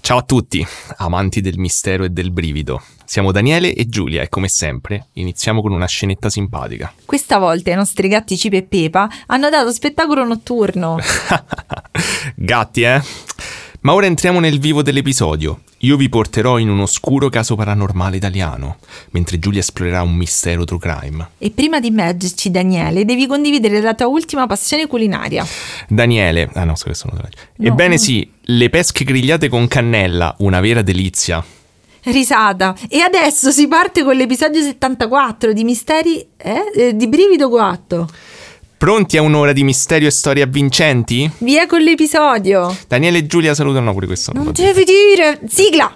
Ciao a tutti, amanti del mistero e del brivido. Siamo Daniele e Giulia e come sempre iniziamo con una scenetta simpatica. Questa volta i nostri gatti Cipe e Pepa hanno dato spettacolo notturno. Gatti, eh? Ma ora entriamo nel vivo dell'episodio. Io vi porterò in un oscuro caso paranormale italiano, mentre Giulia esplorerà un mistero true crime. E prima di immergerci, Daniele, devi condividere la tua ultima passione culinaria. Daniele, Ebbene sì, le pesche grigliate con cannella, una vera delizia. Risata. E adesso si parte con l'episodio 74 di Misteri di Brivido Coatto. Pronti a un'ora di misterio e storie avvincenti? Via con l'episodio. Daniele e Giulia salutano pure questo. Non devi dire. Sigla.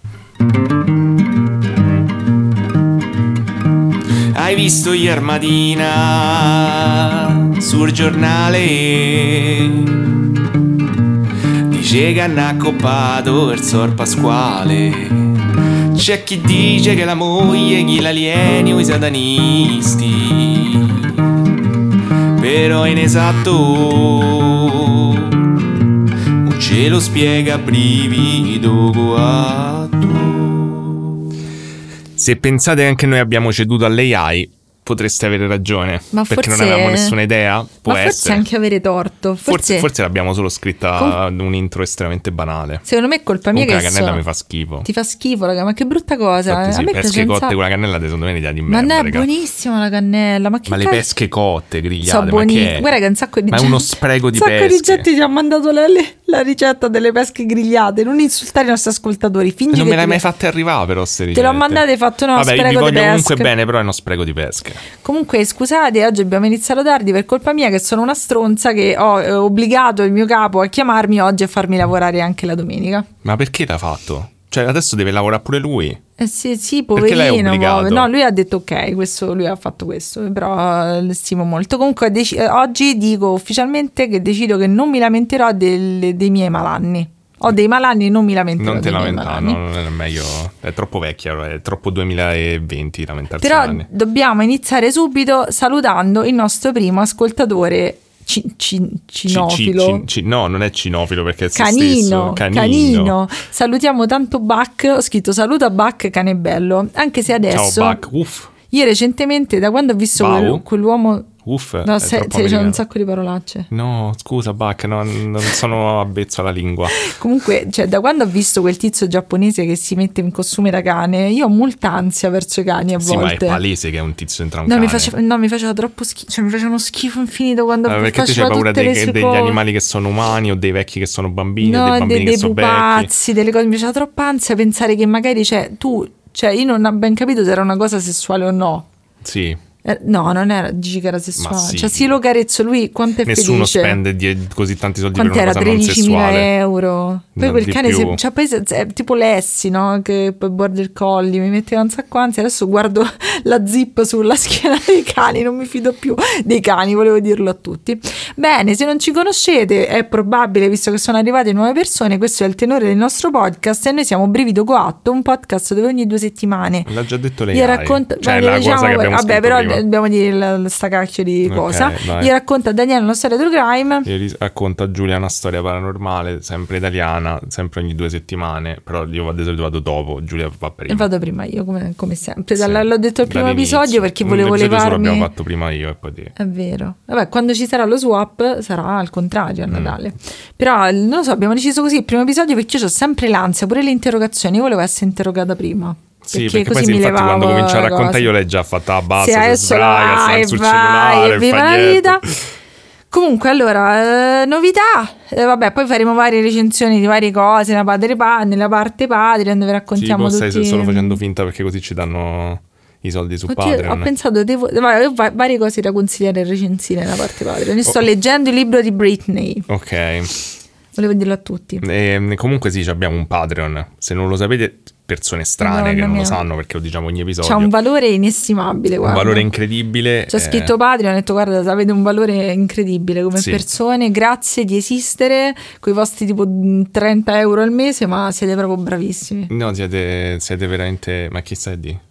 Hai visto ieri mattina sul giornale? Dice che hanno accoppato il Sor Pasquale. C'è chi dice che la moglie gli l'alieni o i satanisti. Però è inesatto, non ce lo spiega Brivido Coatto. Se pensate che anche noi abbiamo ceduto all'AI, potreste avere ragione. Ma perché forse... non avevamo nessuna idea. Può ma forse essere. Anche avere torto. Forse l'abbiamo solo scritta un intro estremamente banale. Secondo me è colpa mia. Comunque che la cannella mi fa schifo. Ti fa schifo, raga, ma che brutta cosa. Infatti, sì, a me pesche piace cotte con la cannella secondo me è un'idea di Ma merda. no, è raga. buonissima la cannella. Ma le pesche cotte, grigliate, sono buonissime. Guarda che un sacco di ma è uno spreco di pesche. Un sacco di pesche. gente ti ha mandato la ricetta delle pesche grigliate. Non insultare i nostri ascoltatori. Fingi Non che me l'hai mai fatte arrivare però ste ricette. Te l'ho mandate e fatto uno Vabbè, spreco vi di voglio pesche. comunque bene, però è uno spreco di pesche. Comunque scusate, oggi abbiamo iniziato tardi per colpa mia, che sono una stronza, che ho obbligato il mio capo a chiamarmi oggi e farmi lavorare anche la domenica. Ma perché l'ha fatto? Cioè adesso deve lavorare pure lui. Sì, Perché l'hai poverino. obbligato? No, lui ha detto ok, lui ha fatto questo, però lo stimo molto. Comunque oggi dico ufficialmente che decido che non mi lamenterò dei miei malanni. Ho dei malanni, non mi lamenterò. Non te dei miei lamentare, malanni. non è meglio. È troppo vecchia, è troppo 2020 lamentarsi. Però anni. dobbiamo iniziare subito salutando il nostro primo ascoltatore cinofilo. No, non è cinofilo perché è se Canino, stesso. Canino. Salutiamo tanto Buck. Ho scritto saluta Buck, cane bello. Anche se adesso Ciao Buck, uff. io recentemente, da quando ho visto quell'uomo, uff, no, c'è un sacco di parolacce. No, scusa Buck, non sono avvezzo alla lingua. Comunque, cioè, da quando ho visto quel tizio giapponese che si mette in costume da cane, io ho molta ansia verso i cani a volte. Sì, ma è palese che è un tizio entra un cane. Mi faceva troppo schifo, cioè mi faceva uno schifo infinito quando perché tu c'hai paura degli animali che sono umani o dei vecchi che sono bambini, no, o dei bambini che sono pupazzi, delle cose. Mi faceva troppa ansia pensare che magari io non ho ben capito se era una cosa sessuale o no. Sì. No, non era, dici che era sessuale. Sì. Cioè, sì, lo carezzo, lui quanto è Nessuno felice. spende così tanti soldi quanto per una era? cosa non 13.000 sessuale. euro. Poi quel cane poi è tipo Lessi, no? Che poi border collie, mi metteva un sacco ansia. Adesso guardo la zip sulla schiena dei cani, non mi fido più dei cani, volevo dirlo a tutti. Bene, se non ci conoscete, è probabile, visto che sono arrivate nuove persone, questo è il tenore del nostro podcast e noi siamo Brivido Coatto, un podcast dove ogni 2 settimane l'ha già detto lei. Gli racconta, cioè la cosa che abbiamo vabbè, però prima. dobbiamo dire sta cacchio di cosa. Vai. Gli racconta a Daniele una storia true crime. Io racconto a Giulia una storia paranormale, sempre italiana, sempre ogni 2 settimane, però io di solito vado dopo, Giulia va prima. E vado prima io, come sempre. Sì, l'ho detto al primo dall'inizio. episodio perché volevo levarmi. L'abbiamo fatto prima io e poi te. È vero. Vabbè, quando ci sarà lo swap sarà al contrario a Natale. Però non lo so, abbiamo deciso così il primo episodio perché io ho sempre l'ansia, pure le interrogazioni, io volevo essere interrogata prima. Sì, perché così poi infatti quando comincia a raccontare io l'hai già fatta a base, sì, adesso vai, sul cellulare, viva la vita. Comunque, allora, novità, vabbè, poi faremo varie recensioni di varie cose, nella parte Patreon, dove raccontiamo tutti. Stai solo facendo finta perché così ci danno i soldi su Patreon. Ho pensato, ho varie cose da consigliare e recensire nella parte Patreon. Io sto leggendo il libro di Britney. Ok. Volevo dirlo a tutti. Comunque sì, abbiamo un Patreon. Se non lo sapete, persone strane che non lo sanno perché lo diciamo ogni episodio. C'ha un valore inestimabile, guarda. Un valore incredibile. C'ho scritto Patreon, ho detto guarda, avete un valore incredibile come persone, grazie di esistere, con i vostri tipo 30 euro al mese, ma siete proprio bravissimi. No, siete veramente... Ma chi stai a dire?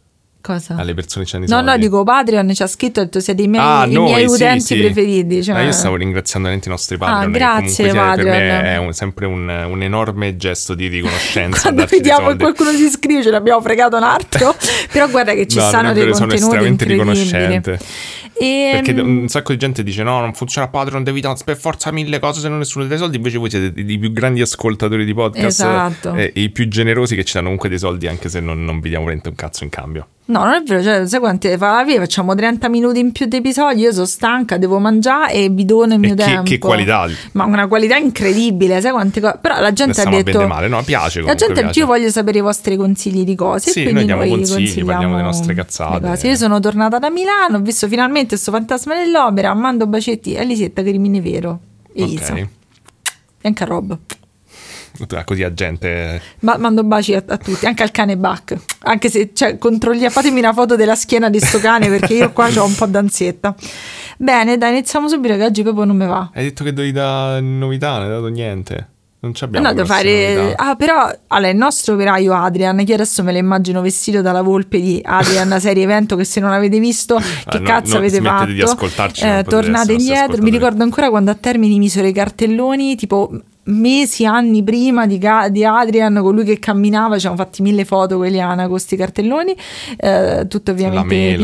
Cosa? Alle persone che ci hanno i soldi. No, dico Patreon ci ha scritto, ha detto siete i miei utenti preferiti. Cioè... io stavo ringraziando i nostri Patreon. Grazie Patreon. Per me è sempre un enorme gesto di riconoscenza. Quando vediamo che qualcuno si iscrive ce l'abbiamo fregato un altro. Però guarda che ci stanno dei contenuti sono estremamente riconoscente. Perché un sacco di gente dice no, non funziona Patreon, devi dare per forza 1000 cose se non nessuno dai soldi. Invece voi siete i più grandi ascoltatori di podcast, esatto. E i più generosi che ci danno comunque dei soldi anche se non vi diamo veramente un cazzo in cambio. No, non è vero, cioè, sai quante facciamo 30 minuti in più di episodi, io sono stanca, devo mangiare e vi dono il mio tempo. Che qualità! Ma una qualità incredibile, sai quante cose. Però la gente ha detto male, no, piace comunque, la gente piace. Io voglio sapere i vostri consigli di cose, sì, quindi noi diamo consigli, parliamo delle nostre cazzate. Io sono tornata da Milano, ho visto finalmente sto Fantasma dell'Opera, mando bacetti a Elisetta Crimini Vero e Isa. E anche a Rob. Così a gente. Mando baci a tutti, anche al cane Buck. Anche se fatemi una foto della schiena di sto cane perché io qua ho un po' d'ansietta. Bene, dai, iniziamo subito che oggi proprio non mi va. Hai detto che dovevi dare novità, non hai dato niente. Non ci abbiamo devo fare. Però allora, il nostro operaio Adrian, che adesso me lo immagino vestito dalla volpe di Adrian serie evento, che se non avete visto che cazzo avete fatto, di ascoltarci, tornate indietro. Mi ricordo ancora quando a Termini misero i cartelloni tipo mesi, anni prima di Adrian, con lui che camminava, ci hanno fatti 1000 foto con Eliana con questi cartelloni, tutto ovviamente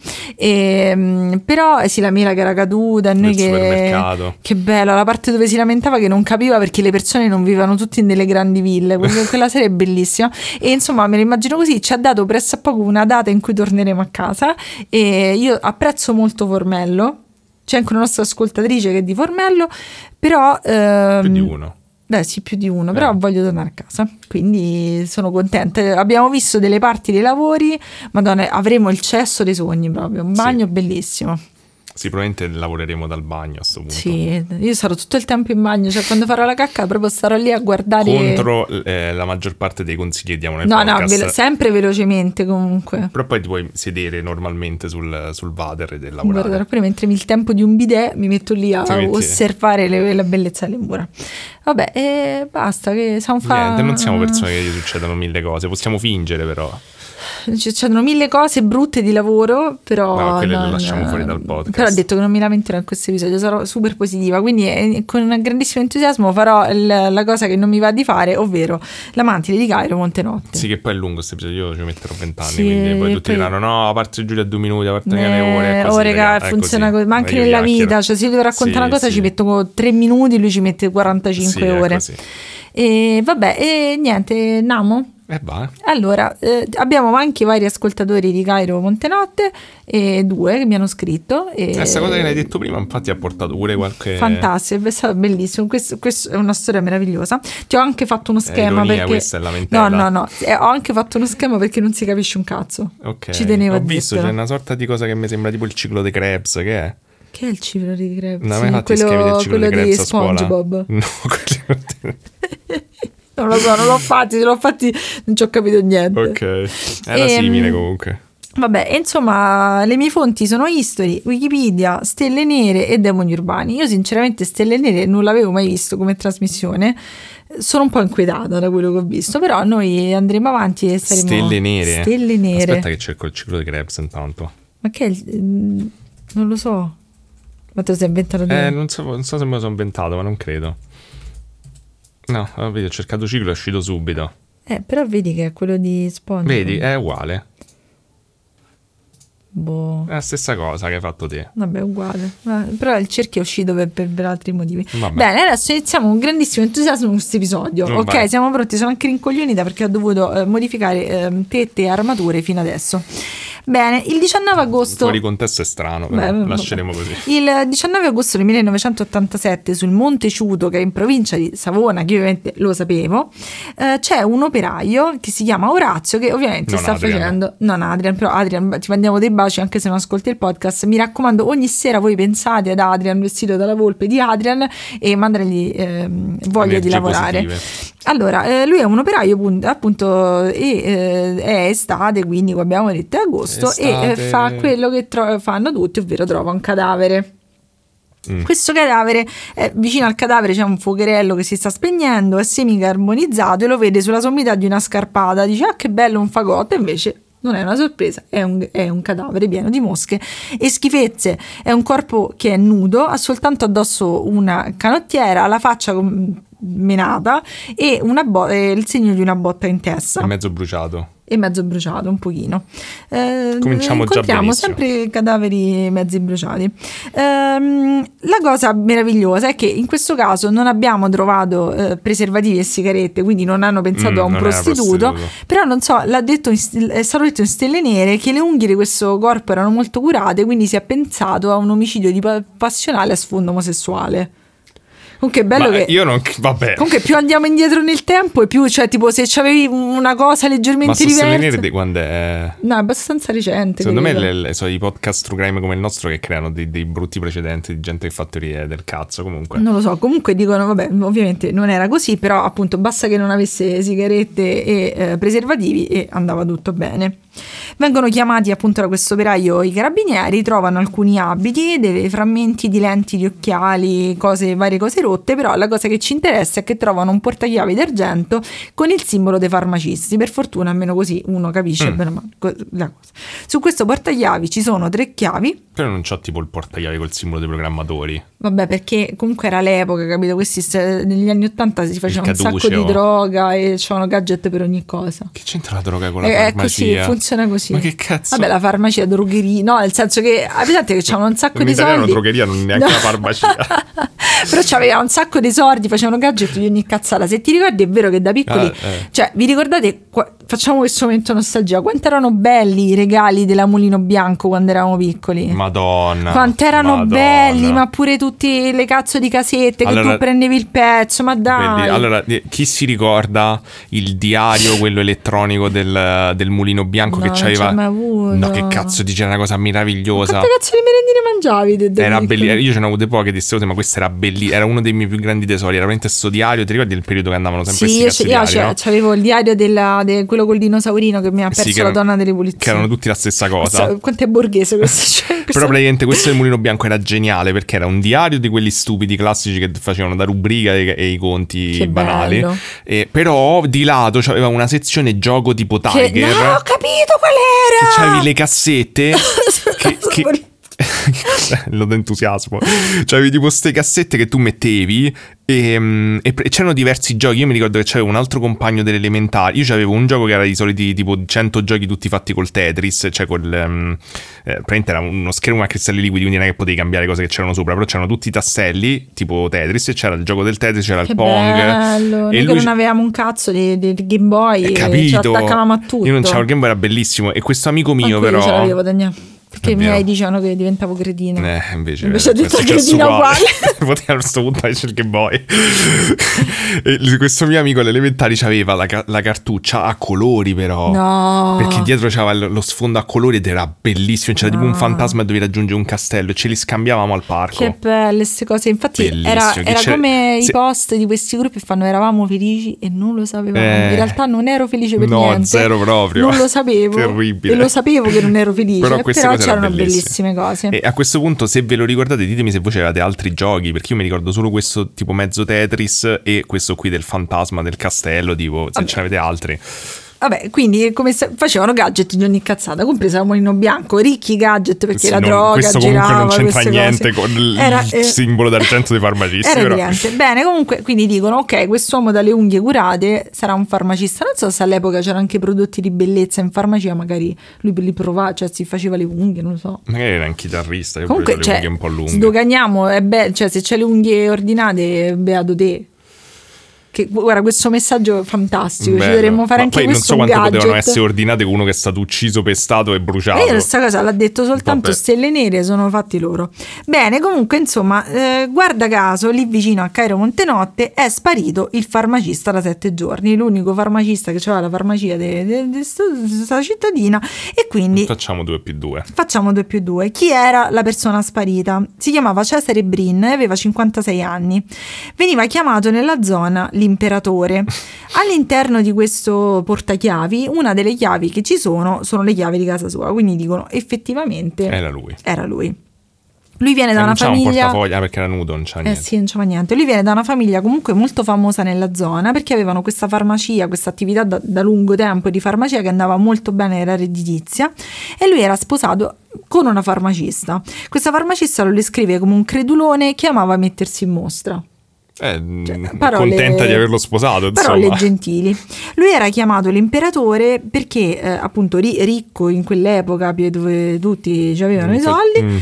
PG, però sì, la mela che era caduta e noi che bello, la parte dove si lamentava che non capiva perché le persone non vivano tutti nelle grandi ville, quella serie è bellissima e insomma me lo immagino così. Ci ha dato presso a poco una data in cui torneremo a casa e io apprezzo molto Formello. C'è anche una nostra ascoltatrice che è di Formello, però più di uno. Sì, più di uno, però voglio tornare a casa, quindi sono contenta. Abbiamo visto delle parti dei lavori, madonna, avremo il cesso dei sogni proprio, un bagno bellissimo. Sì, probabilmente lavoreremo dal bagno a sto punto. Sì, io sarò tutto il tempo in bagno, cioè quando farò la cacca proprio starò lì a guardare. Contro la maggior parte dei consigli che diamo nel podcast. No, sempre velocemente comunque. Però poi ti puoi sedere normalmente sul water e lavorare. Guarda, poi mentre il tempo di un bidet mi metto lì a osservare la bellezza delle mura. Vabbè, basta, che siamo Niente, non siamo persone che gli succedono 1000 cose, possiamo fingere però. C'erano 1000 cose brutte di lavoro, però quelle le lasciamo fuori dal podcast. Però ho detto che non mi lamenterò in questo episodio, sarò super positiva, quindi con un grandissimo entusiasmo farò la cosa che non mi va di fare, ovvero la mantide di Cairo Montenotte. Sì, che poi è lungo questo episodio, io ci metterò 20 anni, quindi poi tutti diranno no, a parte Giulia 2 minuti, a parte le ore, così, raga, funziona così, ma anche nella vita, cioè se io devo raccontare una cosa ci metto 3 minuti, lui ci mette 45 ore. E vabbè, e niente, Namo. Allora, abbiamo anche vari ascoltatori di Cairo Montenotte e 2 che mi hanno scritto. Questa cosa che hai detto prima infatti ha portato pure qualche... Fantastico, è stato bellissimo, questo è una storia meravigliosa. Ti ho anche fatto uno schema perché... questa è lamentela. No, ho anche fatto uno schema perché non si capisce un cazzo. Ok, ci tenevo ho visto, c'è una sorta di cosa che mi sembra tipo il ciclo dei Krebs, che è? Che è il ciclo di Krebs? Non hai mai fatto i schemi del ciclo dei Krebs a scuola? SpongeBob. No, non lo so, non l'ho fatti, non ci ho capito niente. Ok, era simile comunque. Vabbè, insomma, le mie fonti sono History, Wikipedia, Stelle Nere e Demoni Urbani. Io sinceramente Stelle Nere non l'avevo mai visto come trasmissione. Sono un po' inquietata da quello che ho visto, però noi andremo avanti e saremo... Stelle Nere? Aspetta che cerco il ciclo di Krebs intanto. Ma che è non lo so. Ma te lo sei inventato te? Non so se me lo sono inventato, ma non credo. No, vedi, ho cercato ciclo e è uscito subito. Però vedi che è quello di SpongeBob. Vedi, è uguale. Boh. È la stessa cosa che hai fatto te. Vabbè, uguale. Però il cerchio è uscito per altri motivi. Vabbè. Bene, adesso iniziamo con grandissimo entusiasmo con questo episodio. Ok, siamo pronti. Sono anche rincoglionita perché ho dovuto modificare tette e armature fino adesso. Bene, il 19 agosto... Fuori contesto è strano, però lasceremo così. Il 19 agosto del 1987 sul Monte Ciuto, che è in provincia di Savona, che io ovviamente lo sapevo, c'è un operaio che si chiama Orazio, che ovviamente facendo... Non Adrian, però Adrian, ti mandiamo dei baci anche se non ascolti il podcast. Mi raccomando, ogni sera voi pensate ad Adrian vestito dalla volpe di Adrian e mandargli voglia di lavorare. Positive. Allora, lui è un operaio appunto e è estate, quindi abbiamo detto agosto, e fa quello che fanno tutti, ovvero trova un cadavere. Questo cadavere, vicino al cadavere c'è un fuocherello che si sta spegnendo, è semicarbonizzato e lo vede sulla sommità di una scarpata, dice che bello un fagotto, e invece non è una sorpresa, è un cadavere pieno di mosche e schifezze. È un corpo che è nudo, ha soltanto addosso una canottiera, la faccia menata e il segno di una botta in testa. È mezzo bruciato. Un pochino. Cominciamo già benissimo. Sempre cadaveri mezzi bruciati. La cosa meravigliosa è che in questo caso non abbiamo trovato preservativi e sigarette, quindi non hanno pensato a un prostituto, però non so, è stato detto in stelle nere che le unghie di questo corpo erano molto curate, quindi si è pensato a un omicidio passionale a sfondo omosessuale. Comunque è bello che io non, vabbè. Comunque più andiamo indietro nel tempo e più, cioè tipo se c'avevi una cosa leggermente diversa. Ma Stelle Nere quando è? No, è abbastanza recente. Secondo me sono i podcast true crime come il nostro che creano dei brutti precedenti di gente che fa teorie del cazzo. Comunque non lo so, comunque dicono vabbè, ovviamente non era così, però appunto basta che non avesse sigarette e preservativi e andava tutto bene. Vengono chiamati appunto da questo operaio i carabinieri, trovano alcuni abiti, dei frammenti di lenti di occhiali, varie cose rotte, però la cosa che ci interessa è che trovano un portachiavi d'argento con il simbolo dei farmacisti. Per fortuna almeno così uno capisce bene la cosa. Su questo portachiavi ci sono 3 chiavi. Però non c'ho tipo il portachiavi col simbolo dei programmatori. Vabbè, perché comunque era l'epoca, capito? Questi negli anni 80 si faceva un sacco di droga e c'erano gadget per ogni cosa. Che c'entra la droga con la farmacia? È così, funziona così. Ma che cazzo? Vabbè, la farmacia, drogheria, no, nel senso che pensate che c'avevano un sacco di soldi. Non drogheria, non neanche la farmacia. Però c'aveva un sacco di soldi, facevano gadget di ogni cazzata. Se ti ricordi, è vero che da piccoli, cioè, vi ricordate, facciamo questo momento nostalgia, quanto erano belli i regali della Mulino Bianco quando eravamo piccoli? Madonna. Quanto erano belli, ma pure tutte le cazzo di casette che tu prendevi il pezzo, ma dai. Allora, chi si ricorda il diario, quello elettronico del Mulino Bianco che c'aveva? No, che cazzo dice, una cosa meravigliosa. Quante cazzo di merendine mangiavi? Era bellissimo. Io ce ne ho avute poche di queste cose, ma questa era bellissima. Era uno dei miei più grandi tesori. Era veramente sto diario. Ti ricordi il periodo che andavano sempre questi cazzo diari, no? C'avevo il diario quello col dinosaurino che mi ha perso la donna delle pulizie. Che erano tutti la stessa cosa. Quanto è borghese questo? Però praticamente questo del Mulino Bianco era geniale perché era un diario di quelli stupidi classici che facevano da rubrica e i conti che banali. Però di lato c'aveva una sezione gioco tipo Tiger. No, ho capito qual era! Che c'avevi le cassette che l'entusiasmo. C'avevi tipo queste cassette che tu mettevi e c'erano diversi giochi. Io mi ricordo che c'avevo un altro compagno delle elementari. Io c'avevo un gioco che era di soliti tipo 100 giochi tutti fatti col Tetris, cioè praticamente era uno schermo a cristalli liquidi, quindi non è che potevi cambiare cose che c'erano sopra, però c'erano tutti i tasselli tipo Tetris e c'era il gioco del Tetris, c'era il Pong. Bello. E noi non avevamo un cazzo di Game Boy, capito? Ci attaccavamo a tutto. Io non c'avevo il Game Boy, era bellissimo. E questo amico mio però io ce l'avevo, Daniele. Perché i miei dicevano che diventavo cretina. Invece è tutta cretina uguale. Poteva a questo punto essere il Game Boy. E questo mio amico alle elementari c'aveva la cartuccia a colori però. No. Perché dietro c'aveva lo sfondo a colori ed era bellissimo. C'era tipo un fantasma e dovevi raggiungere un castello e ce li scambiavamo al parco. Che belle queste cose. Infatti era come i post di questi gruppi che fanno eravamo felici e non lo sapevamo. In realtà non ero felice per niente. No, zero proprio. Non lo sapevo. Terribile. E lo sapevo che non ero felice. Però queste cose c'erano bellissime cose. E a questo punto, se ve lo ricordate, ditemi se voi avevate altri giochi, perché io mi ricordo solo questo tipo mezzo Tetris e questo qui del fantasma del castello, tipo se ce ne avete altri. Vabbè, quindi come facevano gadget di ogni cazzata, compresa la Mulino Bianco, ricchi gadget perché la droga questo girava, comunque non c'entra niente con il simbolo d'argento dei farmacisti. Era evidente. Bene, comunque, quindi dicono, ok, quest'uomo dalle unghie curate sarà un farmacista. Non so se all'epoca c'erano anche prodotti di bellezza in farmacia, magari lui li provava, cioè si faceva le unghie, non lo so. Magari era un chitarrista, io comunque, le unghie un po' lunghe. Sdoganiamo, cioè se c'hai le unghie ordinate, beato te. Che, guarda, questo messaggio è fantastico. Bello. Ci dovremmo fare anche questo. Non so quanto gadget. potevano essere ordinate con uno che è stato ucciso, pestato e bruciato. Io questa cosa l'ha detto soltanto Stelle Nere, sono fatti loro. Bene, comunque insomma, guarda caso, lì vicino a Cairo Montenotte è sparito il farmacista da 7 giorni, l'unico farmacista che aveva la farmacia di questa cittadina, e quindi facciamo 2+2. Facciamo 2+2. Chi era la persona sparita? Si chiamava Cesare Brin e aveva 56 anni. Veniva chiamato nella zona l'imperatore. All'interno di questo portachiavi, una delle chiavi che ci sono le chiavi di casa sua, quindi dicono effettivamente era lui. Lui viene da una famiglia... Non c'ha un portafoglio, perché era nudo, non c'ha niente. Sì, non c'ha niente. Lui viene da una famiglia comunque molto famosa nella zona, perché avevano questa farmacia, questa attività da lungo tempo di farmacia che andava molto bene, era redditizia, e lui era sposato con una farmacista. Questa farmacista lo descrive come un credulone che amava mettersi in mostra. Contenta di averlo sposato, insomma. Parole gentili. Lui era chiamato l'imperatore perché appunto ricco in quell'epoca dove tutti avevano i soldi,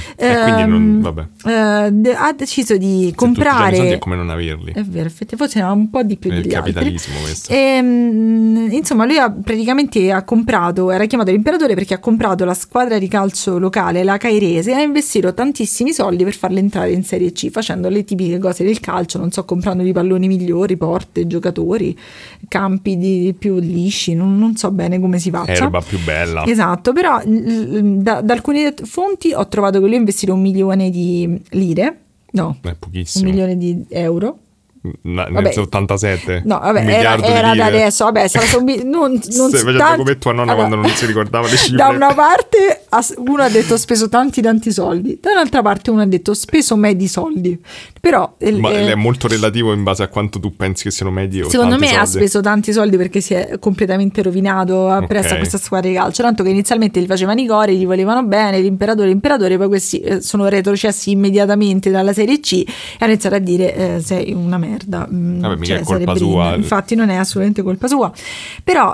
ha deciso di comprare. Se tutti hanno i soldi è come non averli. È vero, effettivamente forse era un po' di più degli altri. Il capitalismo questo. Insomma, lui praticamente ha comprato, era chiamato l'imperatore perché ha comprato la squadra di calcio locale, la Cairese, e ha investito tantissimi soldi per farla entrare in Serie C, facendo le tipiche cose del calcio, non so, comprando i palloni migliori, porte, giocatori, campi più lisci, non so bene come si faccia. Erba più bella. Esatto, però da alcune fonti ho trovato che lui ha investito 1 milione di lire, no, è pochissimo. 1 milione di euro. Nel 87 no, vabbè, era da adesso, vabbè, non stai facendo come tua nonna quando non si ricordava le cifre. Da una parte uno ha detto ho speso tanti soldi, da un'altra parte uno ha detto ho speso medi soldi, però è molto relativo in base a quanto tu pensi che siano medi o secondo me soldi. Ha speso tanti soldi perché si è completamente rovinato appresso a questa squadra di calcio, tanto che inizialmente gli facevano i cori, gli volevano bene, l'imperatore, poi questi sono retrocessi immediatamente dalla Serie C e hanno iniziato a dire sei una merda. Vabbè, mica è colpa sua. Infatti non è assolutamente colpa sua, però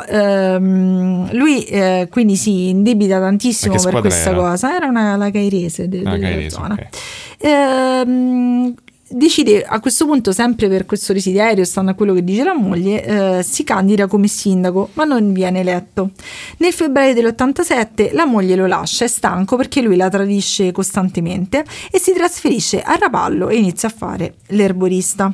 lui quindi si indebita tantissimo per questa cosa. Era la Cairese della zona. Okay. Decide a questo punto, sempre per questo desiderio, stando a quello che dice la moglie, si candida come sindaco, ma non viene eletto. Nel febbraio dell'87 la moglie lo lascia, è stanco perché lui la tradisce costantemente, e si trasferisce a Rapallo e inizia a fare l'erborista.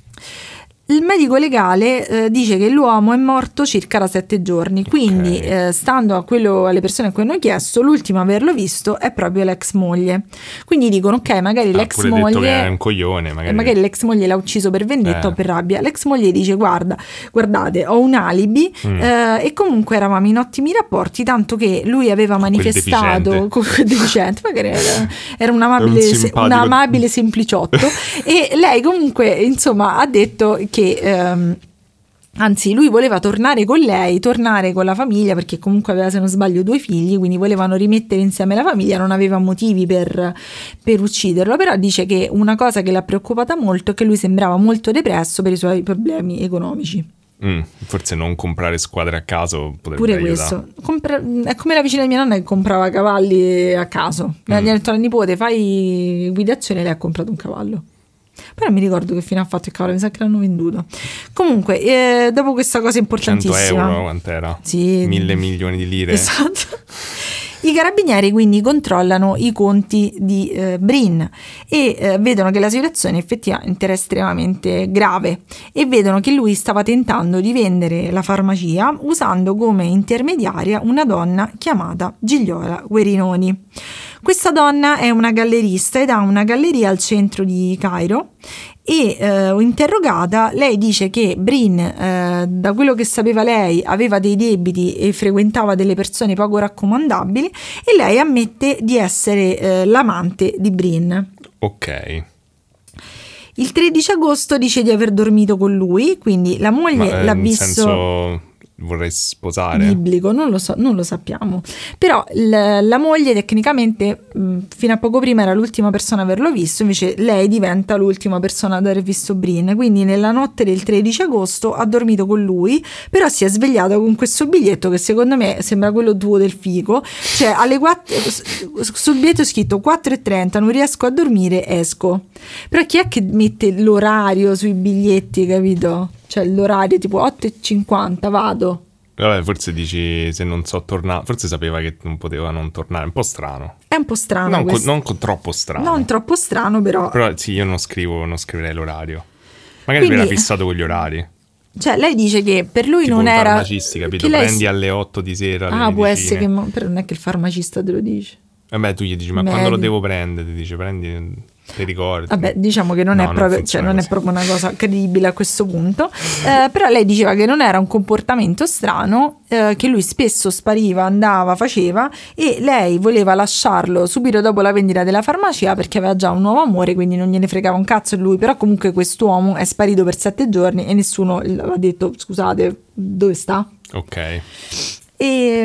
Il medico legale dice che l'uomo è morto circa da 7 giorni, quindi stando alle persone a cui hanno chiesto, l'ultimo a averlo visto è proprio l'ex moglie. Quindi dicono ok, magari l'ex moglie detto che è un coglione, magari l'ex moglie l'ha ucciso per vendetta o per rabbia. L'ex moglie dice guardate, ho un alibi e comunque eravamo in ottimi rapporti, tanto che lui aveva manifestato con quel deficiente, magari era un amabile sempliciotto e lei comunque insomma ha detto che anzi lui voleva tornare con lei, tornare con la famiglia, perché comunque aveva, se non sbaglio, 2 figli, quindi volevano rimettere insieme la famiglia, non aveva motivi per ucciderlo, però dice che una cosa che l'ha preoccupata molto è che lui sembrava molto depresso per i suoi problemi economici. Forse non comprare squadre a caso potrebbe pure aiutare. Questo è come la vicina di mia nonna che comprava cavalli a caso. Gli ha detto alla nipote fai guidazione, lei ha comprato un cavallo. Però mi ricordo che fine ha fatto il cavallo, mi sa che l'hanno venduto. Comunque, dopo questa cosa importantissima, 100 euro quant'era? Sì, 1.000 milioni di lire. Esatto. I carabinieri quindi controllano i conti di Brin e vedono che la situazione effettivamente era estremamente grave e vedono che lui stava tentando di vendere la farmacia usando come intermediaria una donna chiamata Gigliola Guerinoni. Questa donna è una gallerista ed ha una galleria al centro di Cairo e interrogata lei dice che Brin, da quello che sapeva lei, aveva dei debiti e frequentava delle persone poco raccomandabili, e lei ammette di essere l'amante di Brin. Ok. Il 13 agosto dice di aver dormito con lui, quindi la moglie l'ha visto... senso... vorrei sposare. Biblico, non lo so, non lo sappiamo. Però la moglie tecnicamente fino a poco prima era l'ultima persona ad averlo visto, invece lei diventa l'ultima persona ad aver visto Brin. Quindi nella notte del 13 agosto ha dormito con lui, però si è svegliata con questo biglietto che secondo me sembra quello tuo del fico, cioè alle 4 sul biglietto è scritto 4:30, non riesco a dormire, esco. Però chi è che mette l'orario sui biglietti, capito? Cioè l'orario tipo 8:50 vado. Vabbè, forse dici se non so tornare, forse sapeva che non poteva non tornare, un po' strano. È un po' strano. Non troppo strano. Non troppo strano, però. Però sì, io non scriverei l'orario. Magari quindi, era fissato con gli orari. Cioè lei dice che per lui tipo non era farmacisti, capito? Prendi alle 8 di sera. Ah, può essere che però non è che il farmacista te lo dice. Vabbè, tu gli dici, ma quando lo devo prendere? Ti dice, prendi... ti ricordi? Vabbè, diciamo che non è proprio una cosa credibile a questo punto, però lei diceva che non era un comportamento strano, che lui spesso spariva, andava, faceva, e lei voleva lasciarlo subito dopo la vendita della farmacia perché aveva già un nuovo amore, quindi non gliene fregava un cazzo di lui. Però comunque quest'uomo è sparito per 7 giorni e nessuno ha detto scusate, dove sta? Ok. E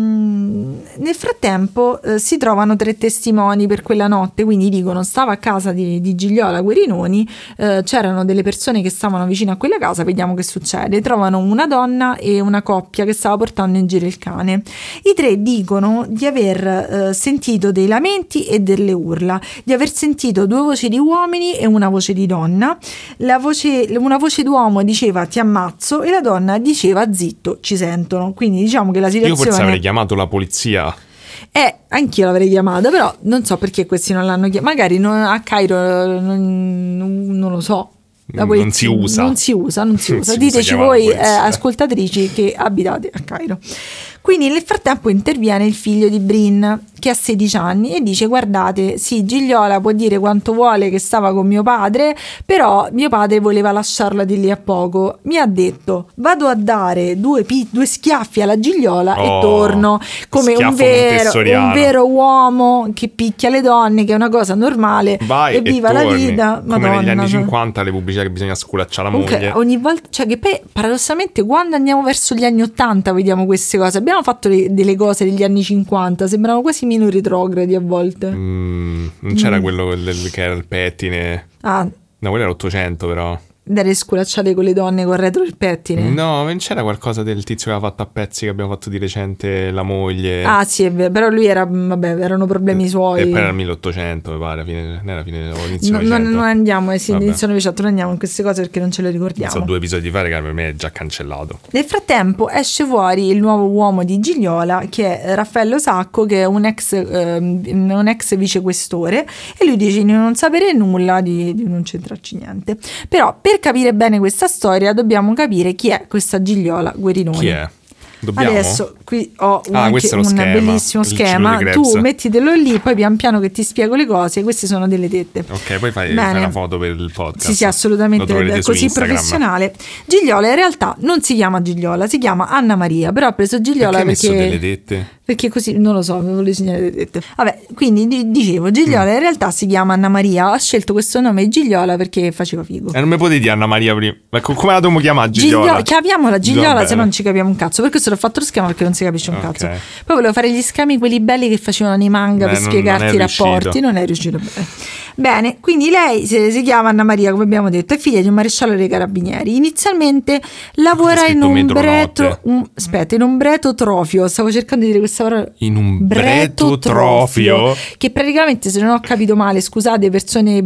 nel frattempo si trovano 3 testimoni per quella notte, quindi dicono stava a casa di Gigliola Guerinoni, c'erano delle persone che stavano vicino a quella casa, vediamo che succede. Trovano una donna e una coppia che stava portando in giro il cane. I 3 dicono di aver sentito dei lamenti e delle urla, di aver sentito 2 voci di uomini e una voce di donna. Una voce d'uomo diceva ti ammazzo e la donna diceva zitto, ci sentono. Quindi diciamo che la situazione... Io forse avrei chiamato la polizia. Anch'io l'avrei chiamata, però non so perché questi non l'hanno chiamata. Magari a Cairo non lo so. Non si usa. Diteci voi ascoltatrici che abitate a Cairo. Quindi nel frattempo interviene il figlio di Brin, che ha 16 anni, e dice guardate, sì, Gigliola può dire quanto vuole che stava con mio padre, però mio padre voleva lasciarla di lì a poco. Mi ha detto vado a dare 2 schiaffi alla Gigliola e torno, come un vero uomo che picchia le donne, che è una cosa normale. Vai e viva la vita. Come negli anni 50 le pubblicità che bisogna sculacciare la moglie. Ogni volta, cioè che poi paradossalmente quando andiamo verso gli anni 80 vediamo queste cose. Abbiamo fatto delle cose degli anni 50, sembrano quasi meno retrogradi a volte. Non c'era quello che era il pettine. No, quello era l'800 però. Dare sculacciate con le donne con retro il pettine. No, non c'era qualcosa del tizio che aveva fatto a pezzi che abbiamo fatto di recente, la moglie. Sì, è vero, però lui era, erano problemi suoi. E poi era il 1800, mi pare, inizio non andiamo, inizio Novecento, non andiamo in queste cose perché non ce le ricordiamo. Sono 2 episodi di fare che per me è già cancellato. Nel frattempo esce fuori il nuovo uomo di Gigliola, che è Raffaello Sacco, che è un ex vicequestore, e lui dice di non sapere nulla, di non c'entrarci niente. Però per capire bene questa storia dobbiamo capire chi è questa Gigliola Guerinoni. Chi è? Dobbiamo? Adesso qui ho un schema, bellissimo schema, tu mettitelo lì, poi pian piano che ti spiego le cose. Queste sono delle tette. Ok, poi fai una foto per il podcast. Sì, assolutamente, così professionale. Gigliola in realtà non si chiama Gigliola, si chiama Anna Maria, però ha preso Gigliola perché hai messo delle tette? Perché così, non lo so, mi volevo segnare le tette. Vabbè, quindi dicevo, Gigliola in realtà si chiama Anna Maria, ha scelto questo nome Gigliola perché faceva figo. E non mi potevi dire Anna Maria prima? Come la dobbiamo chiamare Gigliola? Chiamiamola Gigliola, se no non ci capiamo un cazzo. Per questo l'ho fatto lo schema perché non si capisce un cazzo. Poi volevo fare gli schemi quelli belli che facevano nei manga per spiegarti i rapporti. Non è riuscito bene. Quindi lei si chiama Anna Maria, come abbiamo detto, è figlia di un maresciallo dei carabinieri. Inizialmente lavora in un bretotrofio. Stavo cercando di dire questa parola. In un bretotrofio? Che praticamente, se non ho capito male, scusate, persone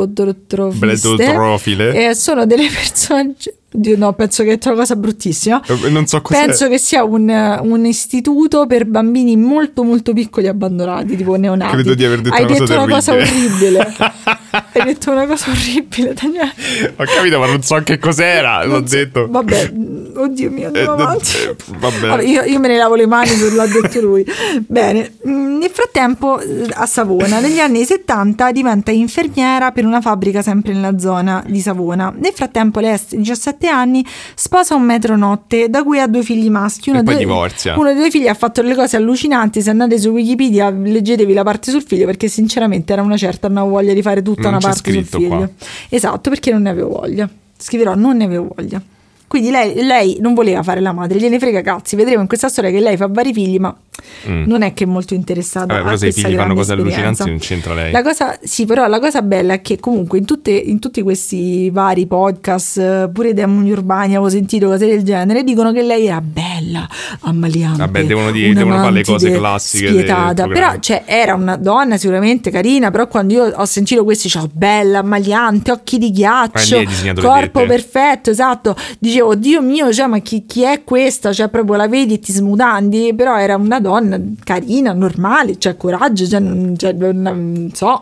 bretotrofiste sono delle persone... No, penso che è una cosa bruttissima. Non so cos'è. Penso che sia un istituto per bambini molto molto piccoli abbandonati, tipo neonati. Credo di aver detto una cosa orribile. Hai detto una cosa orribile, Daniele. Ho capito, ma non so che cos'era. L'ho detto. Vabbè, oddio mio, andiamo avanti. Vabbè, io me ne lavo le mani, se l'ha detto lui. Bene, nel frattempo a Savona, negli anni 70 diventa infermiera per una fabbrica sempre nella zona di Savona. Nel frattempo lei ha 17 anni, sposa un metronotte da cui ha 2 figli maschi. E poi divorzia. Uno dei 2 figli ha fatto delle cose allucinanti. Se andate su Wikipedia leggetevi la parte sul figlio, perché sinceramente era una certa, non avevo voglia di fare tutta una parte sul figlio qua. Esatto, perché non ne avevo voglia. Scriverò non ne avevo voglia. Quindi lei non voleva fare la madre, gliene frega cazzi. Vedremo in questa storia che lei fa vari figli, ma non è che è molto interessata. Però se i figli fanno cose allucinanti non c'entra lei. Però la cosa bella è che comunque in tutti questi vari podcast, pure Demoni Urbani, avevo sentito cose del genere, dicono che lei era bella, ammaliante. Vabbè, devono fare le cose classiche, spietata. Però era una donna sicuramente carina, però quando io ho sentito questi, bella, ammaliante, occhi di ghiaccio, corpo perfetto, esatto, dicevo, Dio mio, ma chi è questa? Proprio la vedi e ti smutandi. Però era una donna carina, normale, coraggio, non so.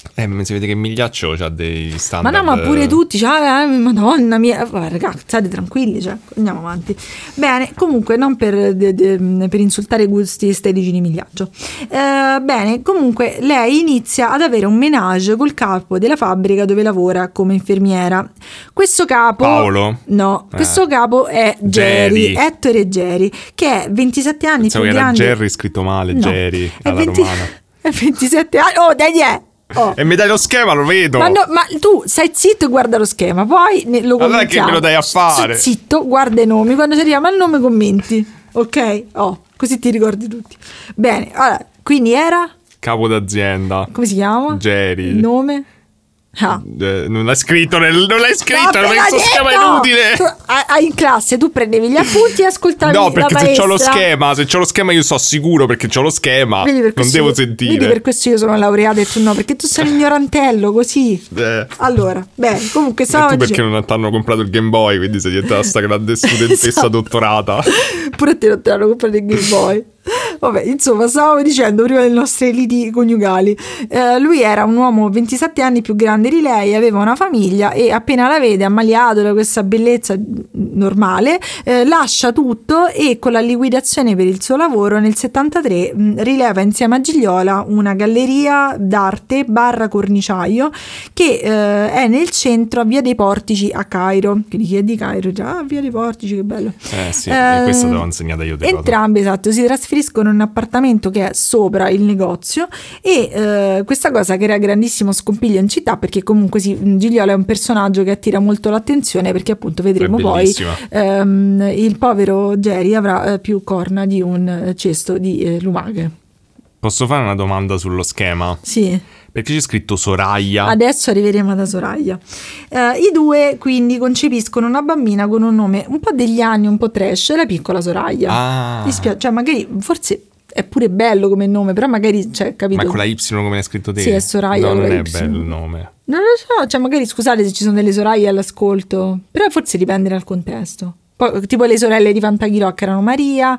Si vede che Migliaccio c'ha dei standard. Ma no, ma pure tutti, madonna mia, ragazzi, state tranquilli, cioè, andiamo avanti. Bene, comunque non per insultare i gusti estetici di Migliaccio. Bene, comunque lei inizia ad avere un ménage col capo della fabbrica dove lavora come infermiera. Questo capo... Paolo? No, questo capo è Ettore Geri, che è 27 anni Pensavo più che grande. era Jerry scritto male, no, Geri, alla romana. È 27 anni, oh dai è! Oh. E mi dai lo schema, lo vedo. Ma tu stai zitto e guarda lo schema, poi lo commentiamo. Allora che me lo dai a fare? Zitto, guarda i nomi, quando ci arriviamo al nome commenti, ok? Così ti ricordi tutti. Bene, allora, quindi era? Capo d'azienda. Come si chiama? Geri. Il nome? Non l'hai scritto, non l'hai messo schema inutile. In classe tu prendevi gli appunti e ascoltavi. No, perché se c'ho lo schema io so sicuro, perché c'ho lo schema, non devo sentire. Vedi, per questo io sono laureata e tu no, perché tu sei un ignorantello così. Allora, bene, comunque stavo tu perché non ti hanno comprato il Game Boy, quindi sei diventata sta grande studentessa esatto. Dottorata. Pure a te non ti hanno comprato il Game Boy. Vabbè, insomma, stavamo dicendo prima delle nostre liti coniugali. Lui era un uomo 27 anni più grande di lei, aveva una famiglia e appena la vede ammaliato da questa bellezza normale, lascia tutto e con la liquidazione per il suo lavoro nel 73 rileva insieme a Gigliola una galleria d'arte / corniciaio che è nel centro a Via dei Portici a Cairo. Quindi chi è di Cairo già Via dei Portici, che bello. Sì, questa te l'ho insegnata io. Entrambi, esatto, si trasferiscono in un appartamento che è sopra il negozio e questa cosa crea grandissimo scompiglio in città, perché comunque Gigliola è un personaggio che attira molto l'attenzione, perché appunto vedremo poi il povero Geri avrà più corna di un cesto di lumache. Posso fare una domanda sullo schema? Sì. Perché c'è scritto Soraya? Adesso arriveremo da Soraya. I due quindi concepiscono una bambina con un nome un po' degli anni, un po' trash, la piccola Soraya. Dispiace, cioè magari forse è pure bello come nome, però magari, cioè, capito? Ma con la Y come hai scritto te? Sì, è Soraya. No, non è bello il nome. Non lo so, cioè magari scusate se ci sono delle Soraya all'ascolto, però forse dipende dal contesto. Poi, tipo le sorelle di Fantaghirò che erano Maria,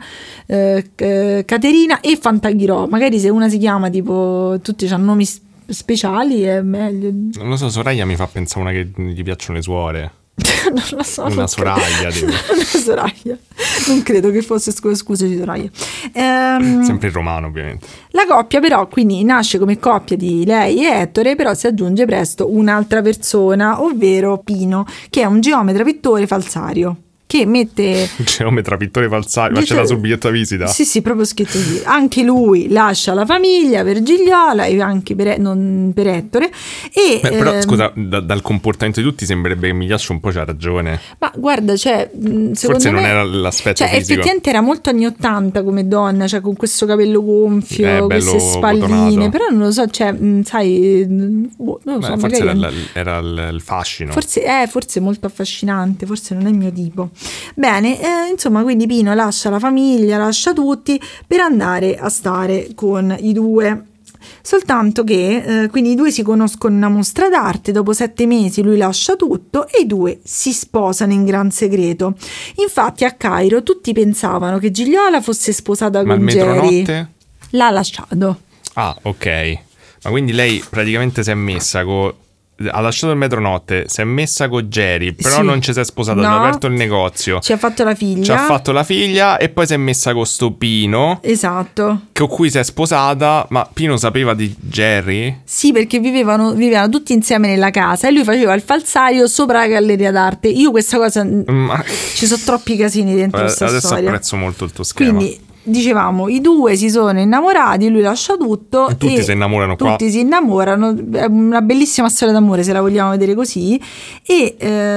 Caterina e Fantaghirò. Magari se una si chiama tipo, tutti hanno nomi speciali è meglio. Non lo so, Soraya mi fa pensare a una che gli piacciono le suore. Non lo so. Una Soraya, tipo. Una Soraya. Non credo che fosse, scusaci Soraya. Sempre in romano, ovviamente. La coppia però quindi nasce come coppia di lei e Ettore, però si aggiunge presto un'altra persona, ovvero Pino, che è un geometra pittore falsario. Che mette geometra pittore falsario, ma ce l'ha sul biglietto da visita? Sì, proprio scritto lì. Anche lui lascia la famiglia per Gigliola e anche per Ettore e però scusa, dal comportamento di tutti sembrerebbe che Migliaccio un po' c'ha ragione. Ma guarda, cioè forse me, non era l'aspetto cioè, fisico. Effettivamente era molto anni 80 come donna, cioè con questo capello gonfio, queste spalline, botonato. Però non lo so, cioè sai, non lo so, forse magari era il fascino. Forse molto affascinante, forse non è il mio tipo. Bene, insomma, quindi Pino lascia la famiglia, lascia tutti per andare a stare con i due. Soltanto che quindi i due si conoscono in una mostra d'arte, dopo 7 mesi lui lascia tutto e i due si sposano in gran segreto. Infatti a Cairo tutti pensavano che Gigliola fosse sposata con Geri. L'ha lasciato. Ah, ok. Ma quindi lei praticamente si è messa ha lasciato il metronotte, si è messa con Geri, però non ci si è sposata, ha aperto il negozio, ci ha fatto la figlia e poi si è messa con sto Pino, esatto, con cui si è sposata. Ma Pino sapeva di Geri? Sì, perché vivevano tutti insieme nella casa e lui faceva il falsario sopra la galleria d'arte. Io questa cosa ci sono troppi casini dentro questa storia. Adesso apprezzo molto il tuo schema. Quindi dicevamo, i due si sono innamorati, lui lascia tutto e tutti si innamorano qua. Tutti si innamorano, è una bellissima storia d'amore se la vogliamo vedere così. E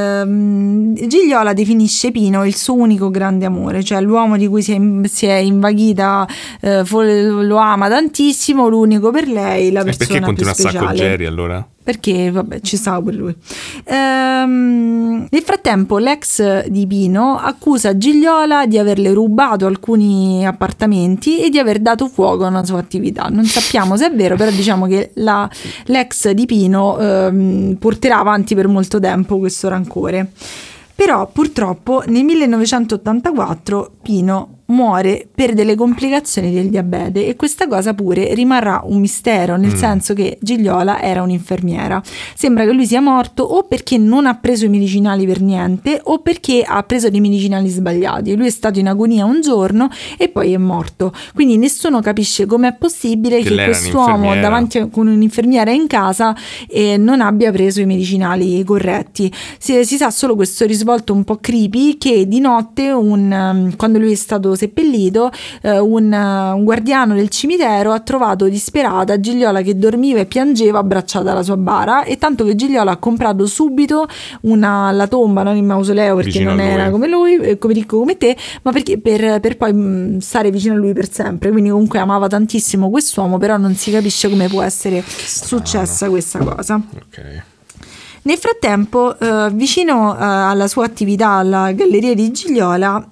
Gigliola definisce Pino il suo unico grande amore, cioè l'uomo di cui si è invaghita, lo ama tantissimo, l'unico per lei, la persona più speciale. Perché continua a stare con Geri allora? Perché vabbè, ci stava pure lui. Nel frattempo l'ex di Pino accusa Gigliola di averle rubato alcuni appartamenti e di aver dato fuoco a una sua attività. Non sappiamo se è vero, però diciamo che l'ex di Pino porterà avanti per molto tempo questo rancore. Però purtroppo nel 1984 Pino muore per delle complicazioni del diabete, e questa cosa pure rimarrà un mistero, nel senso che Gigliola era un'infermiera. Sembra che lui sia morto o perché non ha preso i medicinali per niente o perché ha preso dei medicinali sbagliati. Lui è stato in agonia un giorno e poi è morto, quindi nessuno capisce com'è possibile che quest'uomo davanti con un'infermiera in casa non abbia preso i medicinali corretti. Si sa solo questo risvolto un po' creepy, che di notte quando lui è stato seppellito, un guardiano del cimitero ha trovato disperata Gigliola che dormiva e piangeva abbracciata alla sua bara, e tanto che Gigliola ha comprato subito la tomba, non il mausoleo, perché vicino non era come lui, come ricco come te, ma perché per poi stare vicino a lui per sempre. Quindi comunque amava tantissimo quest'uomo, però non si capisce come può essere successa questa cosa. Ok. Nel frattempo, vicino alla sua attività alla galleria di Gigliola,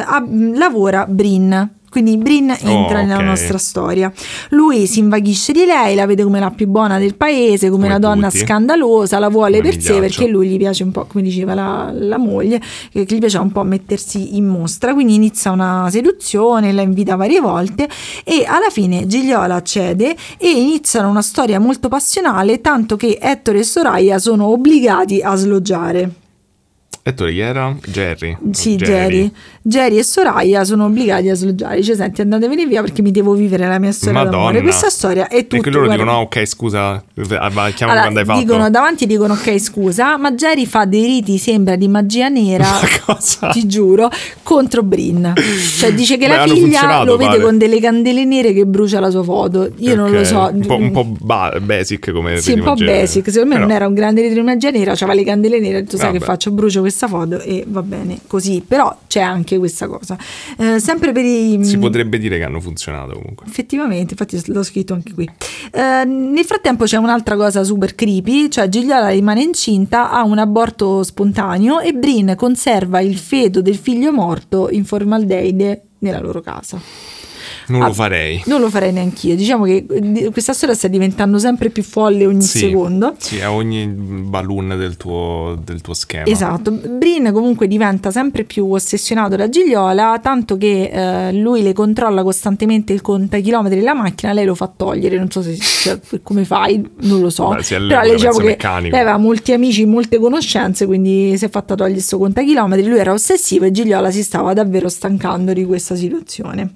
lavora Brin. Quindi Brin entra nella nostra storia. Lui si invaghisce di lei, la vede come la più buona del paese, come una donna scandalosa, la vuole come per sé, perché lui gli piace un po', come diceva la moglie, che gli piaceva un po' mettersi in mostra. Quindi inizia una seduzione, la invita varie volte e alla fine Gigliola cede e iniziano una storia molto passionale, tanto che Ettore e Soraya sono obbligati a sloggiare. Ettore chi era? Jerry. Sì, Jerry e Soraya sono obbligati a sloggiare. Dice: senti, andatevene via perché mi devo vivere la mia storia d'amore. Questa storia è tutta. Perché loro dicono: ok, scusa, chiamami quando hai fatto. Davanti dicono: ok, scusa, ma Jerry fa dei riti, sembra di magia nera, ti giuro, contro Brin. Cioè dice che la figlia lo vede con delle candele nere che brucia la sua foto. Io non lo so. Un po' basic come. Sì, un po' basic. Secondo me non era un grande rito di magia nera, c'aveva le candele nere. Tu sai che faccio? Brucio questa foto e va bene così, però c'è anche questa cosa, sempre per si potrebbe dire che hanno funzionato comunque, effettivamente, infatti l'ho scritto anche qui. Nel frattempo c'è un'altra cosa super creepy, cioè Gigliola rimane incinta, ha un aborto spontaneo e Brin conserva il feto del figlio morto in formaldeide nella loro casa. Non lo farei. Non lo farei neanch'io. Diciamo che questa storia sta diventando sempre più folle ogni secondo. Sì, a ogni balloon del tuo schema. Esatto. Brin comunque diventa sempre più ossessionato da Gigliola, tanto che lui le controlla costantemente il contachilometri della macchina, lei lo fa togliere, non so se come fai, non lo so. Però diciamo che lei aveva molti amici, molte conoscenze, quindi si è fatta togliere questo contachilometri, lui era ossessivo e Gigliola si stava davvero stancando di questa situazione.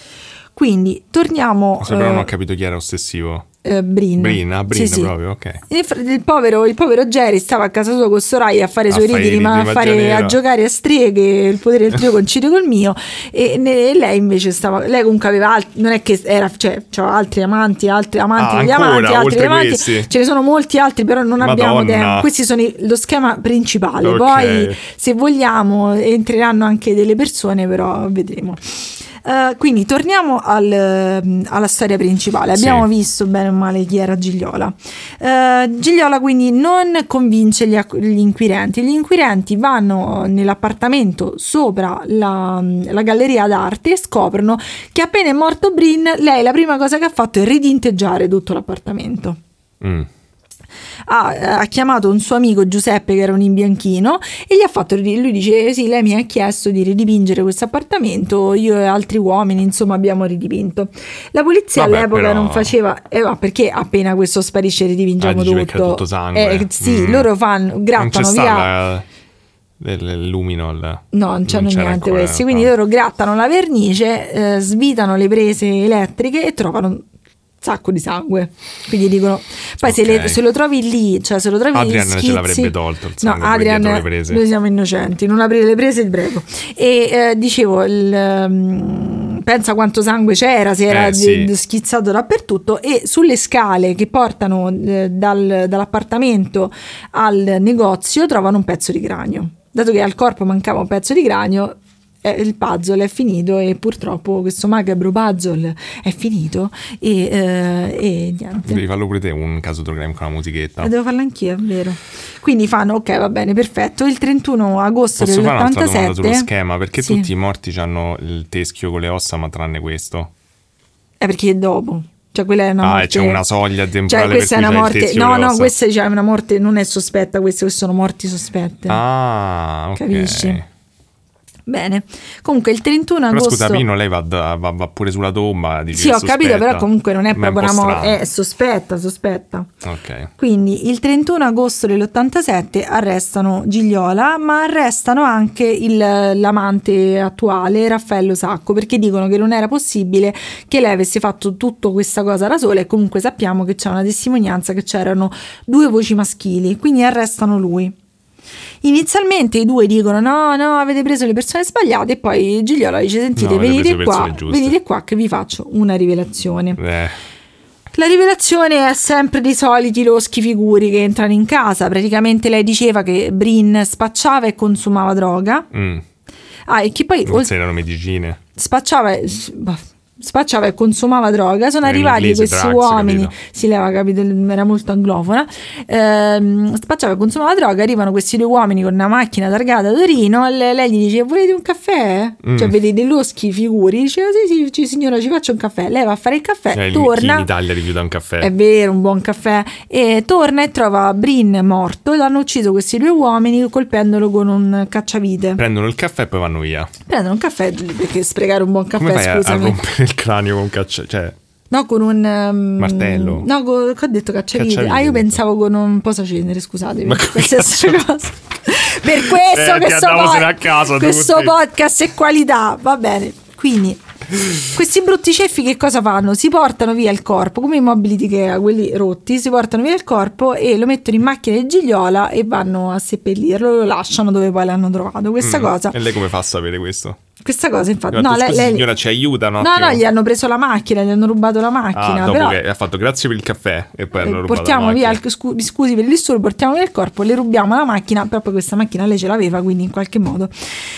Quindi torniamo. Però non ho capito chi era ossessivo. Brin sì. Proprio, ok. Il povero Jerry stava a casa sua con Soraya a fare i suoi riti, a giocare a streghe, il potere del tuo coincide col mio, e lei invece lei comunque aveva non è che era, cioè c'aveva altri amanti degli amanti, altri amanti, ce ne sono molti altri, però non abbiamo tempo. Questi sono lo schema principale, poi se vogliamo entreranno anche delle persone, però vedremo. Quindi torniamo alla storia principale. Abbiamo visto bene o male chi era Gigliola. Gigliola quindi non convince gli inquirenti. Gli inquirenti vanno nell'appartamento sopra la galleria d'arte e scoprono che appena è morto Brin, lei la prima cosa che ha fatto è ridinteggiare tutto l'appartamento. Ha chiamato un suo amico Giuseppe, che era un imbianchino, e gli ha fatto, lui dice sì, lei mi ha chiesto di ridipingere questo appartamento, io e altri uomini insomma abbiamo ridipinto. La polizia all'epoca non faceva perché appena questo sparisce ridipingiamo tutto sangue. Loro grattano via del luminol, no, non c'hanno niente questi, quindi loro grattano la vernice, svitano le prese elettriche e trovano sacco di sangue, quindi dicono poi se lo trovi lì, cioè se lo trovi Adrian schizzi, ce l'avrebbe tolto il sangue, no, Adrian, noi siamo innocenti, non aprire le prese, ti prego. E dicevo pensa quanto sangue c'era, se era schizzato dappertutto, e sulle scale che portano dall'appartamento al negozio trovano un pezzo di cranio. Dato che al corpo mancava un pezzo di cranio, il puzzle è finito, e purtroppo questo macabro puzzle è finito e niente. Devi farlo pure te un caso True con la musichetta. Devo farlo anch'io, è vero. Quindi fanno ok, va bene, perfetto. Il 31 agosto Posso del 87. Posso fare un'altra domanda sullo schema? Perché tutti i morti hanno il teschio con le ossa, ma tranne questo? Perché è dopo. Cioè quella è una morte, c'è una soglia temporale, cioè questa per è cui una morte, no, questa è una morte non è sospetta, queste sono morti sospette. Ok. Capisci? Bene, comunque il 31 però agosto... scusa, Pino, lei va pure sulla tomba, dice, sì, ho capito, però comunque non è proprio una morte, sospetta. Ok. Quindi il 31 agosto dell'87 arrestano Gigliola, ma arrestano anche l'amante attuale, Raffaello Sacco, perché dicono che non era possibile che lei avesse fatto tutta questa cosa da sola, e comunque sappiamo che c'è una testimonianza che c'erano 2 voci maschili, quindi arrestano lui. Inizialmente i 2 dicono no, avete preso le persone sbagliate, e poi Gigliola dice sentite, no, venite qua che vi faccio una rivelazione. La rivelazione è sempre dei soliti loschi figuri che entrano in casa. Praticamente lei diceva che Brin spacciava e consumava droga. E che poi non c'erano medicine, spacciava e consumava droga. Sono arrivati questi uomini, capito? Si leva, capito, era molto anglofona. Spacciava e consumava droga. Arrivano questi 2 uomini con una macchina targata Torino. Lei gli dice volete un caffè? Cioè vedi dei loschi figuri, diceva sì signora, ci faccio un caffè. Lei va a fare il caffè, torna. Chi in Italia rifiuta un caffè? È vero, un buon caffè. E torna e trova Brin morto. L'hanno ucciso questi 2 uomini colpendolo con un cacciavite. Prendono il caffè e poi vanno via. Prendono un caffè, perché sprecare un buon caffè, come fai scusami, a rompere il cranio con cioè no, con un martello. No, ho detto cacciavite. Io pensavo con un posacenere, scusatemi. Ma questa cosa. Per questo questo podcast è qualità, va bene. Quindi questi brutti ceffi che cosa fanno? Si portano via il corpo, come i mobili di Ikea, quelli rotti, si portano via il corpo e lo mettono in macchina di Gigliola e vanno a seppellirlo, lo lasciano dove poi l'hanno trovato. Questa cosa. E lei come fa a sapere questo? Questa cosa, infatti, lei signora ci aiuta, no? No, gli hanno preso la macchina, gli hanno rubato la macchina. Dopo però, che ha fatto grazie per il caffè e poi hanno rubato portiamo la via, scusi per il disturbo, portiamo via il corpo, le rubiamo la macchina, però poi questa macchina lei ce l'aveva, quindi in qualche modo.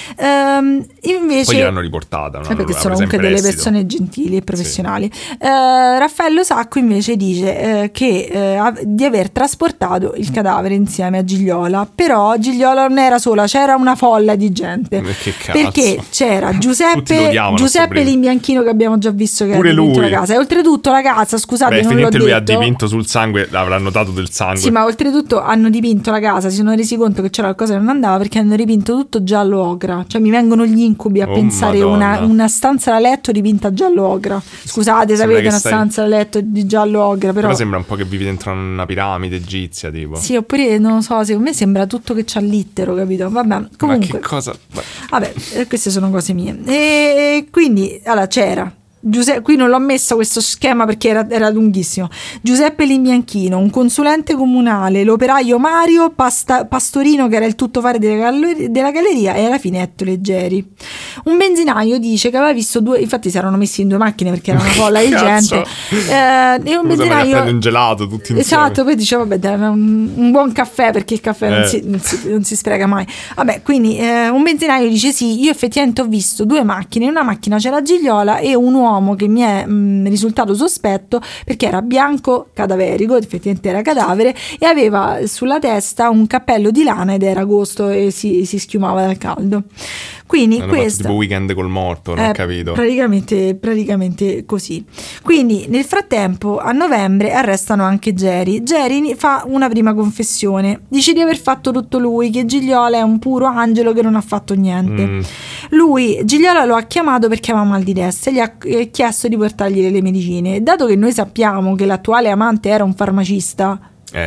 Invece, poi gliel'hanno riportata, no? Perché sono comunque delle persone gentili e professionali. Sì. Raffaello Sacco invece dice di aver trasportato il cadavere insieme a Gigliola, però Gigliola non era sola, c'era una folla di gente. Che cazzo? Perché c'era Giuseppe Limbianchino, che abbiamo già visto che pure ha dipinto la casa, e oltretutto la casa, scusate, non l'ho detto, lui ha dipinto sul sangue, avrà notato del sangue. Sì, ma oltretutto hanno dipinto la casa, si sono resi conto che c'era qualcosa che non andava, perché hanno ripinto tutto giallo ocra. Cioè mi vengono gli incubi a pensare una stanza da letto dipinta giallo ocra. Scusate, sapete, una stanza da letto di giallo ocra, però sembra un po' che vivi dentro una piramide egizia, tipo. Sì, oppure non lo so, secondo me sembra tutto che c'ha l'ittero, capito? Vabbè, comunque. Ma che cosa? Vabbè, queste sono cose mie. E quindi, allora, c'era qui non l'ho messo questo schema perché era lunghissimo. Giuseppe Limbianchino, un consulente comunale, l'operaio Mario Pastorino, che era il tuttofare della galleria, e alla fine Ettore Leggeri. Un benzinaio dice che aveva visto 2, infatti si erano messi in 2 macchine perché era una folla di gente, e un benzinaio prende un gelato tutti insieme. Esatto, poi dice vabbè, dai, un buon caffè, perché il caffè non si spreca mai. Vabbè, quindi un benzinaio dice sì, io effettivamente ho visto 2 macchine, in una macchina c'era Gigliola e un uomo che mi è risultato sospetto perché era bianco, cadaverico, effettivamente era cadavere, e aveva sulla testa un cappello di lana ed era agosto e si schiumava dal caldo. Quindi questo tipo Weekend col morto, non ho capito. Praticamente così. Quindi nel frattempo a novembre arrestano anche Geri. Geri fa una prima confessione, dice di aver fatto tutto lui, che Gigliola è un puro angelo che non ha fatto niente. Gigliola lo ha chiamato perché aveva mal di testa e gli ha chiesto di portargli le medicine. Dato che noi sappiamo che l'attuale amante era un farmacista,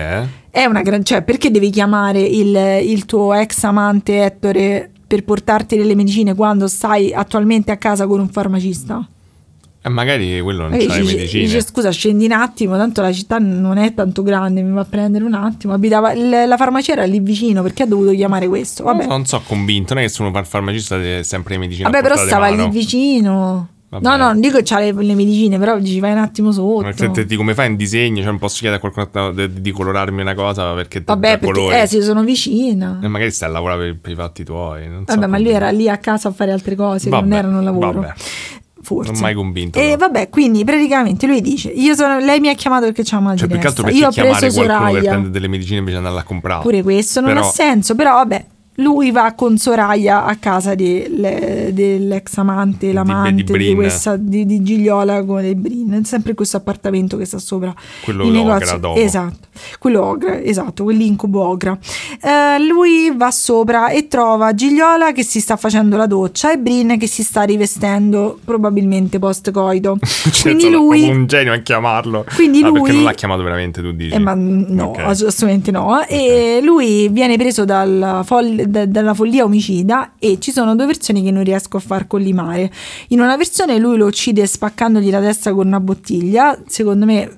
è una cioè, perché devi chiamare il tuo ex amante Ettore per portarti delle medicine quando stai attualmente a casa con un farmacista? Magari quello non c'ha le medicine. Dice scusa, scendi un attimo, tanto la città non è tanto grande, mi va a prendere un attimo. Abitava la farmacia era lì vicino, perché ha dovuto chiamare questo? Vabbè. Non so convinto, non è che se uno fa il farmacista deve sempre le medicine. Vabbè, però stava lì vicino. Vabbè. No, non dico che c'ha le medicine, però ci vai un attimo sotto. Senti, come fai in disegno? Cioè non posso chiedere a qualcuno di colorarmi una cosa perché vabbè, perché sì, sono vicina. E magari stai a lavorare per i fatti tuoi. Non vabbè, so ma lui era lì a casa a fare altre cose, che non erano lavoro. Vabbè. Forse. Non mai convinto. E vabbè, quindi praticamente lui dice: lei mi ha chiamato perché c'ha mal di testa. Più che altro perché io ho preso Soraya per prendere delle medicine invece di andarla a comprare. Pure questo non ha senso, però vabbè. lui va con Soraya a casa dell'ex amante, l'amante di Gigliola con le Brin, sempre in questo appartamento che sta sopra quello Ogra dopo. Esatto, quello Ogra, esatto, quell'incubo Ogra. Lui va sopra e trova Gigliola che si sta facendo la doccia e Brin che si sta rivestendo, probabilmente post coito. Quindi lui un genio a chiamarlo. Quindi lui perché non l'ha chiamato veramente, tu dici? Ma no, okay. Assolutamente no. Okay. E lui viene preso dalla follia omicida e ci sono due versioni che non riesco a far collimare. In una versione lui lo uccide spaccandogli la testa con una bottiglia, secondo me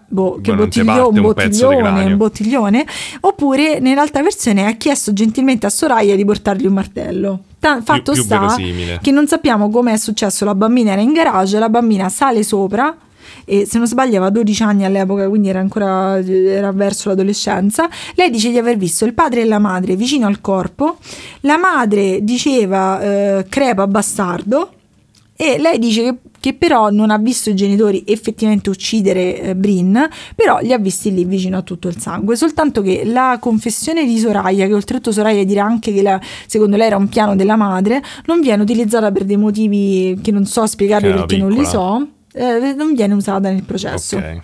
un bottiglione, oppure nell'altra versione ha chiesto gentilmente a Soraya di portargli un martello. Fatto più sta verosimile. Che non sappiamo come è successo. La bambina era in garage, la bambina sale sopra e se non sbaglio aveva 12 anni all'epoca, quindi era verso l'adolescenza. Lei dice di aver visto il padre e la madre vicino al corpo, la madre diceva crepa bastardo, e lei dice che però non ha visto i genitori effettivamente uccidere Brin, però li ha visti lì vicino a tutto il sangue. Soltanto che la confessione di Soraya, che oltretutto Soraya dirà anche che secondo lei era un piano della madre, non viene utilizzata per dei motivi che non so spiegarvi perché piccola. non li so, non viene usata nel processo. Ok.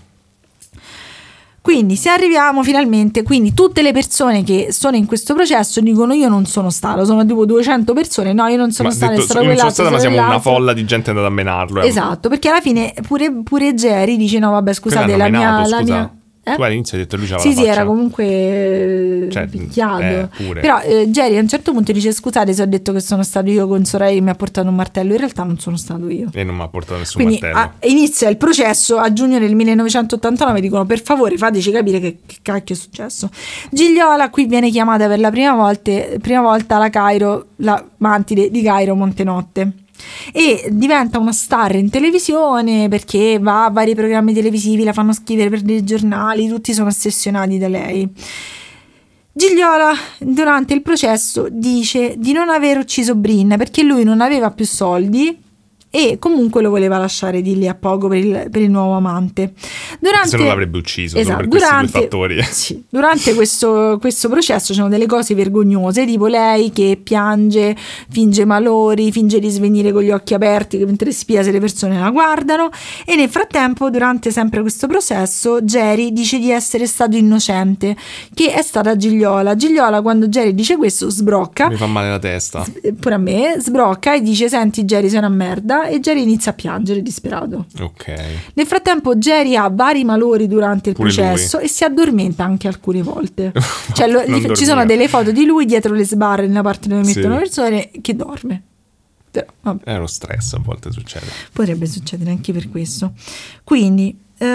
Quindi se arriviamo finalmente, quindi tutte le persone che sono in questo processo dicono io non sono stato, sono tipo 200 persone, no io non sono stata, ma siamo una folla di gente andata a menarlo. Esatto, perché alla fine pure Jerry dice no vabbè scusate la mia Tu all'inizio hai detto lui c'aveva sì, la faccia. era comunque picchiato. Però Jerry a un certo punto dice scusate se ho detto che sono stato io con Soraya che mi ha portato un martello, in realtà non sono stato io. E non mi ha portato nessun martello. Quindi inizia il processo a giugno del 1989, dicono per favore fateci capire che cacchio è successo. Gigliola qui viene chiamata per la prima volta alla Cairo, la mantide di Cairo Montenotte. E diventa una star in televisione perché va a vari programmi televisivi, la fanno scrivere per dei giornali, tutti sono ossessionati da lei. Gigliola durante il processo dice di non aver ucciso Brin perché lui non aveva più soldi e comunque lo voleva lasciare di lì a poco per il nuovo amante. Se non l'avrebbe ucciso, esatto, per questi due fattori. Sì, durante questo processo c'erano delle cose vergognose, tipo lei che piange, finge malori, finge di svenire con gli occhi aperti mentre spia se le persone la guardano, e nel frattempo durante sempre questo processo Jerry dice di essere stato innocente, che è stata Gigliola. Gigliola quando Jerry dice questo sbrocca, mi fa male la testa, pure a me, sbrocca e dice senti Jerry sei una merda, e Jerry inizia a piangere disperato. Ok. Nel frattempo Jerry ha vari malori durante il processo e si addormenta anche alcune volte. Cioè ci sono delle foto di lui dietro le sbarre nella parte dove mettono persone che dorme. Però, è uno stress, a volte succede. Potrebbe succedere anche per questo. Quindi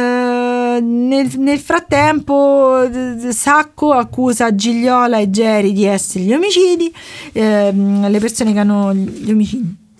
nel frattempo Sacco accusa Gigliola e Jerry di essere gli omicidi, le persone che hanno gli omicidi. Gli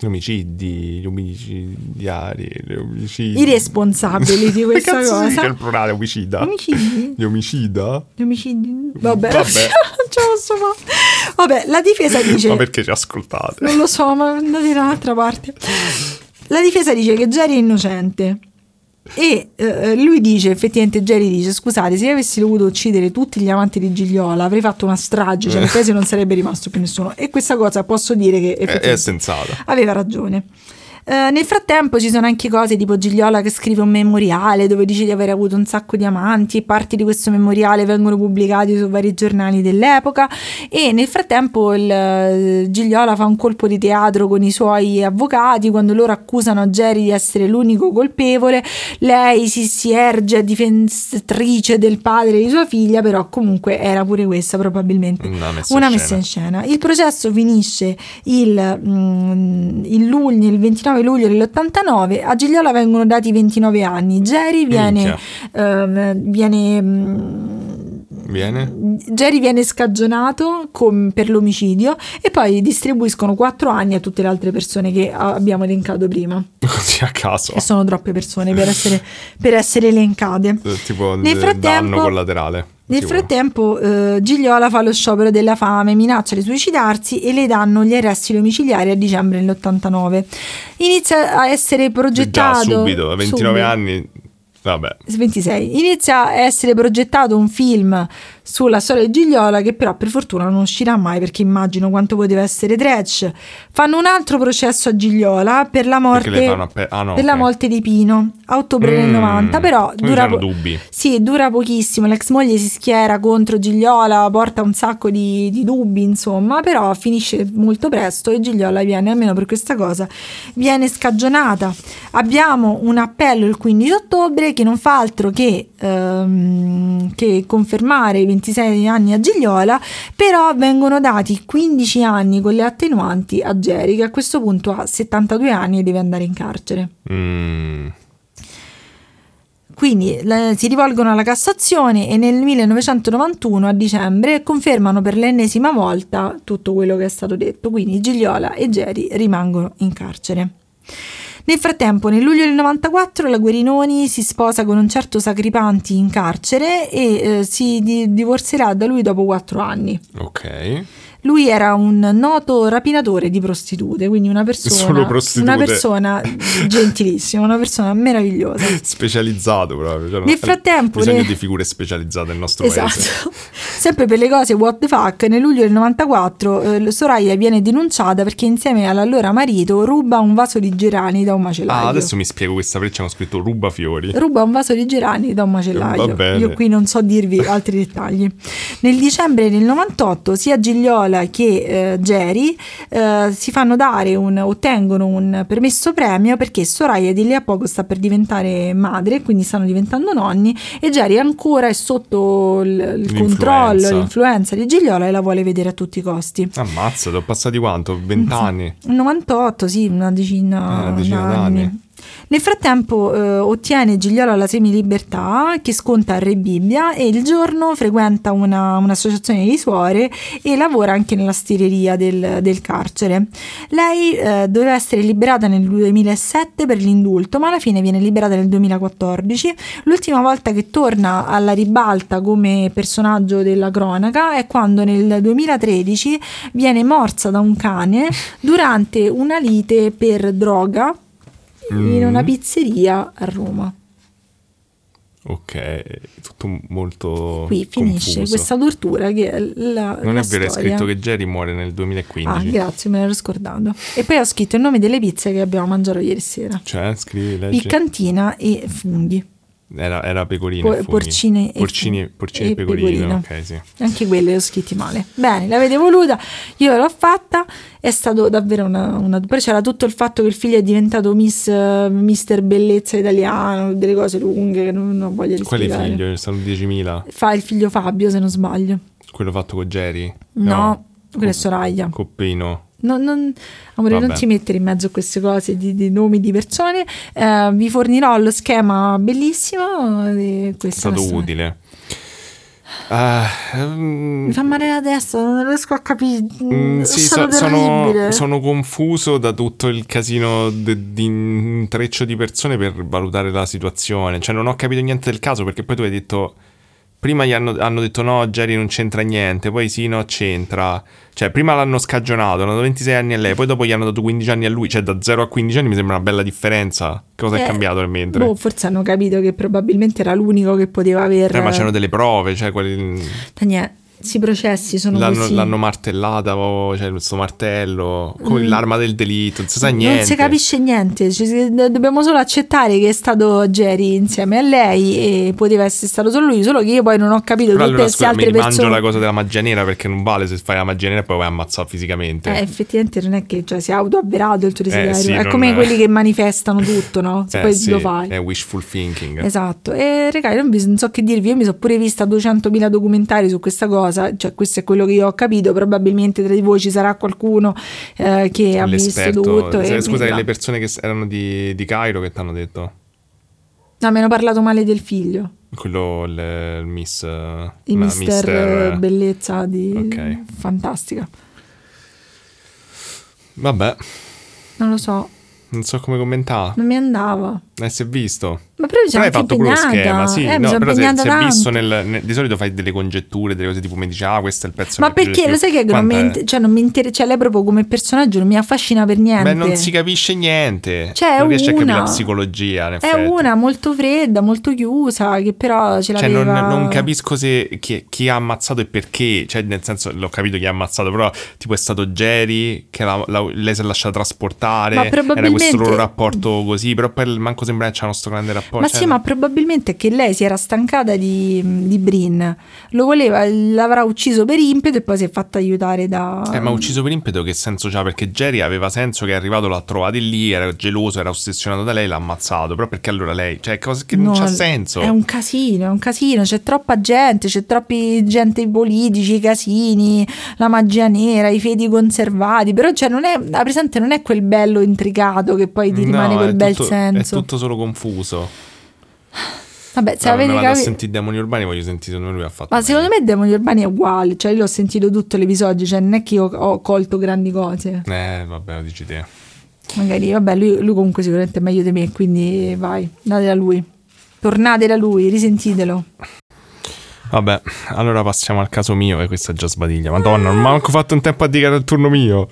omicidiari, i responsabili di questa cosa. Che è il plurale omicida? Omicidi? Gli omicida? Gli omicidi? Vabbè. Non ce la posso fare. Vabbè, la difesa dice... Ma perché ci ascoltate? Non lo so, ma andate da un'altra parte. La difesa dice che Jerry è innocente. E lui dice, effettivamente Jerry dice scusate, se io avessi dovuto uccidere tutti gli amanti di Gigliola avrei fatto una strage, cioè nel paese non sarebbe rimasto più nessuno, e questa cosa posso dire che è sensata, aveva ragione. Nel frattempo ci sono anche cose tipo Gigliola che scrive un memoriale dove dice di aver avuto un sacco di amanti, e parti di questo memoriale vengono pubblicati su vari giornali dell'epoca, e nel frattempo Gigliola fa un colpo di teatro con i suoi avvocati quando loro accusano Jerry di essere l'unico colpevole. Lei si erge a difenditrice del padre di sua figlia, però comunque era pure questa probabilmente una messa in scena. Il processo finisce il 29 luglio dell'89, a Gigliola vengono dati 29 anni. Jerry viene scagionato per l'omicidio e poi distribuiscono 4 anni a tutte le altre persone che abbiamo elencato prima. Così a caso. E sono troppe persone per essere elencate. Tipo danno collaterale. Nel frattempo Gigliola fa lo sciopero della fame, minaccia di suicidarsi e le danno gli arresti domiciliari a dicembre dell'89. Inizia a essere progettato... Già, subito, a 29 anni... Vabbè. 26. Inizia a essere progettato un film sulla storia di Gigliola, che però per fortuna non uscirà mai, perché immagino quanto poteva essere trash. Fanno un altro processo a Gigliola per la morte, la morte di Pino a ottobre del 90, però dura pochissimo. L'ex moglie si schiera contro Gigliola, porta un sacco di dubbi, insomma, però finisce molto presto e Gigliola viene, almeno per questa cosa, viene scagionata. Abbiamo un appello il 15 ottobre che non fa altro che confermare i 26 anni a Gigliola, però vengono dati 15 anni con le attenuanti a Geri, che a questo punto ha 72 anni e deve andare in carcere. Quindi si rivolgono alla Cassazione e nel 1991 a dicembre confermano per l'ennesima volta tutto quello che è stato detto, quindi Gigliola e Geri rimangono in carcere. Nel frattempo, nel luglio del 94, la Guerinoni si sposa con un certo Sacripanti in carcere e si divorzierà da lui dopo 4 anni. Ok. Lui era un noto rapinatore di prostitute, quindi una persona gentilissima, una persona meravigliosa. Specializzato proprio. Cioè nel frattempo... bisogno di figure specializzate nel nostro paese. Sempre per le cose what the fuck, nel luglio del 94 Soraya viene denunciata perché insieme all'allora marito ruba un vaso di gerani da un macellaio. Adesso mi spiego questa freccia, hanno scritto ruba fiori. Ruba un vaso di gerani da un macellaio. Io qui non so dirvi altri dettagli. Nel dicembre del 98 sia Gigliola che Geri si fanno dare ottengono un permesso premio perché Soraya di lì a poco sta per diventare madre, quindi stanno diventando nonni, e Geri ancora è sotto il controllo, l'influenza di Gigliola e la vuole vedere a tutti i costi. Ammazza, sono passati quanto? 20 anni? 98, sì, una decina d'anni. Nel frattempo ottiene Gigliola la semilibertà che sconta a Re Bibbia e il giorno frequenta un'associazione di suore e lavora anche nella stireria del carcere. Lei doveva essere liberata nel 2007 per l'indulto, ma alla fine viene liberata nel 2014. L'ultima volta che torna alla ribalta come personaggio della cronaca è quando nel 2013 viene morsa da un cane durante una lite per droga in una pizzeria a Roma. Ok, tutto molto qui finisce confuso. Questa tortura che è la non è vero, storia. È scritto che Geri muore nel 2015. Grazie, me l'ero scordato. E poi ho scritto il nome delle pizze che abbiamo mangiato ieri sera. Cioè, scrivi, leggi. Piccantina e funghi. Era pecorino e porcine e pecorino. Ok, sì. Anche quelle le ho scritti male. Bene, l'avete voluta, io l'ho fatta, è stato davvero una... Poi c'era tutto il fatto che il figlio è diventato Mister Bellezza italiano, delle cose lunghe che non ho voglia di spiegare. Quale figlio? Sono 10.000? Fa il figlio Fabio, se non sbaglio. Quello fatto con Geri? No, quello è Soraya. Coppino. Non ti mettere in mezzo a queste cose di nomi di persone. Vi fornirò lo schema bellissimo. È stato utile. Mi fa male la testa, non riesco a capire. Sono confuso da tutto il casino di intreccio di persone per valutare la situazione. Cioè, non ho capito niente del caso, perché poi tu hai detto. Prima gli hanno detto no, Geri non c'entra niente, poi sì, no, c'entra. Cioè, prima l'hanno scagionato, hanno dato 26 anni a lei, poi dopo gli hanno dato 15 anni a lui. Cioè, da 0 a 15 anni mi sembra una bella differenza. Cosa è cambiato nel mentre? Forse hanno capito che probabilmente era l'unico che poteva aver... ma c'erano delle prove, cioè quelli... Questi processi sono così. L'hanno martellata, cioè questo martello, come l'arma del delitto, non si sa niente. Non si capisce niente, dobbiamo solo accettare che è stato Geri insieme a lei e poteva essere stato solo lui, solo che io poi non ho capito. Però tutte queste altre persone. Mangio la cosa della magia nera, perché non vale se fai la magia nera e poi vai ammazzato fisicamente. Effettivamente non è che si è autoavverato il tuo desiderio, sì, è come quelli che manifestano tutto, no? Se poi lo fai. È wishful thinking. Esatto. E ragazzi, non so che dirvi, io mi sono pure vista 200.000 documentari su questa cosa. Cioè, questo è quello che io ho capito. Probabilmente tra di voi ci sarà qualcuno che ha visto tutto. Scusa, le persone che erano di Cairo che ti hanno detto? No, mi hanno parlato male del figlio. Quello, il mister bellezza di fantastica. Vabbè. Non lo so. Non so come commentare. Non mi andava. Si è visto. Ma però mi sono hai fatto quello schema, sì. Mi sono però impegnata se tanto. visto di solito fai delle congetture, delle cose tipo mi dici questo è il pezzo. Ma perché lo sai che non mi interessa, cioè lei proprio come personaggio non mi affascina per niente. Beh, non si capisce niente. Cioè, non riesce a capire la psicologia, in effetti. È una molto fredda, molto chiusa, che però ce l'aveva. Cioè non capisco se chi ha ammazzato e perché, cioè nel senso l'ho capito chi ha ammazzato, però tipo è stato Jerry che lei si è lasciata trasportare, ma probabilmente... era questo loro rapporto così, però poi manco sembra che c'è questo grande rapporto. Ma sì, ma probabilmente è che lei si era stancata di Brin, lo voleva, l'avrà ucciso per impeto e poi si è fatta aiutare da... Ma ucciso per impeto che senso c'ha? Perché Jerry aveva senso che è arrivato, l'ha trovato lì, era geloso, era ossessionato da lei, l'ha ammazzato, però perché allora lei, cioè cosa che non c'ha senso. È un casino, c'è troppa gente, c'è troppi gente politici, i casini, la magia nera, i fedi conservati, però cioè non è, la presente non è quel bello intricato che poi ti rimane quel bel senso. È tutto solo confuso. Vabbè, se avete vado a sentire Demoni Urbani, voglio sentire come lui ha fatto. Ma secondo me Demoni Urbani è uguale, cioè io l'ho sentito tutto l'episodio, cioè non è che io ho colto grandi cose. Vabbè, lo dici te. Magari, vabbè, lui comunque sicuramente è meglio di me, quindi vai, andate da lui. Tornate da lui, risentitelo. Vabbè, allora passiamo al caso mio, e questa è già sbadiglia. Madonna, non ho manco fatto un tempo a dire che era il turno mio.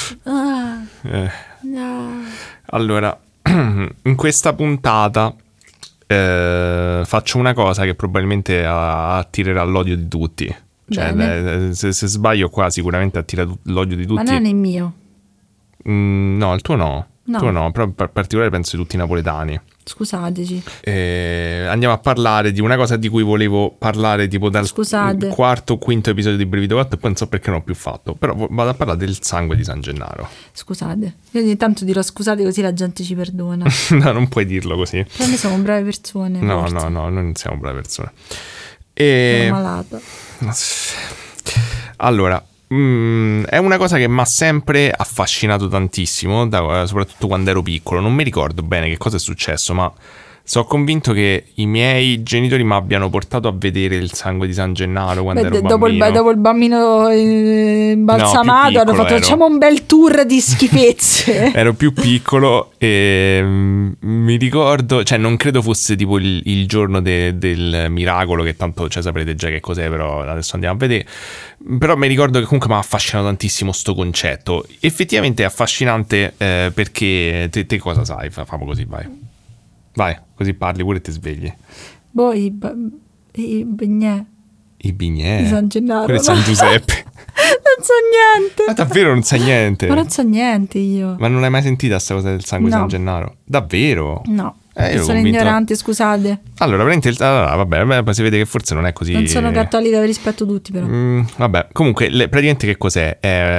No. Allora, in questa puntata faccio una cosa che probabilmente attirerà l'odio di tutti. Cioè, se sbaglio qua sicuramente attira l'odio di tutti. Ma non è mio. No, il tuo no. No. Tu no, però in particolare penso di tutti i napoletani. Scusateci. Andiamo a parlare di una cosa di cui volevo parlare tipo dal quarto o quinto episodio di Brivido 4 e poi non so perché non ho più fatto. Però vado a parlare del sangue di San Gennaro. Scusate. Io ogni tanto dirò scusate così la gente ci perdona. No, non puoi dirlo così. Però noi siamo brave persone. No, forse. no, noi non siamo brave persone. Sono malata. Allora, è una cosa che mi ha sempre affascinato tantissimo, soprattutto quando ero piccolo. Non mi ricordo bene che cosa è successo, ma sono convinto che i miei genitori mi abbiano portato a vedere il sangue di San Gennaro quando ero bambino. Dopo il bambino imbalsamato hanno fatto facciamo un bel tour di schifezze. Ero più piccolo e mi ricordo, cioè non credo fosse tipo il giorno del miracolo, che tanto cioè, saprete già che cos'è, però adesso andiamo a vedere. Però mi ricordo che comunque mi ha affascinato tantissimo sto concetto. Effettivamente è affascinante perché te cosa sai? Famo così, vai, così parli pure e ti svegli. Boh, i bignè. I bignè? Di San Gennaro. Quello è San Giuseppe. Non so niente. Ma davvero non sai niente? Ma non so niente io. Ma non hai mai sentita questa cosa del sangue di San Gennaro? Davvero? No. Sono ignorante, scusate. Allora, vabbè, poi si vede che forse non è così. Non sono cattolica, vi rispetto tutti però. Vabbè, comunque praticamente che cos'è?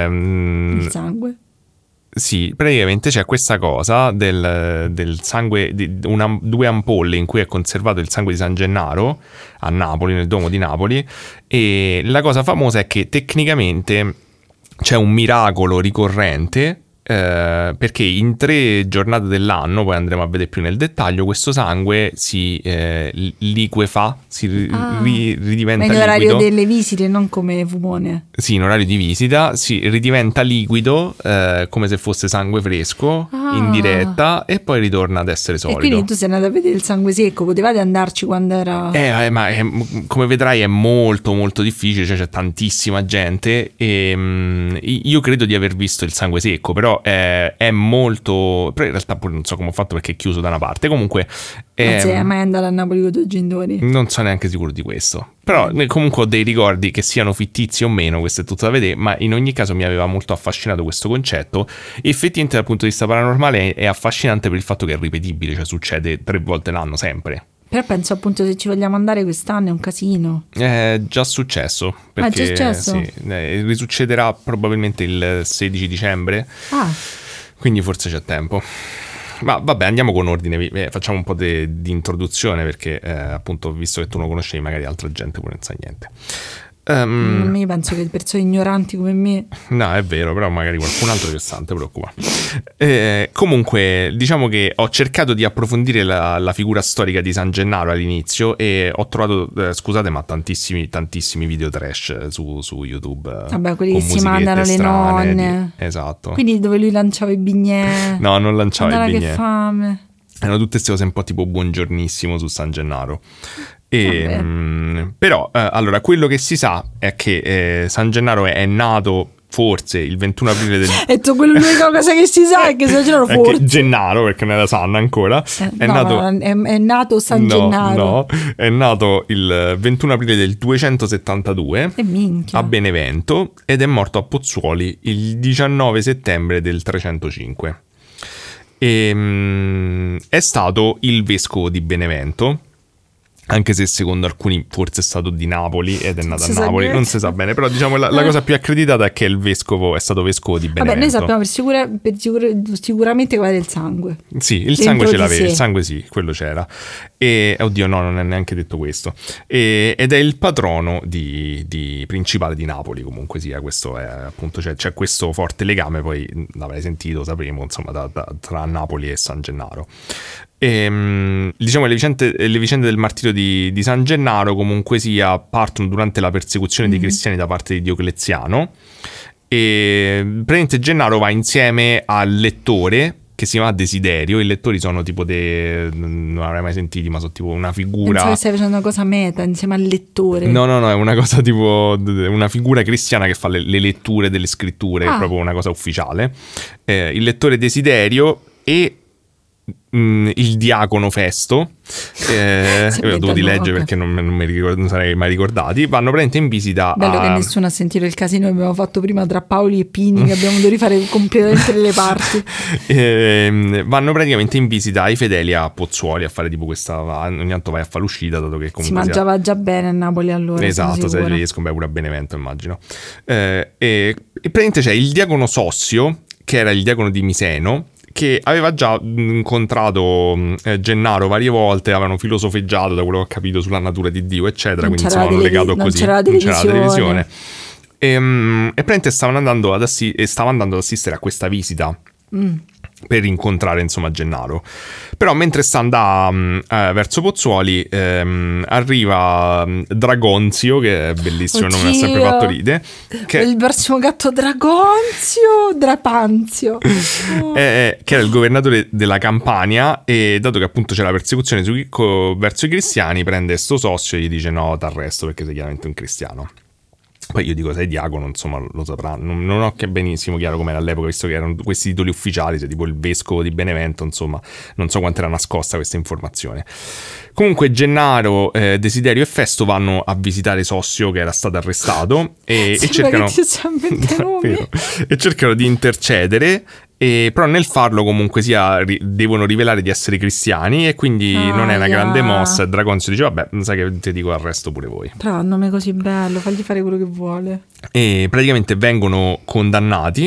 Il sangue. Sì, praticamente c'è questa cosa del sangue, due ampolle in cui è conservato il sangue di San Gennaro a Napoli, nel Duomo di Napoli, e la cosa famosa è che tecnicamente c'è un miracolo ricorrente perché in 3 giornate dell'anno, poi andremo a vedere più nel dettaglio, questo sangue si liquefa, si ridiventa liquido. Ma in orario delle visite, non come fumone. Sì, in orario di visita si ridiventa liquido come se fosse sangue fresco in diretta e poi ritorna ad essere solido. E quindi tu sei andato a vedere il sangue secco, potevate andarci quando era... ma come vedrai è molto molto difficile, cioè c'è tantissima gente e io credo di aver visto il sangue secco, però è molto... Però in realtà pure non so come ho fatto perché è chiuso da una parte. Comunque... Non sei mai andato a Napoli con i tuoi genitori? Non sono neanche sicuro di questo. Però comunque ho dei ricordi che siano fittizi o meno, questo è tutto da vedere, ma in ogni caso mi aveva molto affascinato questo concetto. Effettivamente dal punto di vista paranormale è affascinante per il fatto che è ripetibile, cioè succede 3 volte l'anno sempre. Però penso appunto se ci vogliamo andare quest'anno è un casino. È già successo. Perché, è già successo? Sì, risuccederà probabilmente il 16 dicembre. Quindi forse c'è tempo. Ma vabbè, andiamo con ordine, facciamo un po' di introduzione perché appunto visto che tu non conoscevi magari altra gente pure non sa niente. Io penso che persone ignoranti come me... No, è vero, però magari qualcun altro che sta, non ti preoccupare. Comunque, diciamo che ho cercato di approfondire la figura storica di San Gennaro all'inizio e ho trovato, scusate, ma tantissimi video trash su YouTube. Vabbè, quelli che si mandano le nonne. Esatto. Quindi dove lui lanciava i bignè. No, non lanciava i bignè. Che fame. Erano tutte queste cose un po' tipo buongiornissimo su San Gennaro. Però, allora, quello che si sa è che San Gennaro è nato forse il 21 aprile del... E tu, l'unica cosa che si sa è che San Gennaro forse... Che Gennaro, perché non era San ancora. È nato San Gennaro. No, è nato il 21 aprile del 272 a Benevento ed è morto a Pozzuoli il 19 settembre del 305. È stato il vescovo di Benevento, anche se secondo alcuni forse è stato di Napoli ed è nato a Napoli, non si sa bene, però diciamo la cosa più accreditata è che è stato vescovo di Benevento. Vabbè, noi sappiamo sicuramente qual è il sangue. Sì, il sangue ce l'aveva, il sangue sì, quello c'era. E oddio, no, non è neanche detto questo. Ed è il patrono principale di Napoli, comunque sia, questo è appunto, c'è questo forte legame, poi l'avrei sentito, sapremo, insomma, tra Napoli e San Gennaro. Diciamo le vicende del martirio di San Gennaro comunque sia partono durante la persecuzione dei cristiani da parte di Diocleziano, e praticamente Gennaro va insieme al lettore che si chiama Desiderio. I lettori sono tipo non avrei mai sentiti, ma sono tipo una figura. Pensavo che stai facendo una cosa meta insieme al lettore. No, è una cosa tipo una figura cristiana che fa le letture delle scritture, è proprio una cosa ufficiale. Il lettore Desiderio e il diacono Festo, io devo di leggere perché non sarei mai ricordati, vanno praticamente in visita. Bello che nessuno ha sentito il casino che abbiamo fatto prima tra Paoli e Pini, che abbiamo dovuto rifare completamente le parti. Vanno praticamente in visita ai fedeli a Pozzuoli a fare tipo questa, ogni tanto vai a fare l'uscita, dato che comunque si mangiava già bene a Napoli allora. Esatto, se riesco, pure a Benevento immagino. E praticamente c'è il diacono Sossio, che era il diacono di Miseno, che aveva già incontrato Gennaro varie volte, avevano filosofeggiato, da quello che ho capito, sulla natura di Dio, eccetera, quindi insomma hanno legato così, non c'era la televisione. E praticamente stava andando ad assistere a questa visita per incontrare insomma Gennaro. Però mentre sta andando verso Pozzuoli arriva Dragonzio, che è bellissimo, il nome, mi ha sempre fatto ridere, che il prossimo gatto Dragonzio Drapanzio che era il governatore della Campania, e dato che appunto c'è la persecuzione verso i cristiani, prende sto Sossio e gli dice: no, t'arresto perché sei chiaramente un cristiano. Poi io dico, sei diacono, insomma, lo saprà. Non ho che benissimo chiaro com'era all'epoca, visto che erano questi titoli ufficiali, cioè tipo il vescovo di Benevento, insomma, non so quanto era nascosta questa informazione. Comunque Gennaro, Desiderio e Festo vanno a visitare Sossio, che era stato arrestato, e cercano di intercedere. Però nel farlo comunque devono rivelare di essere cristiani, e quindi non è una grande mossa. E Dragonzio dice: vabbè, sai che ti dico, arresto pure voi. Però un nome così bello, fagli fare quello che vuole. E praticamente vengono condannati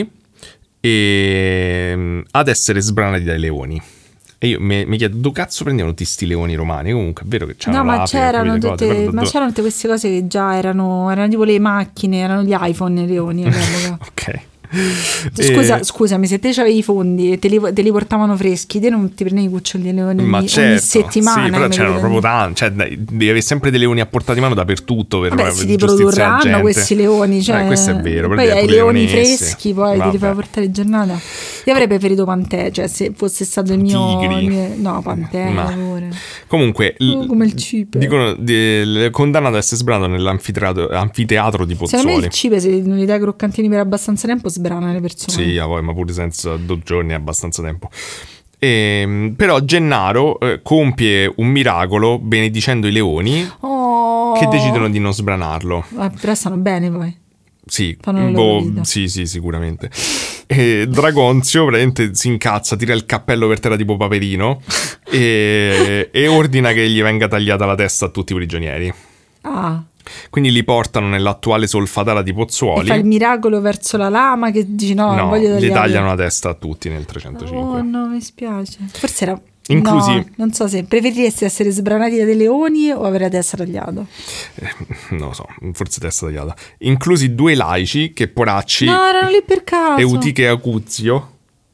ad essere sbranati dai leoni. E io mi chiedo, dove cazzo prendevano tutti sti leoni romani? Comunque è vero che c'erano c'erano tutte queste cose che già erano tipo le macchine, erano gli iPhone i leoni all'epoca. Ok. Scusami, se te c'avevi i fondi e te li portavano freschi, te non ti prendevi i cuccioli di leoni ogni settimana? Sì, però c'erano proprio tanti, cioè devi avere sempre dei leoni a portata di mano dappertutto per si riprodurranno questi leoni, cioè, questo è vero. Poi hai i leoni freschi, poi ti li fai portare in giornata. Io avrei preferito Pantè, cioè se fosse stato il mio no, Pantè pure. Comunque come il cipe, dicono condannato ad essere sbranato nell'anfiteatro di Pozzuoli. Secondo me il cipe, se non gli dai croccantini per abbastanza tempo, sbrana le persone. Sì, ma pure senza 2 giorni è abbastanza tempo. Però Gennaro compie un miracolo benedicendo i leoni, che decidono di non sbranarlo. Però stanno bene poi. Sì, sì, sicuramente. E Dragonzio praticamente si incazza, tira il cappello per terra tipo Paperino e ordina che gli venga tagliata la testa a tutti i prigionieri. Quindi li portano nell'attuale Solfatara di Pozzuoli. E fa il miracolo verso la lama che dice no, voglio tagliare. Gli tagliano la testa a tutti nel 305. Oh no, mi spiace. Forse era... Inclusi... No, non so se preferiresti essere sbranati da dei leoni o avere la testa tagliata. Non lo so, forse testa tagliata. Inclusi 2 laici che poracci. No, erano lì per caso. Eutiche e Acuzio.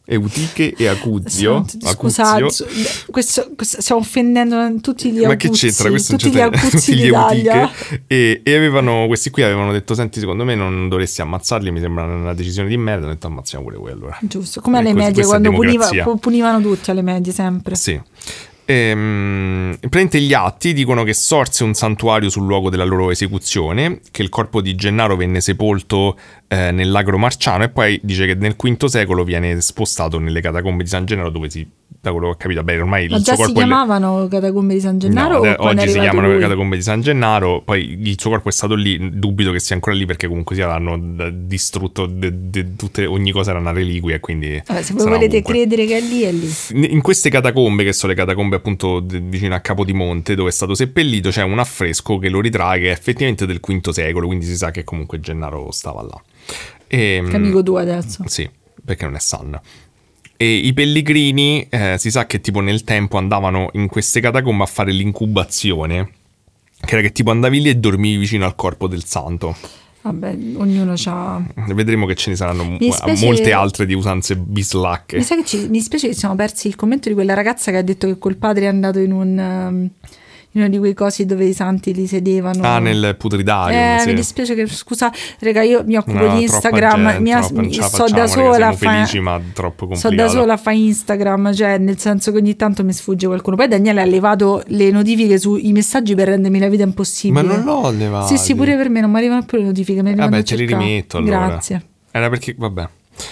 Eutiche e Acuzio. Scusate, stiamo offendendo tutti gli ma che c'entra? Questo tutti gli Acuzzi d'Italia. E questi qui avevano detto: senti, secondo me non dovresti ammazzarli, mi sembra una decisione di merda. Hanno detto: ammazziamo pure quello. Giusto, come alle medie, quando punivano tutti alle medie sempre. Sì. Praticamente gli atti dicono che sorse un santuario sul luogo della loro esecuzione, che il corpo di Gennaro venne sepolto nell'Agro Marciano, e poi dice che nel V secolo viene spostato nelle catacombe di San Gennaro, dove da quello che ho capito, beh, ormai il suo corpo si chiamavano catacombe di San Gennaro? No, oggi si chiamano lui? Catacombe di San Gennaro. Poi il suo corpo è stato lì, dubito che sia ancora lì, perché comunque sia l'hanno distrutto ogni cosa era una reliquia, quindi se voi volete credere che è lì, è lì. In queste catacombe, che sono le catacombe appunto vicino a Capodimonte, dove è stato seppellito, c'è un affresco che lo ritrae, che è effettivamente del V secolo, quindi si sa che comunque Gennaro stava là. Che amico tuo adesso? Sì, perché non è San. E i pellegrini si sa che tipo nel tempo andavano in queste catacombe a fare l'incubazione, che era che tipo andavi lì e dormivi vicino al corpo del santo. Vabbè, ognuno c'ha... Vedremo che ce ne saranno molte altre di usanze bislacche. Mi sa che mi spiace che ci siamo persi il commento di quella ragazza che ha detto che col padre è andato in uno di quei cosi dove i santi li sedevano. Nel Putridarium. Sì. Mi dispiace che, scusa, raga, io mi occupo di Instagram, sto da sola a fare Instagram, cioè nel senso che ogni tanto mi sfugge qualcuno. Poi Daniele ha levato le notifiche sui messaggi per rendermi la vita impossibile. Ma non l'ho levato. Sì, pure per me non mi arrivano più le notifiche. Vabbè, te li rimetto allora. Grazie. Era perché, vabbè.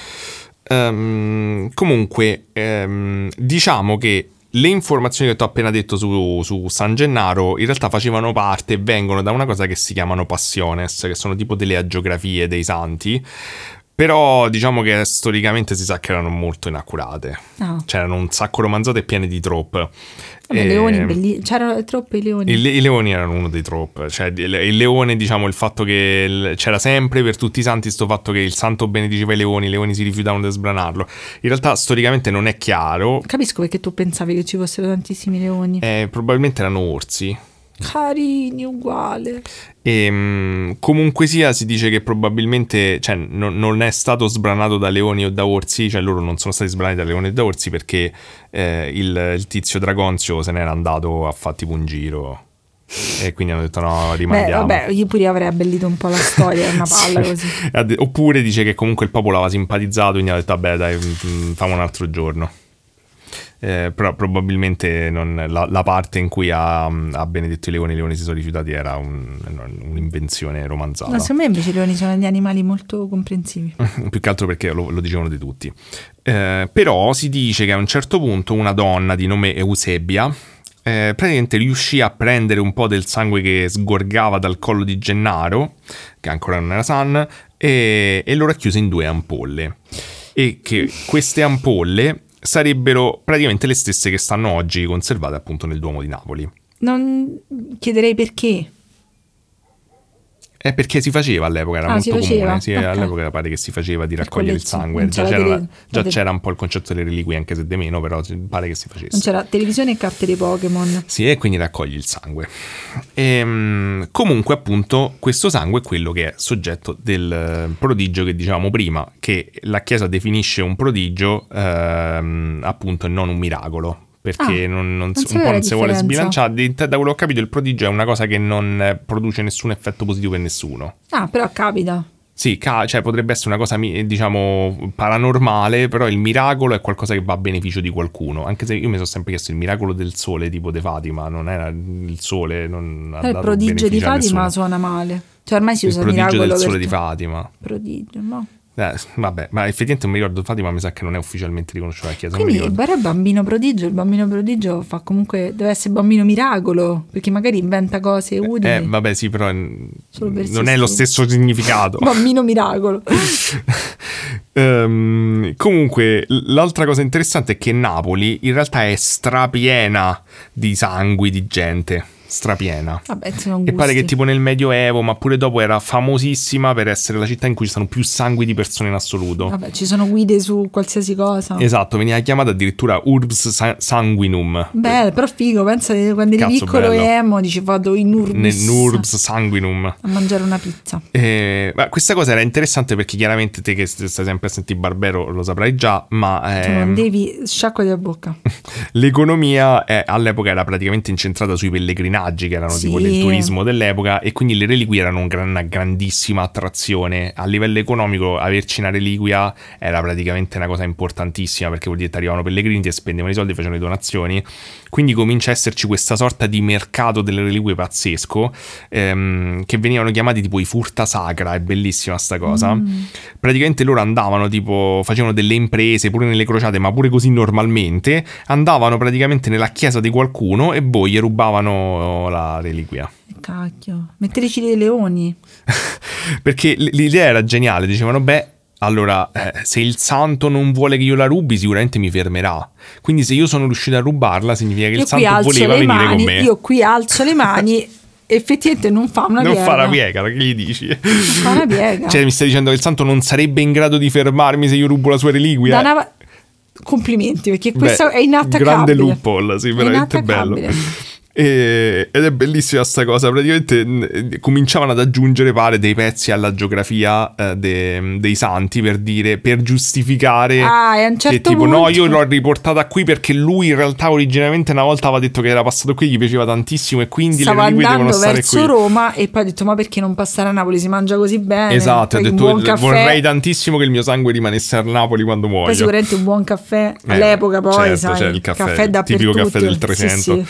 Comunque, diciamo che le informazioni che ti ho appena detto su San Gennaro in realtà facevano parte e vengono da una cosa che si chiamano passiones, che sono tipo delle agiografie dei santi, però diciamo che storicamente si sa che erano molto inaccurate. C'erano un sacco romanzate e piene di trope. Vabbè, leoni c'erano troppe leoni. I leoni erano uno dei trope, cioè il leone, diciamo, il fatto che c'era sempre per tutti i santi sto fatto che il santo benediceva i leoni si rifiutavano di sbranarlo. In realtà storicamente non è chiaro. Capisco perché tu pensavi che ci fossero tantissimi leoni. Probabilmente erano orsi. Carini, uguale. E comunque sia, si dice che probabilmente, cioè, non è stato sbranato da leoni o da orsi, cioè loro non sono stati sbranati da leoni e da orsi, perché il tizio Dragonzio se n'era andato a fare tipo un giro e quindi hanno detto no, rimandiamo. Vabbè, io pure avrei abbellito un po' la storia, è una palla così. Oppure dice che comunque il popolo aveva simpatizzato, quindi ha detto vabbè dai, facciamo un altro giorno. Però probabilmente la parte in cui ha benedetto i leoni si sono rifiutati era un'invenzione romanzata. No, secondo me invece i leoni sono degli animali molto comprensivi. Più che altro perché lo dicevano di tutti. Però si dice che a un certo punto una donna di nome Eusebia praticamente riuscì a prendere un po' del sangue che sgorgava dal collo di Gennaro, che ancora non era San, e lo racchiuse in 2 ampolle, e che queste ampolle sarebbero praticamente le stesse che stanno oggi conservate appunto nel Duomo di Napoli. Non chiederei perché. È perché si faceva all'epoca, era molto comune. Sì, okay. All'epoca pare che si faceva di raccogliere il sangue. Già c'era un po' il concetto delle reliquie, anche se di meno, però pare che si facesse. Non c'era televisione e carte dei Pokémon. Sì, e quindi raccogli il sangue. Comunque, appunto, questo sangue è quello che è soggetto del prodigio che dicevamo prima, che la Chiesa definisce un prodigio, appunto, e non un miracolo. Perché un po' non si vuole sbilanciare. Da quello che ho capito, il prodigio è una cosa che non produce nessun effetto positivo per nessuno. Però capita. Sì, cioè potrebbe essere una cosa, diciamo, paranormale, però il miracolo è qualcosa che va a beneficio di qualcuno. Anche se io mi sono sempre chiesto, il miracolo del sole tipo de Fatima non era il sole, non ha dato il prodigio di Fatima suona male. Cioè ormai si usa il miracolo del sole di Fatima. Prodigio, no? Vabbè, ma effettivamente non mi ricordo Fatima, mi sa che non è ufficialmente riconosciuta la Chiesa. Quindi il bambino prodigio, il bambino prodigio fa comunque, deve essere bambino miracolo, perché magari inventa cose utili. Vabbè sì, però non è lo stesso significato. Bambino miracolo. Comunque l'altra cosa interessante è che Napoli in realtà è strapiena di sangui di gente. strapiena. Vabbè, sono e pare gusti. che tipo nel Medioevo, ma pure dopo, era famosissima per essere la città in cui ci sono più sangui di persone in assoluto. Vabbè, ci sono guide su qualsiasi cosa. Esatto, veniva chiamata addirittura Urbs Sanguinum. Beh, però figo, pensa che quando eri Cazzo, piccolo bello. e emo dici vado in Urbs Sanguinum a mangiare una pizza. Ma questa cosa era interessante perché chiaramente te che stai sempre a sentire Barbero lo saprai già, ma Tu non devi sciacquare la bocca. l'economia all'epoca era praticamente incentrata sui pellegrinaggi che erano Sì. tipo del turismo dell'epoca, e quindi le reliquie erano una grandissima attrazione. A livello economico averci una reliquia era praticamente una cosa importantissima, perché vuol dire che arrivavano pellegrini, ti spendevano i soldi, facevano le donazioni, quindi comincia a esserci questa sorta di mercato delle reliquie pazzesco, che venivano chiamati tipo i furta sacra. È bellissima sta cosa. Praticamente loro andavano tipo, facevano delle imprese pure nelle crociate, ma pure così normalmente andavano praticamente nella chiesa di qualcuno e poi gli rubavano la reliquia. Cacchio, metteteci dei leoni. Perché l'idea era geniale, dicevano allora, se il santo non vuole che io la rubi, sicuramente mi fermerà. Quindi se io sono riuscito a rubarla, significa che il santo voleva venire con me. Io qui alzo le mani. Effettivamente non fa una piega. Non fa una piega, che gli dici? Non fa una piega. Cioè mi stai dicendo che il santo non sarebbe in grado di fermarmi se io rubo la sua reliquia? Complimenti, perché questo è inattaccabile. Grande loophole, sì, veramente bello. Ed è bellissima sta cosa. Praticamente cominciavano ad aggiungere pare dei pezzi alla geografia dei santi, per giustificare certo che tipo punto. no, io l'ho riportata qui perché lui in realtà originariamente una volta aveva detto che era passato qui, gli piaceva tantissimo e quindi stava le reliquie devono stare qui. Stava andando verso Roma e poi ha detto ma perché non passare a Napoli, si mangia così bene. Esatto, ha detto vorrei caffè. tantissimo che il mio sangue rimanesse a Napoli quando muoio. Poi sicuramente un buon caffè all'epoca, poi certo, sai, il caffè tipico caffè del 300. Sì.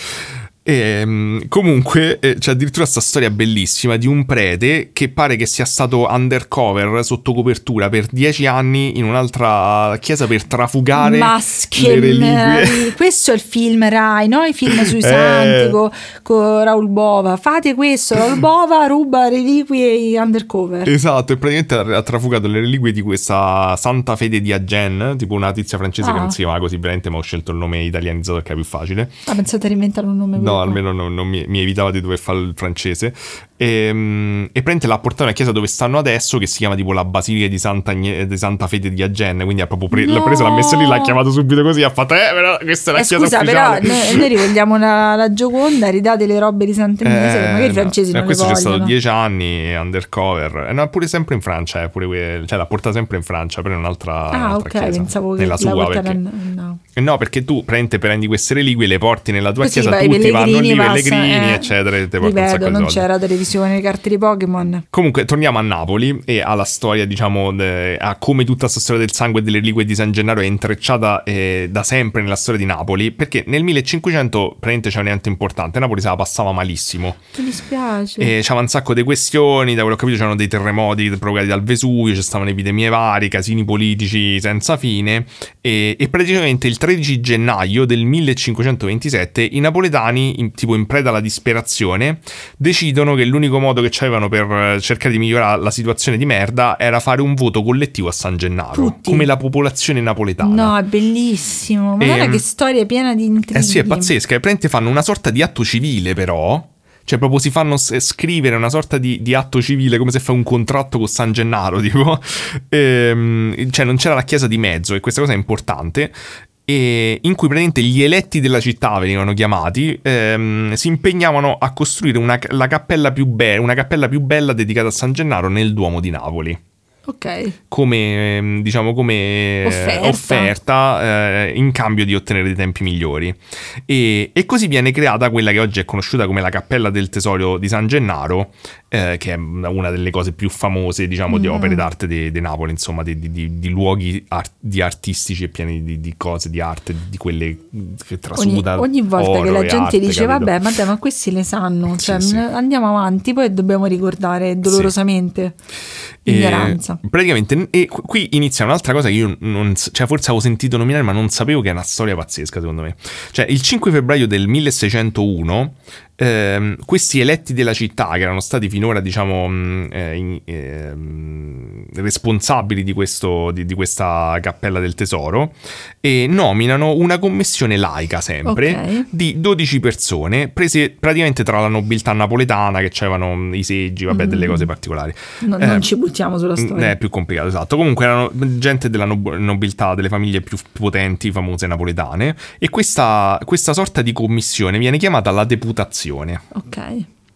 E, comunque c'è addirittura questa storia bellissima di un prete che pare che sia stato undercover, sotto copertura, per 10 anni in un'altra chiesa per trafugare le reliquie. Questo è il film Rai, no? I film sui santi con Raul Bova. Fate questo, Raul Bova ruba reliquie undercover. Esatto, e praticamente ha trafugato le reliquie di questa Santa Fede di Agen, tipo una tizia francese che non si chiamava così veramente, ma ho scelto il nome italianizzato perché è più facile. Pensate a reinventare un nome No, almeno non mi evitava di dover fare il francese. E praticamente l'ha portato nella chiesa dove stanno adesso, che si chiama tipo la Basilica di Santa Fede di Agen. Quindi ha proprio l'ha preso, l'ha messo lì, l'ha chiamato subito così, ha fatto però questa è la chiesa ufficiale. Però noi ricordiamo la Gioconda, ridate le robe di Sant'Agnese, magari i francesi non le vogliono. Questo c'è stato 10 anni undercover, no, pure sempre in Francia, cioè l'ha portata sempre in Francia, però in un'altra ok, chiesa, pensavo che nella sua, perché no, perché tu prendi queste reliquie, le porti nella tua chiesa, tutti vanno lì, pellegrini eccetera, e te portano un sacco di non soldi. c'era televisione, le carte di Pokémon. Comunque torniamo a Napoli e alla storia, diciamo, a come tutta questa storia del sangue e delle reliquie di San Gennaro è intrecciata da sempre nella storia di Napoli, perché nel 1500 praticamente c'è un evento importante, Napoli se la passava malissimo. Mi dispiace. E c'era un sacco di questioni, da quello che ho capito c'erano dei terremoti provocati dal Vesuvio, ci stavano epidemie varie, casini politici senza fine, e praticamente il 13 gennaio del 1527 i napoletani, tipo in preda alla disperazione, decidono che l'unico modo che c'avevano per cercare di migliorare la situazione di merda era fare un voto collettivo a San Gennaro, tutti, come la popolazione napoletana. No, è bellissimo, ma guarda che storia piena di intrighi. Sì, è pazzesca, e praticamente fanno una sorta di atto civile, però, cioè proprio si fanno scrivere una sorta di atto civile, come se fa un contratto con San Gennaro, tipo, cioè non c'era la chiesa di mezzo, e questa cosa è importante, e in cui praticamente gli eletti della città venivano chiamati, si impegnavano a costruire una cappella più bella dedicata a San Gennaro nel Duomo di Napoli. Ok. Come offerta in cambio di ottenere dei tempi migliori. E così viene creata quella che oggi è conosciuta come la Cappella del Tesoro di San Gennaro, che è una delle cose più famose, diciamo, di opere d'arte di Napoli, insomma, di luoghi artistici e pieni di cose di arte, di quelle che trasuda ogni volta che la gente arte, dice capito? vabbè, ma questi le sanno, cioè sì. Andiamo avanti, poi dobbiamo ricordare dolorosamente l'ignoranza. Praticamente, e qui inizia un'altra cosa che io cioè forse avevo sentito nominare, ma non sapevo, che è una storia pazzesca, secondo me. Cioè, il 5 febbraio del 1601, questi eletti della città, che erano stati finora, diciamo, responsabili di questa cappella del tesoro, nominano una commissione laica, sempre, di 12 persone, prese praticamente tra la nobiltà napoletana, che c'erano i seggi, vabbè, delle cose particolari. Non ci buttiamo sulla storia. È più complicato, esatto. Comunque erano gente della nobiltà, delle famiglie più potenti, famose napoletane, e questa sorta di commissione viene chiamata la deputazione. Ok.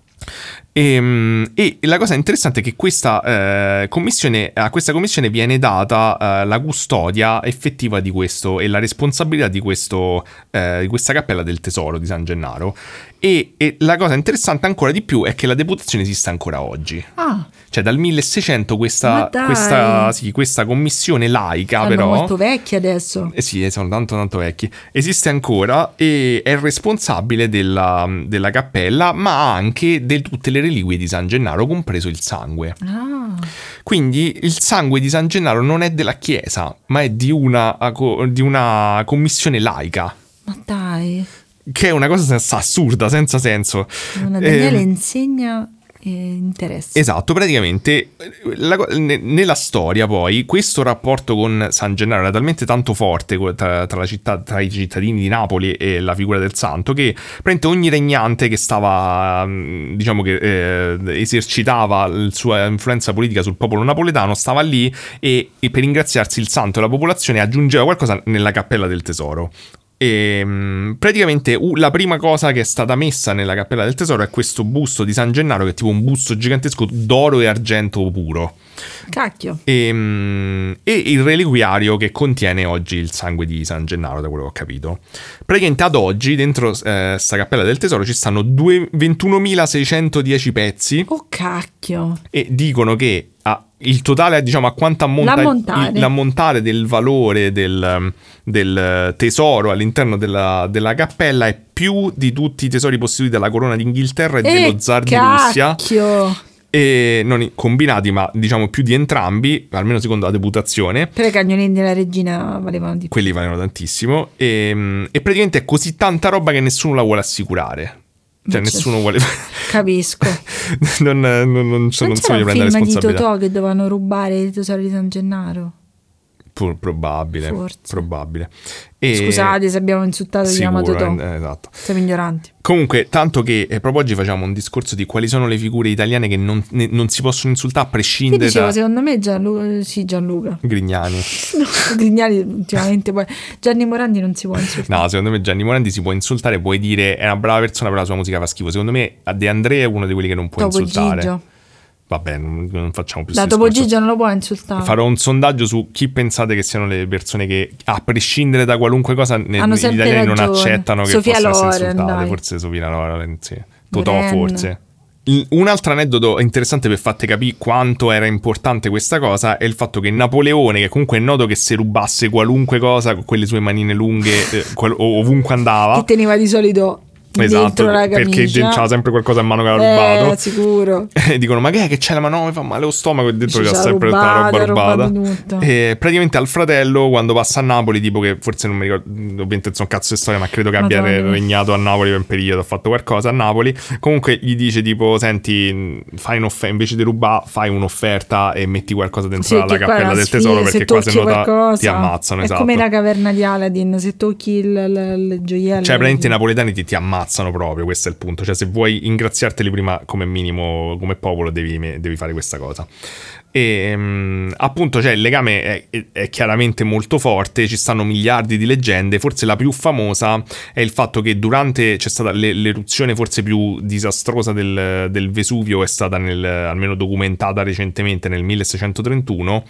E la cosa interessante è che a questa commissione viene data la custodia effettiva di questo e la responsabilità di questa cappella del tesoro di San Gennaro. E la cosa interessante ancora di più è che la deputazione esiste ancora oggi. Cioè dal 1600 questa commissione laica, sono però molto vecchi adesso. Sì, sono tanto vecchi. Esiste ancora e è responsabile della cappella, ma anche di tutte le reliquie di San Gennaro, compreso il sangue. Quindi il sangue di San Gennaro non è della Chiesa, ma è di una commissione laica. Ma dai. Che è una cosa assurda, senza senso. Daniele insegna interesse. Esatto, praticamente nella storia poi questo rapporto con San Gennaro era talmente tanto forte tra i cittadini di Napoli e la figura del santo, che praticamente ogni regnante che stava, diciamo, che esercitava la sua influenza politica sul popolo napoletano stava lì e per ringraziarsi il santo e la popolazione aggiungeva qualcosa nella cappella del tesoro. E praticamente la prima cosa che è stata messa nella cappella del tesoro è questo busto di San Gennaro, che è tipo un busto gigantesco d'oro e argento puro. Cacchio. E il reliquiario che contiene oggi il sangue di San Gennaro, da quello che ho capito. Praticamente ad oggi dentro sta cappella del tesoro ci stanno 21.610 pezzi. Oh cacchio. E dicono che il totale, diciamo, a quanto ammonta l'ammontare del valore del tesoro all'interno della cappella è più di tutti i tesori posseduti dalla corona d'Inghilterra e dello zar di Russia. E non combinati, ma diciamo più di entrambi, almeno secondo la deputazione. Per i cagnolini della regina valevano di più. Quelli valevano tantissimo. E praticamente è così tanta roba che nessuno la vuole assicurare. Cioè nessuno vuole. Capisco. non si voglio prendere responsabilità. Un film di Totò che dovevano rubare il tesoro di San Gennaro. Probabile. Scusate se abbiamo insultato di Yamato Totò. Esatto. Siamo ignoranti. Comunque, tanto che proprio oggi facciamo un discorso di quali sono le figure italiane che non si possono insultare a prescindere dicevo, secondo me Gianluca Grignani. No, Grignani ultimamente poi. Gianni Morandi non si può insultare. No, secondo me Gianni Morandi si può insultare, puoi dire è una brava persona, però la sua musica fa schifo. Secondo me De André è uno di quelli che non può insultare. Gigio. Vabbè, non facciamo più da Topo Gigio non lo può insultare. Farò un sondaggio su chi pensate che siano le persone che, a prescindere da qualunque cosa, gli italiani non accettano che Sofia possano essere Loren, insultate. dai. Forse Sofia Loren, sì. Totò, forse. Un altro aneddoto interessante per farti capire quanto era importante questa cosa è il fatto che Napoleone, che comunque è noto che se rubasse qualunque cosa con quelle sue manine lunghe ovunque andava, che teneva di solito esatto, perché c'era sempre qualcosa in mano che aveva rubato. Sicuro. E dicono ma che c'è la mano, mi fa male lo stomaco, e dentro c'ha sempre tutta roba rubata. E praticamente al fratello, quando passa a Napoli, tipo, che forse non mi ricordo, ovviamente sono cazzo di storia, ma credo che abbia regnato a Napoli per un periodo, ha fatto qualcosa a Napoli, comunque gli dice tipo senti, fai invece di rubare fai un'offerta e metti qualcosa dentro la cappella del tesoro, perché qua se no ti ammazzano. È esatto, come la caverna di Aladdin, se tocchi il gioiello, cioè praticamente i napoletani ti ammazzano proprio, questo è il punto. Cioè se vuoi ingraziarteli prima come minimo come popolo devi fare questa cosa. E appunto, cioè, il legame è chiaramente molto forte, ci stanno miliardi di leggende. Forse la più famosa è il fatto che durante c'è stata l'eruzione forse più disastrosa del Vesuvio, è stata almeno documentata recentemente nel 1631,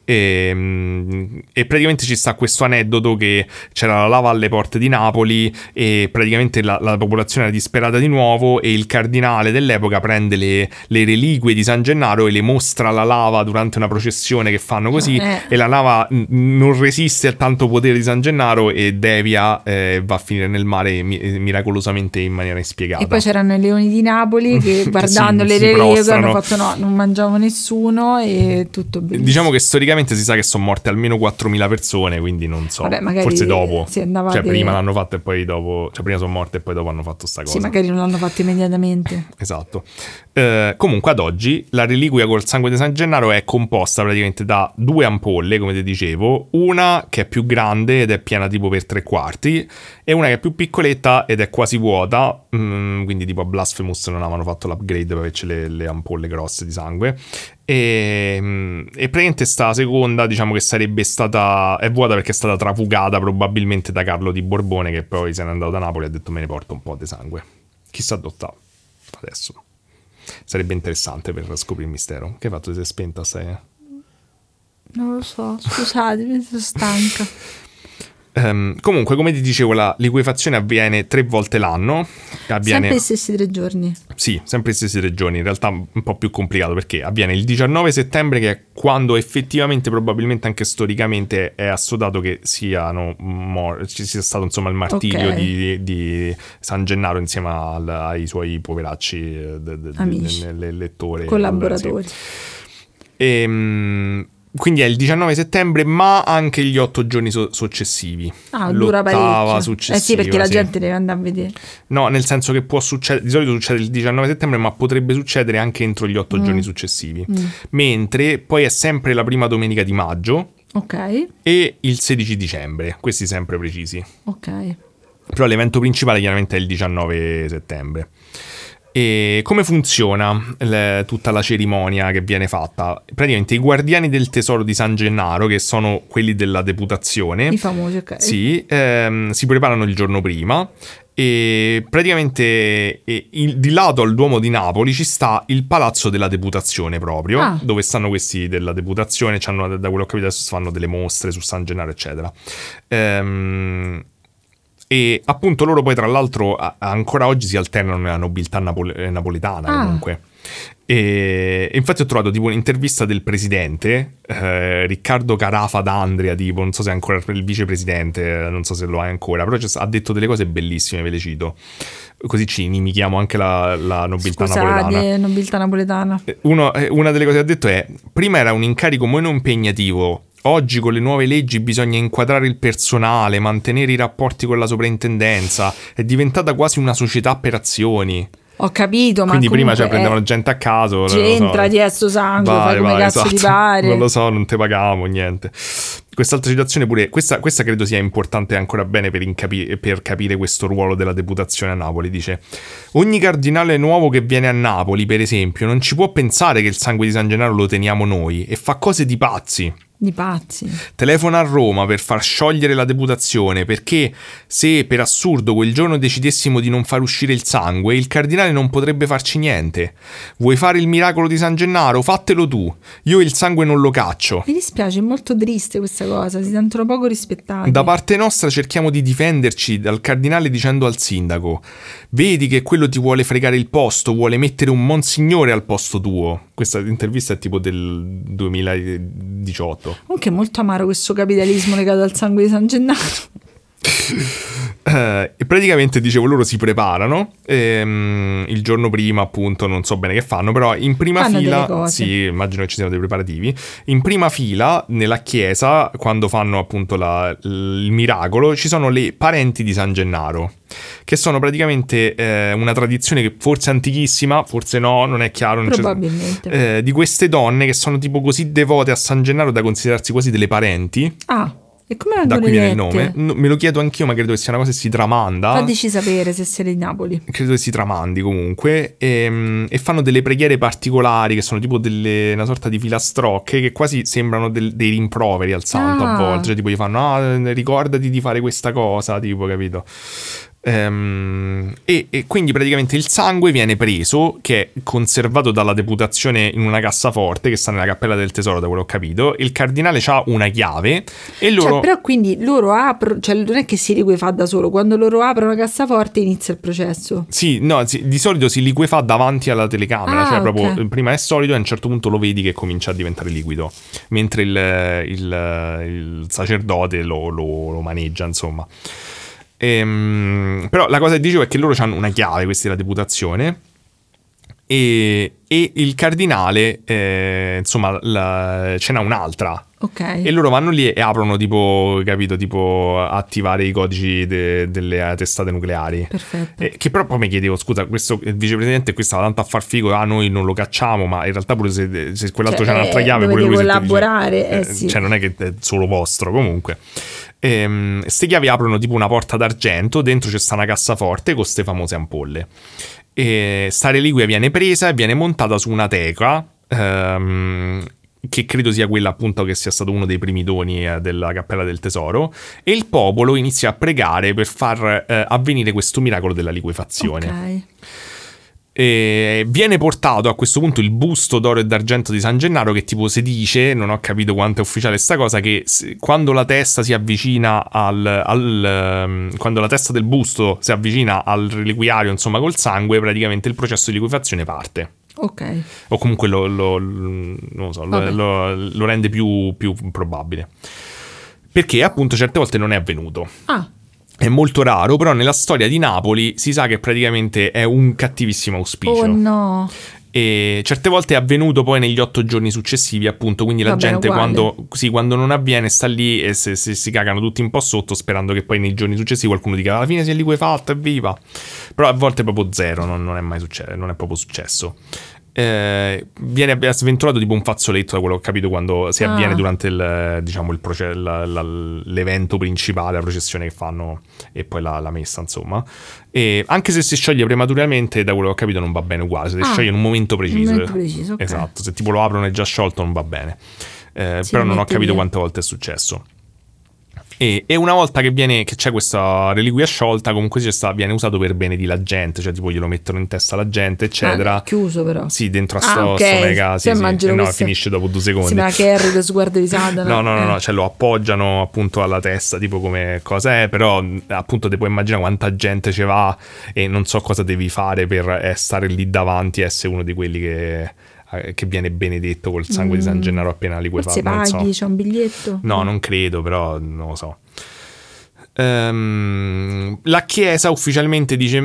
e praticamente ci sta questo aneddoto che c'era la lava alle porte di Napoli e praticamente la popolazione era disperata di nuovo e il cardinale dell'epoca prende le reliquie di San Gennaro e le mostra alla lava durante una processione che fanno così e la lava non resiste al tanto potere di San Gennaro e devia, va a finire nel mare miracolosamente in maniera inspiegata. E poi c'erano i leoni di Napoli che guardando le reliquie hanno fatto no, non mangiavo nessuno e tutto bellissimo. Diciamo che storicamente si sa che sono morte almeno 4.000 persone, quindi non so. Vabbè, forse dopo. Cioè prima l'hanno fatto e poi dopo, cioè prima sono morte e poi dopo hanno fatto sta cosa. Sì, magari non l'hanno fatto immediatamente. Esatto. Comunque ad oggi la reliquia col sangue di San Gennaro è composta praticamente da 2 ampolle, come ti dicevo, una che è più grande ed è piena tipo per 3/4 e una che è più piccoletta ed è quasi vuota, quindi tipo a Blasphemous non avevano fatto l'upgrade per averci le ampolle grosse di sangue. E praticamente sta seconda, diciamo che sarebbe stata, è vuota perché è stata trafugata probabilmente da Carlo di Borbone, che poi se n'è andato da Napoli e ha detto me ne porto un po' di sangue. Chissà adottato adesso. Sarebbe interessante per scoprire il mistero. Che hai fatto? Ti sei spenta? Non lo so, scusatemi, sono stanca. Comunque, come ti dicevo, la liquefazione avviene 3 volte l'anno. Sempre gli stessi 3 giorni. Sì, sempre gli stessi 3 giorni. In realtà un po' più complicato perché avviene il 19 settembre, che è quando effettivamente, probabilmente anche storicamente, è assodato che siano ci sia stato insomma il martirio di San Gennaro insieme ai suoi poveracci amici, lettori, collaboratori. Quindi è il 19 settembre, ma anche gli 8 giorni successivi. Dura parecchio. Successiva. Sì, perché la gente deve andare a vedere. No, nel senso che può succedere, di solito succede il 19 settembre, ma potrebbe succedere anche entro gli 8 giorni successivi. Mentre poi è sempre la prima domenica di maggio. Ok. E il 16 dicembre, questi sempre precisi. Ok. Però l'evento principale chiaramente è il 19 settembre. E come funziona tutta la cerimonia che viene fatta? Praticamente i guardiani del tesoro di San Gennaro, che sono quelli della deputazione, i famosi, ok, sì, si preparano il giorno prima e praticamente di lato al Duomo di Napoli ci sta il palazzo della deputazione proprio, dove stanno questi della deputazione, da quello che ho capito adesso fanno delle mostre su San Gennaro eccetera. E appunto loro poi tra l'altro ancora oggi si alternano nella nobiltà napoletana comunque. E infatti ho trovato tipo un'intervista del presidente Riccardo Carafa d'Andria, tipo, non so se è ancora il vicepresidente, non so se lo è ancora, però ha detto delle cose bellissime, ve le cito, così ci inimichiamo anche la nobiltà napoletana. Nobiltà napoletana. Una delle cose che ha detto è: prima era un incarico meno impegnativo. Oggi con le nuove leggi bisogna inquadrare il personale, mantenere i rapporti con la soprintendenza, è diventata quasi una società per azioni. Ho capito, ma quindi prima prendevano gente a caso. Entra, ti esto sangue, fai come cazzo ti pare. Non lo so, non te pagavamo, niente. Quest'altra citazione pure, questa credo sia importante ancora bene per capire questo ruolo della deputazione a Napoli. Dice: ogni cardinale nuovo che viene a Napoli, per esempio, non ci può pensare che il sangue di San Gennaro lo teniamo noi e fa cose di pazzi. Di pazzi. Telefona a Roma per far sciogliere la deputazione, perché se per assurdo quel giorno decidessimo di non far uscire il sangue, il cardinale non potrebbe farci niente. Vuoi fare il miracolo di San Gennaro? Fatelo tu. Io il sangue non lo caccio. Mi dispiace, è molto triste questa cosa, si sentono poco rispettati. Da parte nostra cerchiamo di difenderci dal cardinale dicendo al sindaco: vedi che quello ti vuole fregare il posto, vuole mettere un monsignore al posto tuo. Questa intervista è tipo del 2018. Comunque è molto amaro questo capitalismo legato al sangue di San Gennaro. E praticamente, dicevo, loro si preparano il giorno prima, appunto, non so bene che fanno, però in prima fila, sì, immagino che ci siano dei preparativi, in prima fila nella chiesa, quando fanno appunto il miracolo, ci sono le parenti di San Gennaro, che sono praticamente una tradizione che forse è antichissima, forse no, non è chiaro, probabilmente, di queste donne che sono tipo così devote a San Gennaro da considerarsi quasi delle parenti. E come vengono da qui viene il elette? nome. Me lo chiedo anch'io, ma credo che sia una cosa che si tramanda. Fateci sapere se siete di Napoli. Credo che si tramandi comunque. E fanno delle preghiere particolari che sono tipo una sorta di filastrocche che quasi sembrano dei rimproveri al santo a volte. Cioè tipo gli fanno: ricordati di fare questa cosa, tipo, capito? E quindi praticamente il sangue viene preso, che è conservato dalla deputazione in una cassaforte che sta nella Cappella del Tesoro, da quello che ho capito. Il cardinale ha una chiave e loro... Cioè, però quindi loro aprono, cioè non è che si liquefa da solo, quando loro aprono la cassaforte inizia il processo. Sì, no, di solito si liquefa davanti alla telecamera, cioè proprio prima è solido e a un certo punto lo vedi che comincia a diventare liquido, mentre il sacerdote lo maneggia, insomma. Però la cosa che dicevo è che loro hanno una chiave, questa è la deputazione, e il cardinale insomma ce n'ha un'altra. Okay. E loro vanno lì e aprono tipo, capito, tipo attivare i codici delle testate nucleari. Perfetto. Che però poi mi chiedevo, scusa, questo il vicepresidente qui stava tanto a far figo, noi non lo cacciamo, ma in realtà pure se quell'altro c'è un'altra chiave pure lui collaborare, sì. Cioè non è che è solo vostro, comunque. Ste chiavi aprono tipo una porta d'argento, dentro c'è sta una cassaforte con ste famose ampolle. E sta reliquia viene presa e viene montata su una teca, che credo sia quella appunto che sia stato uno dei primi doni della Cappella del Tesoro, e il popolo inizia a pregare per far avvenire questo miracolo della liquefazione. Ok. E viene portato a questo punto il busto d'oro e d'argento di San Gennaro, che tipo si dice, non ho capito quanto è ufficiale sta cosa, che quando la testa si avvicina quando la testa del busto si avvicina al reliquiario, insomma col sangue, praticamente il processo di liquefazione parte. Ok. O comunque non lo so, lo rende più probabile, perché appunto certe volte non è avvenuto. È molto raro, però nella storia di Napoli si sa che praticamente è un cattivissimo auspicio. Oh no. E certe volte è avvenuto poi negli 8 giorni successivi, appunto, quindi la gente quando non avviene sta lì e si cagano tutti un po' sotto, sperando che poi nei giorni successivi qualcuno dica alla fine si è liquefatto, evviva. Però a volte è proprio zero, non è mai successo, non è proprio successo. Viene sventurato tipo un fazzoletto, da quello che ho capito, quando si avviene durante l'evento principale, la processione che fanno e poi la messa, insomma. E anche se si scioglie prematuramente, da quello che ho capito non va bene uguale, se si scioglie in un momento preciso, okay. Esatto, se tipo lo aprono e già sciolto non va bene. Però non ho capito quante volte è successo. E una volta che c'è questa reliquia sciolta, comunque viene usato per bene di la gente, cioè tipo glielo mettono in testa alla gente, eccetera. Chiuso però. Sì, dentro a sto mega, sì. No, finisce dopo 2 secondi. Sembra Carrie, lo sguardo di Satana. No, cioè lo appoggiano appunto alla testa, tipo come cosa è, però appunto ti puoi immaginare quanta gente ci va e non so cosa devi fare per stare lì davanti e essere uno di quelli che viene benedetto col sangue di San Gennaro appena liquefato. Forse paghi, c'è un biglietto? No, non credo, però non lo so. La Chiesa ufficialmente dice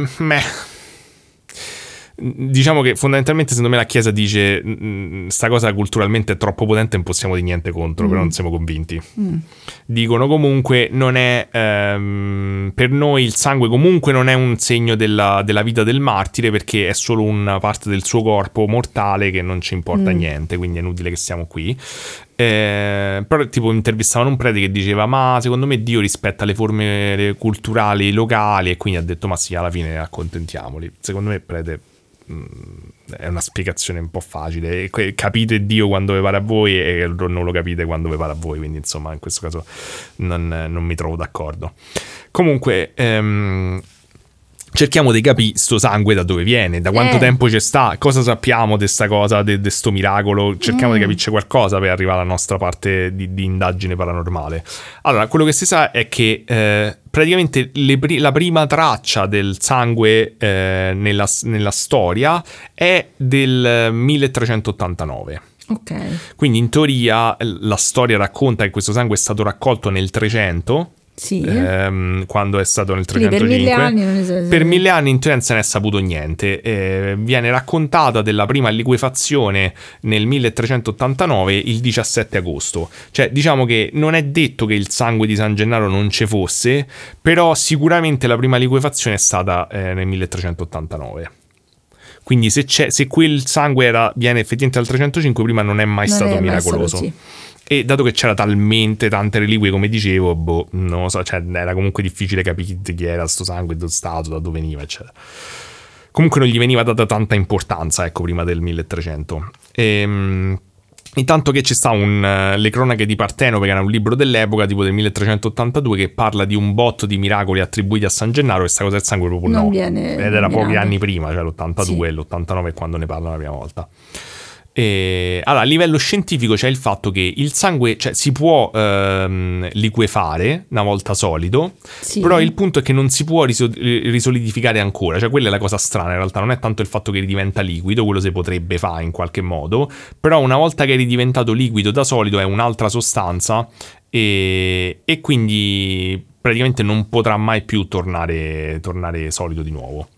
diciamo che fondamentalmente secondo me la Chiesa dice sta cosa culturalmente è troppo potente e non possiamo dire niente contro, però non siamo convinti. Dicono comunque non è per noi il sangue comunque non è un segno della vita del martire, perché è solo una parte del suo corpo mortale che non ci importa niente, quindi è inutile che stiamo qui. Però tipo intervistavano un prete che diceva ma secondo me Dio rispetta le forme culturali locali, e quindi ha detto ma sì, alla fine accontentiamoli. Secondo me il prete è una spiegazione un po' facile. Capite Dio quando vi pare a voi e non lo capite quando vi pare a voi, quindi insomma in questo caso non mi trovo d'accordo. Comunque cerchiamo di capire sto sangue da dove viene, da quanto tempo ci sta, cosa sappiamo di sta cosa, di sto miracolo. Cerchiamo di capirci qualcosa per arrivare alla nostra parte di indagine paranormale. Allora, quello che si sa è che praticamente la prima traccia del sangue nella storia è del 1389. Ok. Quindi in teoria la storia racconta che questo sangue è stato raccolto nel 300. Sì. Quando è stato nel 305. Per 1000 anni in teoria non se ne è saputo niente. Viene raccontata della prima liquefazione nel 1389 il 17 agosto. Cioè diciamo che non è detto che il sangue di San Gennaro non ci fosse, però sicuramente la prima liquefazione è stata nel 1389. Quindi se quel sangue viene effettivamente dal 305, prima non è mai stato miracoloso. E dato che c'era talmente tante reliquie, come dicevo, non lo so, cioè era comunque difficile capire chi era sto sangue, dove stato, da dove veniva, eccetera. Comunque non gli veniva data tanta importanza, ecco, prima del 1300. Intanto che ci sta le cronache di Partenope, che era un libro dell'epoca, tipo del 1382, che parla di un botto di miracoli attribuiti a San Gennaro, e questa cosa del sangue proprio non no. Viene ed era pochi nominato. anni prima, cioè l'82 Sì. e l'89 quando ne parlano la prima volta. Allora, a livello scientifico c'è il fatto che il sangue, cioè, si può liquefare una volta solido, Sì. però il punto è che non si può risolidificare ancora, cioè quella è la cosa strana in realtà, non è tanto il fatto che ridiventa liquido, quello si potrebbe fare in qualche modo, però una volta che è ridiventato liquido da solido è un'altra sostanza e quindi praticamente non potrà mai più tornare solido di nuovo.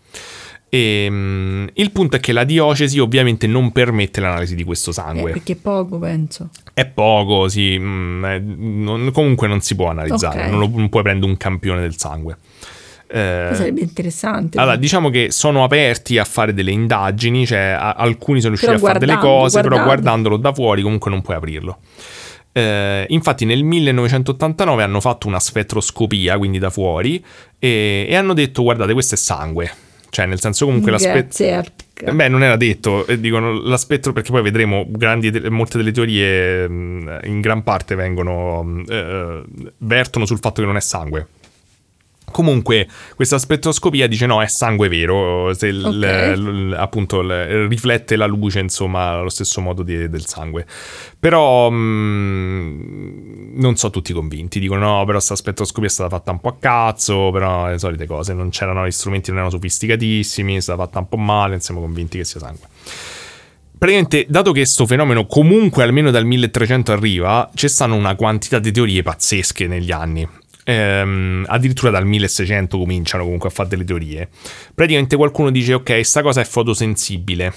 Il punto è che la diocesi ovviamente non permette l'analisi di questo sangue. Perché è poco, penso. È poco, sì. Comunque non si può analizzare. Ok. Non puoi prendere un campione del sangue. Sarebbe interessante. Allora, diciamo che sono aperti a fare delle indagini, cioè alcuni sono riusciti Però a fare delle cose, però guardando. guardandolo da fuori comunque non puoi aprirlo. Infatti nel 1989 hanno fatto una spettroscopia, quindi da fuori, e hanno detto: guardate, questo è sangue. Cioè, nel senso, comunque Grazie. beh, non era detto, dicono la spettro, perché poi vedremo molte delle teorie in gran parte vertono sul fatto che non è sangue. Comunque questa spettroscopia dice no, è sangue vero, se appunto riflette la luce, insomma, allo stesso modo del sangue. Però non so tutti convinti, dicono no, però questa spettroscopia è stata fatta un po' a cazzo, però le solite cose, non c'erano gli strumenti, non erano sofisticatissimi, è stata fatta un po' male, non siamo convinti che sia sangue. Praticamente, dato che sto fenomeno comunque almeno dal 1300 arriva, ci stanno una quantità di teorie pazzesche negli anni. Addirittura dal 1600 cominciano comunque a fare delle teorie. Praticamente qualcuno dice: ok, sta cosa è fotosensibile.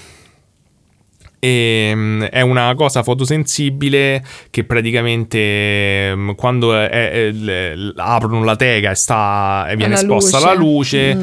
È una cosa fotosensibile che praticamente quando aprono la teca e viene esposta alla luce,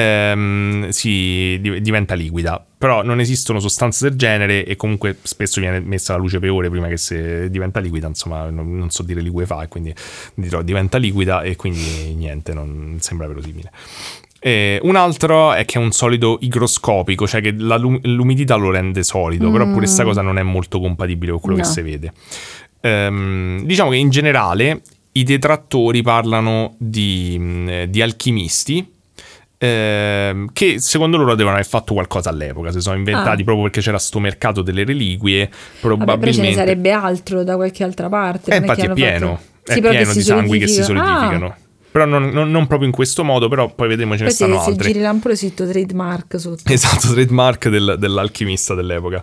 diventa liquida. Però non esistono sostanze del genere e comunque spesso viene messa alla luce per ore prima che diventa liquida, insomma non so dire liquefa, e quindi dirò diventa liquida e quindi niente, non sembra verosimile. Un altro è che è un solido igroscopico, cioè che l'umidità lo rende solido, però pure questa cosa non è molto compatibile con quello che si vede. Diciamo che in generale i detrattori parlano di alchimisti che secondo loro devono aver fatto qualcosa all'epoca, si sono inventati proprio perché c'era sto mercato delle reliquie, probabilmente. Però ce ne sarebbe altro da qualche altra parte. Infatti è pieno, è pieno di sangui che si solidificano. Però non proprio in questo modo, però poi vedremo, ce ne stanno altri. Se giri l'ampolo sotto trademark sotto. Esatto, trademark dell'alchimista dell'epoca.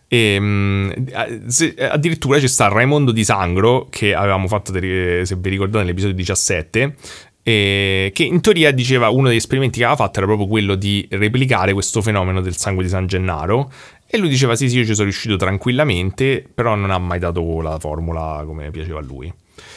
Addirittura ci sta Raimondo di Sangro, che avevamo fatto, se vi ricordate, nell'episodio 17, che in teoria diceva uno degli esperimenti che aveva fatto era proprio quello di replicare questo fenomeno del sangue di San Gennaro. E lui diceva sì, io ci sono riuscito tranquillamente, però non ha mai dato la formula come piaceva a lui.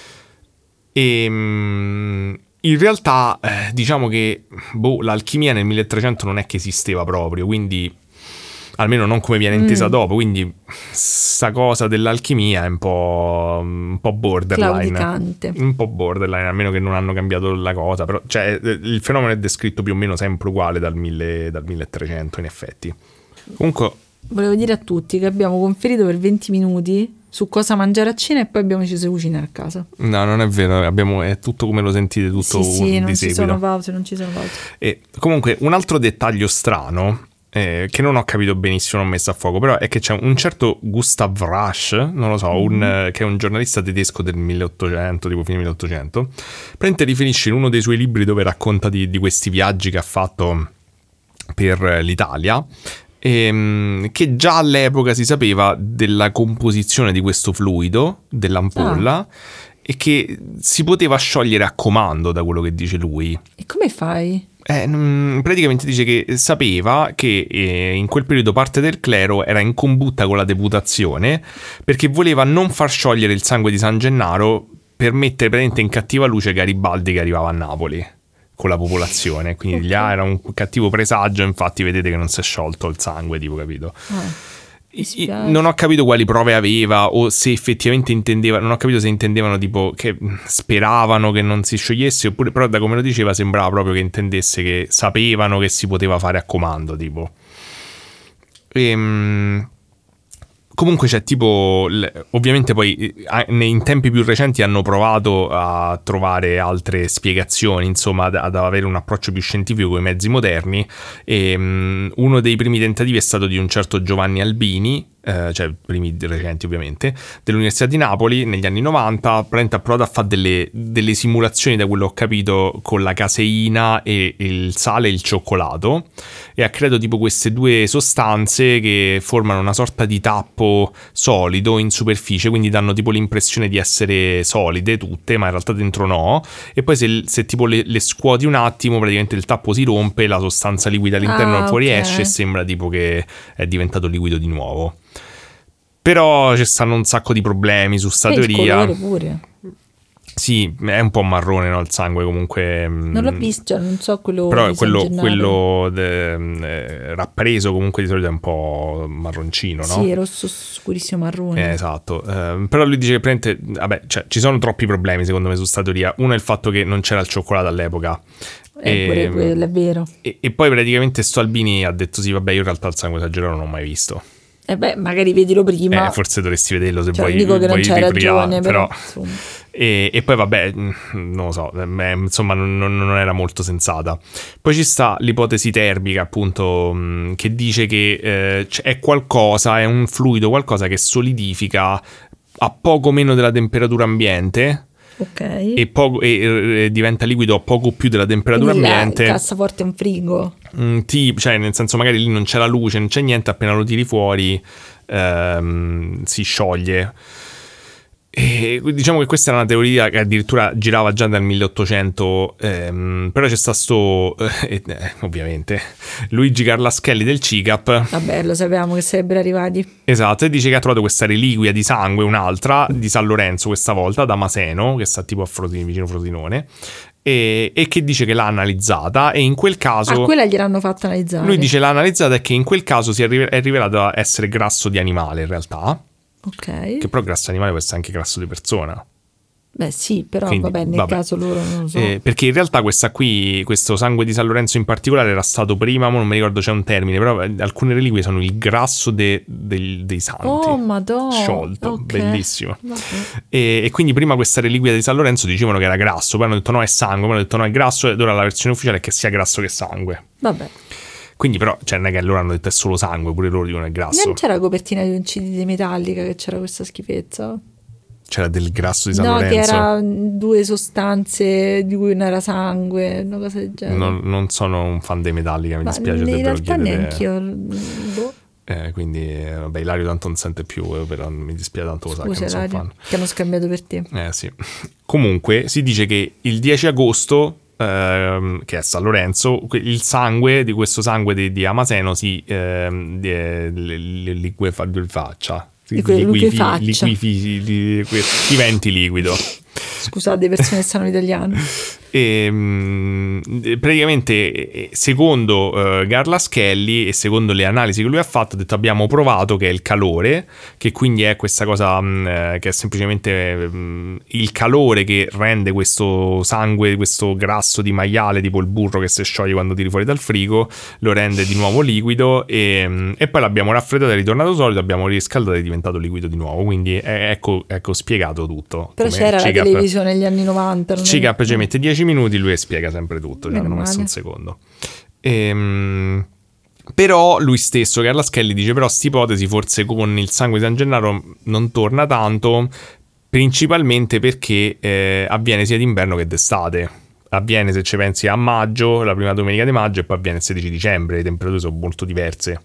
In realtà diciamo che l'alchimia nel 1300 non è che esisteva proprio, quindi almeno non come viene intesa dopo, quindi sta cosa dell'alchimia è un po' borderline. Claudicante. Un po' borderline, a meno che non hanno cambiato la cosa, però cioè, il fenomeno è descritto più o meno sempre uguale dal 1300 in effetti. Comunque volevo dire a tutti che abbiamo conferito per 20 minuti su cosa mangiare a cena e poi abbiamo deciso di cucinare a casa. No, non è vero, è tutto come lo sentite, tutto sì, non di ci seguito. non ci sono pause. E comunque un altro dettaglio strano che non ho capito benissimo, non ho messo a fuoco, però è che c'è un certo Gustav Rasch, non lo so, che è un giornalista tedesco del 1800, tipo fine 1800, praticamente riferisce in uno dei suoi libri dove racconta di questi viaggi che ha fatto per l'Italia, che già all'epoca si sapeva della composizione di questo fluido, dell'ampolla, e che si poteva sciogliere a comando, da quello che dice lui. E come fai? Praticamente dice che sapeva che in quel periodo parte del clero era in combutta con la deputazione perché voleva non far sciogliere il sangue di San Gennaro per mettere praticamente in cattiva luce Garibaldi che arrivava a Napoli con la popolazione, quindi era un cattivo presagio, infatti vedete che non si è sciolto il sangue, tipo, capito? Non ho capito quali prove aveva o se effettivamente intendeva, non ho capito se intendevano tipo che speravano che non si sciogliesse, oppure, però da come lo diceva sembrava proprio che intendesse che sapevano che si poteva fare a comando, tipo. Comunque c'è tipo, ovviamente poi in tempi più recenti hanno provato a trovare altre spiegazioni, insomma ad avere un approccio più scientifico con i mezzi moderni, e uno dei primi tentativi è stato di un certo Giovanni Albini, cioè primi recenti ovviamente, dell'Università di Napoli negli anni 90. Ha provato a fare delle simulazioni, da quello ho capito, con la caseina e il sale e il cioccolato, e ha creato tipo queste due sostanze che formano una sorta di tappo solido in superficie, quindi danno tipo l'impressione di essere solide tutte, ma in realtà dentro no, e poi se tipo le scuoti un attimo, praticamente il tappo si rompe, la sostanza liquida all'interno fuoriesce e sembra tipo che è diventato liquido di nuovo. Però ci stanno un sacco di problemi su sta teoria. Il colore pure. Sì, è un po' marrone, no, il sangue comunque. Non l'ho visto, non so quello. Però quello rappreso comunque di solito è un po' marroncino, no? Sì, rosso scurissimo marrone. Esatto. Però lui dice che praticamente, vabbè, cioè, ci sono troppi problemi secondo me su sta teoria. Uno è il fatto che non c'era il cioccolato all'epoca. Pure quello è vero. E poi praticamente sto Albini ha detto sì, vabbè, io in realtà il sangue esagerato non l'ho mai visto. Magari vedilo prima. Forse dovresti vederlo se vuoi. Dico che non c'hai ragione, però e poi vabbè, non lo so, insomma non era molto sensata. Poi ci sta l'ipotesi termica, appunto, che dice che è qualcosa, è un fluido, qualcosa che solidifica a poco meno della temperatura ambiente. Ok. E diventa liquido a poco più della temperatura ambiente. La cassaforte è un frigo. Cioè, nel senso, magari lì non c'è la luce, non c'è niente, appena lo tiri fuori si scioglie. E diciamo che questa era una teoria che addirittura girava già dal 1800, però c'è stato ovviamente Luigi Carlaschelli del CICAP. Vabbè, lo sapevamo che sarebbero arrivati. Esatto, e dice che ha trovato questa reliquia di sangue, un'altra di San Lorenzo questa volta, da Maseno, che sta tipo a Frosinone, vicino Frosinone, e che dice che l'ha analizzata, e in quel caso quella gliel'hanno fatta analizzare. Lui dice l'ha analizzata e che in quel caso è rivelato essere grasso di animale in realtà. Ok. Che però grasso animale può essere anche grasso di persona. Beh sì, però quindi, nel caso loro non lo so. Perché in realtà questo sangue di San Lorenzo in particolare era stato prima, non mi ricordo c'è un termine, però alcune reliquie sono il grasso dei santi. Oh madonna. Sciolto, okay. Bellissimo. E quindi prima questa reliquia di San Lorenzo dicevano che era grasso, poi hanno detto no, è sangue, poi hanno detto no, è grasso, ed ora la versione ufficiale è che sia grasso che sangue. Vabbè. Quindi però, cioè, non è che loro hanno detto è solo sangue, pure loro dicono è grasso. Non c'era la copertina di un CD di Metallica che c'era questa schifezza? C'era del grasso di San Lorenzo? No, che era due sostanze di cui una era sangue, una cosa del genere. Non sono un fan dei Metallica, mi dispiace. In realtà neanch'io. Boh. Quindi, vabbè, Ilario tanto non sente più, però mi dispiace tanto, lo sa che non sono fan. Che hanno scambiato per te. Sì. Comunque, si dice che il 10 agosto... che è San Lorenzo, il sangue di questo sangue di Amaseno si liquefaccia, diventi liquido. Scusate, persone che sanno l'italiano. Praticamente, secondo Carlaschelli e secondo le analisi che lui ha fatto, ha detto abbiamo provato che è il calore, che quindi è questa cosa che è semplicemente il calore che rende questo sangue, questo grasso di maiale tipo il burro che si scioglie quando tiri fuori dal frigo, lo rende di nuovo liquido, e poi l'abbiamo raffreddato, è ritornato solido, abbiamo riscaldato e è diventato liquido di nuovo, quindi ecco spiegato tutto. Però c'era la televisione negli anni 90. CICAP ci mette 10 minuti, lui spiega sempre tutto, ci hanno messo un secondo. Però lui stesso, Carlaschelli, dice però st'ipotesi forse con il sangue di San Gennaro non torna tanto, principalmente perché avviene sia d'inverno che d'estate. Avviene, se ci pensi, a maggio, la prima domenica di maggio, e poi avviene il 16 dicembre, le temperature sono molto diverse.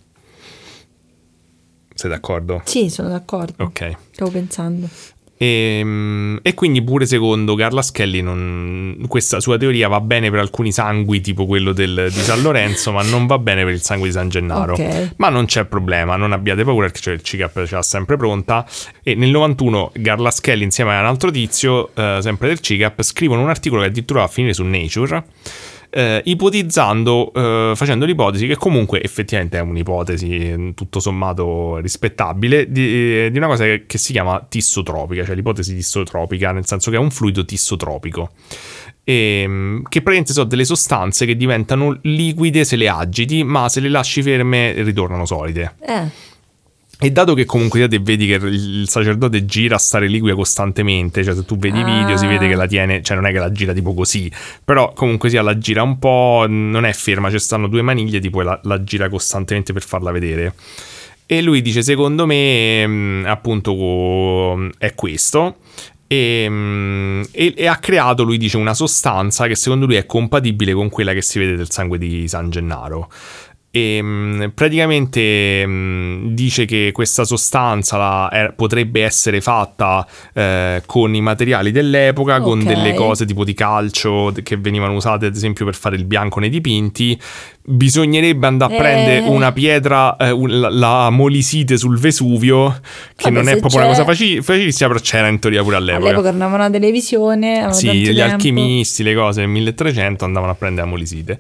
Sei d'accordo? Sì, sono d'accordo. Ok. Stavo pensando. E quindi pure secondo Carlaschelli questa sua teoria va bene per alcuni sangui tipo quello di San Lorenzo, ma non va bene per il sangue di San Gennaro. Okay. Ma non c'è problema, non abbiate paura, perché il CICAP ce l'ha sempre pronta. E nel 91 Carlaschelli insieme a un altro tizio sempre del CICAP scrivono un articolo che addirittura va a finire su Nature, ipotizzando, facendo l'ipotesi che comunque effettivamente è un'ipotesi tutto sommato rispettabile di una cosa che si chiama tissotropica, cioè l'ipotesi tissotropica, nel senso che è un fluido tissotropico, che praticamente sono delle sostanze che diventano liquide se le agiti, ma se le lasci ferme ritornano solide. E dato che comunque te vedi che il sacerdote gira sta reliquia costantemente, cioè se tu vedi i video si vede che la tiene, cioè non è che la gira tipo così, però comunque sia la gira un po', non è ferma, ci stanno 2 maniglie tipo la gira costantemente per farla vedere. E lui dice secondo me appunto è questo. E ha creato, lui dice, una sostanza che secondo lui è compatibile con quella che si vede del sangue di San Gennaro. E praticamente dice che questa sostanza potrebbe essere fatta con i materiali dell'epoca, con delle cose tipo di calcio che venivano usate ad esempio per fare il bianco nei dipinti. Bisognerebbe andare a prendere una pietra, la molisite sul Vesuvio, che non è proprio una cosa facilissima, però c'era in teoria pure all'epoca. All'epoca andavano alla televisione, sì, gli alchimisti, le cose nel 1300 andavano a prendere la molisite.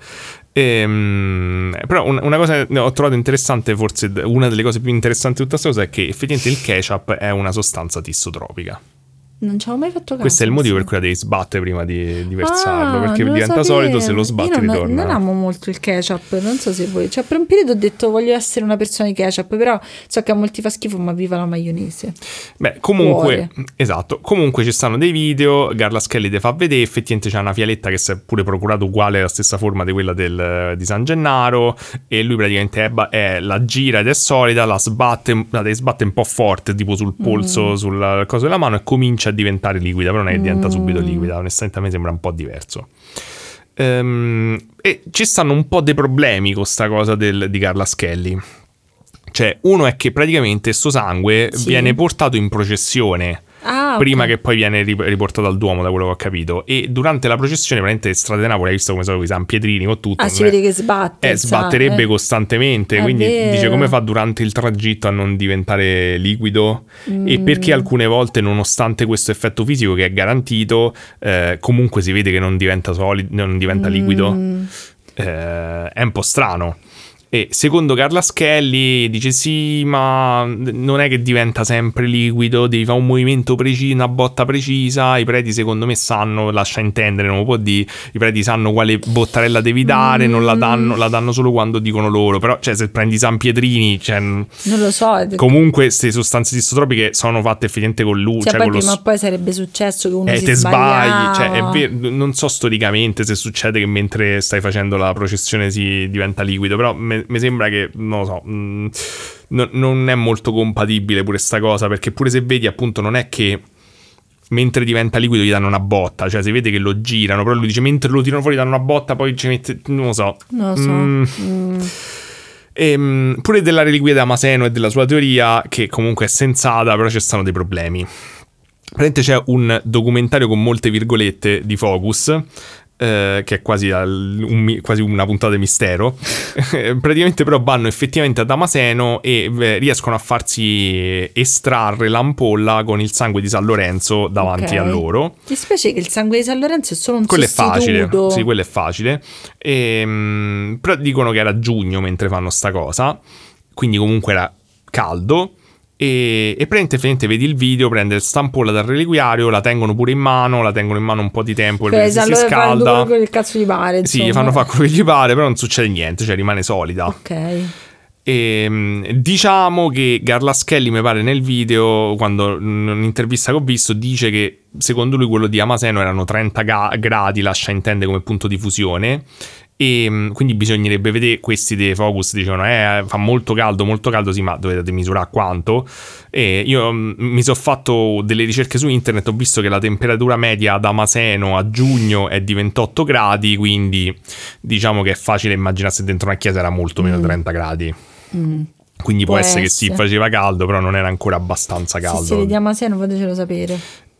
Però una cosa ho trovato interessante, forse una delle cose più interessanti di tutta questa cosa, è che effettivamente il ketchup è una sostanza tissotropica. Non ci avevo mai fatto caso. Questo è il motivo per cui la devi sbattere prima di versarlo, perché diventa solido, se lo sbatti ritorna. Non amo molto il ketchup, non so se voi, cioè per un periodo ho detto voglio essere una persona di ketchup, però so che a molti fa schifo, ma viva la maionese. Beh, comunque, esatto, comunque ci stanno dei video, Garlaschelli te fa vedere, effettivamente c'è una fialetta che si è pure procurato uguale alla stessa forma di quella di San Gennaro, e lui praticamente la gira ed è solida, la deve sbatte un po' forte, tipo sul polso, sul coso della mano, e comincia a diventare liquida, però non è che diventa subito liquida, onestamente a me sembra un po' diverso. E ci stanno un po' dei problemi con sta cosa di Garlaschelli. Cioè, uno è che praticamente sto sangue viene portato in processione prima che poi viene riportato al Duomo, da quello che ho capito, e durante la processione praticamente Strade di Napoli, hai visto come sono i San Pietrini con tutto, si vede che sbatte, sbatterebbe costantemente, quindi dice come fa durante il tragitto a non diventare liquido, e perché alcune volte, nonostante questo effetto fisico che è garantito, comunque si vede che non diventa solido, non diventa liquido. È un po' strano. E secondo Garlaschelli dice sì, ma non è che diventa sempre liquido, devi fare un movimento preciso, una botta precisa, i preti secondo me sanno, lascia intendere, non lo può dire, i preti sanno quale bottarella devi dare, non la danno solo quando dicono loro, però cioè se prendi San Pietrini, cioè, non lo so, comunque queste sostanze distotropiche sono fatte effettivamente con lui, cioè poi prima o poi sarebbe successo che uno si sbagli, cioè è vero, non so storicamente se succede che mentre stai facendo la processione si diventa liquido, però mi sembra che, non lo so, non è molto compatibile pure sta cosa, perché pure se vedi appunto non è che mentre diventa liquido gli danno una botta, cioè si vede che lo girano, però lui dice mentre lo tirano fuori danno una botta, poi ci mette, non lo so. Pure della reliquia di Damaseno e della sua teoria, che comunque è sensata, però ci stanno dei problemi. Praticamente c'è un documentario con molte virgolette di Focus, che è quasi una puntata di mistero. Praticamente però vanno effettivamente a Damaseno e riescono a farsi estrarre l'ampolla con il sangue di San Lorenzo davanti a loro. Ti spiace che il sangue di San Lorenzo è solo un quello sostituto. È facile, sì, quello è facile. Però dicono che era giugno mentre fanno sta cosa, quindi comunque era caldo. E praticamente vedi il video, prende stampola dal reliquiario, la tengono pure in mano, un po' di tempo, si scalda, quello che cazzo gli pare, insomma. Sì, fanno fare quello che gli pare, però non succede niente, cioè rimane solida. Ok. E diciamo che Garlaschelli, mi pare nel video, quando in un'intervista che ho visto, dice che secondo lui quello di Damaseno erano 30 gradi, lascia intendere come punto di fusione. E quindi bisognerebbe vedere, questi dei Focus dicevano fa molto caldo, sì, ma dovete misurare quanto. E io mi sono fatto delle ricerche su internet, ho visto che la temperatura media a Damaseno a giugno è di 28 gradi, quindi diciamo che è facile immaginarsi dentro una chiesa era molto meno 30 gradi. Quindi può essere che sì, faceva caldo, però non era ancora abbastanza caldo. Se vediamo a Damaseno, fatecelo sapere.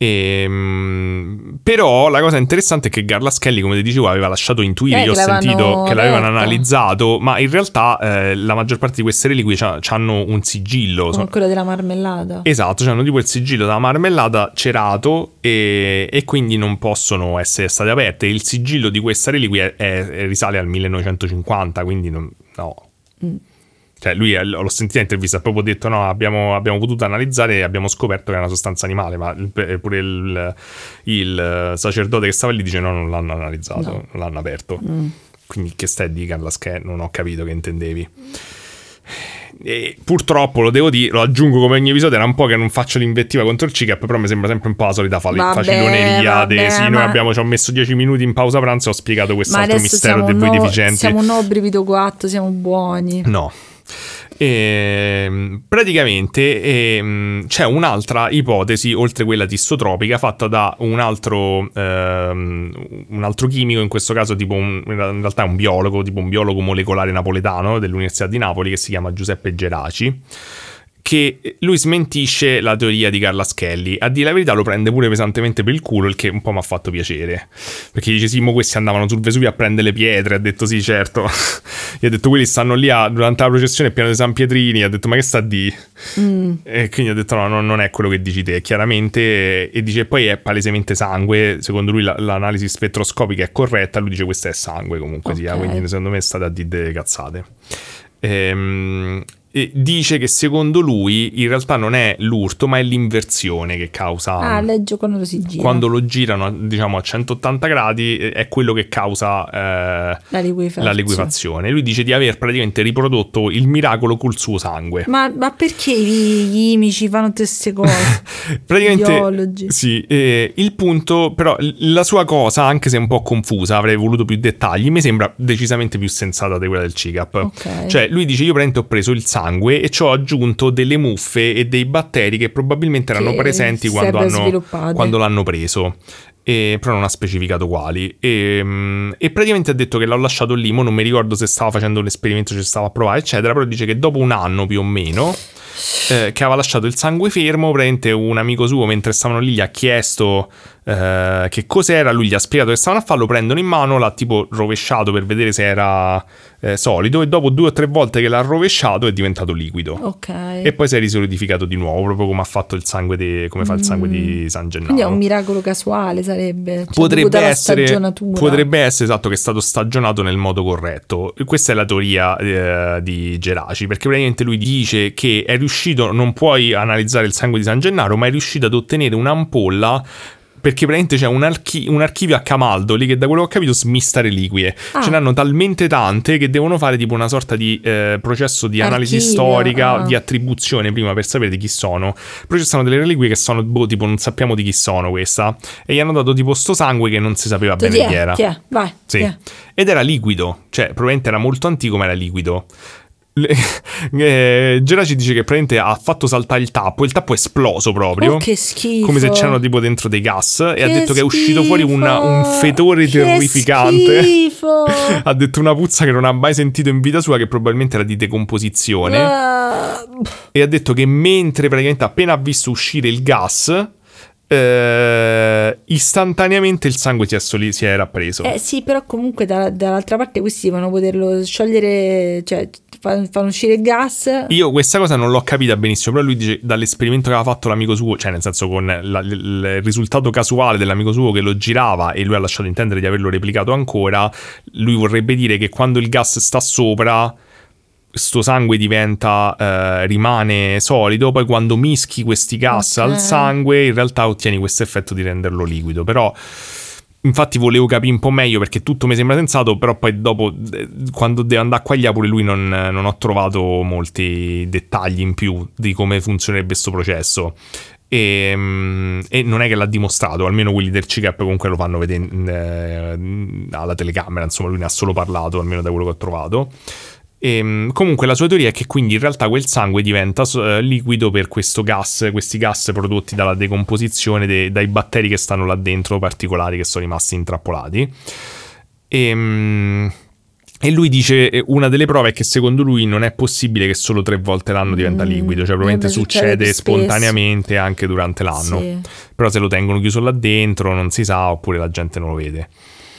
Però la cosa interessante è che Garlaschelli, come ti dicevo, aveva lasciato intuire, io ho sentito che l'avevano analizzato, ma in realtà la maggior parte di queste reliquie hanno un sigillo, come quello della marmellata. Esatto, hanno tipo il sigillo della marmellata cerato, e quindi non possono essere state aperte. Il sigillo di questa reliquia risale al 1950, quindi no. Cioè lui, l'ho sentita in intervista, ha proprio detto no, abbiamo potuto analizzare e abbiamo scoperto che è una sostanza animale, ma pure il sacerdote che stava lì dice no, non l'hanno analizzato, non l'hanno aperto. Quindi che stai di Garlaschelli? Non ho capito che intendevi. E purtroppo lo devo dire, lo aggiungo come ogni episodio, era un po' che non faccio l'invettiva contro il CICAP, però mi sembra sempre un po' la solita faciloneria. Sì, noi ci ho messo 10 minuti in pausa pranzo e ho spiegato quest'altro mistero dei voi deficienti. Siamo no brivido 4, siamo buoni. No. Praticamente c'è un'altra ipotesi oltre quella tistotropica fatta da un altro chimico, in questo caso tipo in realtà è un biologo, tipo un biologo molecolare napoletano dell'Università di Napoli, che si chiama Giuseppe Geraci, che lui smentisce la teoria di Carla Schelli. A dire la verità lo prende pure pesantemente per il culo, il che un po' mi ha fatto piacere, perché dice sì, mo questi andavano sul Vesuvio a prendere le pietre. Ha detto sì, certo. Gli ha detto quelli stanno lì durante la processione pieno di San Pietrini. Ha detto ma che sta di? E quindi ha detto no, non è quello che dici te, chiaramente. E dice poi è palesemente sangue. Secondo lui l'analisi spettroscopica è corretta, lui dice questo è sangue comunque sia, quindi secondo me state a dire delle cazzate. E dice che secondo lui in realtà non è l'urto ma è l'inversione che causa, leggio quando lo si gira, quando lo girano diciamo a 180 gradi è quello che causa la liquefazione. Lui dice di aver praticamente riprodotto il miracolo col suo sangue. Ma perché i chimici fanno tutte queste cose? Praticamente biologi. Sì, il punto però, la sua cosa, anche se è un po' confusa, avrei voluto più dettagli, mi sembra decisamente più sensata di quella del CICAP. Okay. Cioè lui dice io praticamente ho preso il sangue e ci ho aggiunto delle muffe e dei batteri che probabilmente erano presenti quando l'hanno preso. Però non ha specificato quali. E praticamente ha detto che l'ho lasciato lì. Mo non mi ricordo se stava facendo l'esperimento, se stava a provare, eccetera. Però dice che dopo un anno più o meno, che aveva lasciato il sangue fermo, praticamente un amico suo, mentre stavano lì, gli ha chiesto che cos'era. Lui gli ha spiegato che stavano a farlo, prendono in mano, l'ha tipo rovesciato per vedere se era solido, e dopo 2 o 3 volte che l'ha rovesciato è diventato liquido. Okay. E poi si è risolidificato di nuovo, proprio come ha fatto il sangue come fa il sangue di San Gennaro. Quindi è un miracolo casuale, sarebbe. Potrebbe essere esatto, che è stato stagionato nel modo corretto. Questa è la teoria di Geraci, perché praticamente lui dice che è riuscito, non puoi analizzare il sangue di San Gennaro, ma è riuscito ad ottenere un'ampolla, perché praticamente c'è un archivio a Camaldo lì che, da quello che ho capito, smista reliquie. Ce n'hanno talmente tante che devono fare tipo una sorta di processo di analisi storica, di attribuzione prima, per sapere di chi sono. Processano delle reliquie che sono tipo non sappiamo di chi sono questa, e gli hanno dato tipo sto sangue che non si sapeva bene chi era. Vai, sì. Ed era liquido, cioè probabilmente era molto antico ma era liquido. Geraci dice che praticamente ha fatto saltare il tappo è esploso proprio. Che schifo. Come se c'erano tipo dentro dei gas. E ha detto che è uscito fuori un fetore terrificante. Schifo. Ha detto una puzza che non ha mai sentito in vita sua, che probabilmente era di decomposizione. E ha detto che mentre praticamente appena ha visto uscire il gas, istantaneamente il sangue si era preso. Sì, però comunque dall'altra parte questi devono poterlo sciogliere, cioè fanno uscire il gas. Io questa cosa non l'ho capita benissimo, però lui dice dall'esperimento che aveva fatto l'amico suo, cioè nel senso con il risultato casuale dell'amico suo che lo girava, e lui ha lasciato intendere di averlo replicato ancora, lui vorrebbe dire che quando il gas sta sopra, sto sangue rimane solido, poi quando mischi questi gas al sangue in realtà ottieni questo effetto di renderlo liquido. Però infatti volevo capire un po' meglio, perché tutto mi sembra sensato, però poi dopo quando devo andare qua pure lui non ho trovato molti dettagli in più di come funzionerebbe questo processo. E non è che l'ha dimostrato, almeno quelli del CICAP comunque lo fanno vedere alla telecamera, insomma lui ne ha solo parlato, almeno da quello che ho trovato. E comunque la sua teoria è che quindi in realtà quel sangue diventa liquido per questi gas prodotti dalla decomposizione dai batteri che stanno là dentro, particolari, che sono rimasti intrappolati. E lui dice una delle prove è che secondo lui non è possibile che solo 3 volte l'anno diventa liquido, cioè probabilmente succede spontaneamente anche durante l'anno. Sì. Però se lo tengono chiuso là dentro non si sa, oppure la gente non lo vede.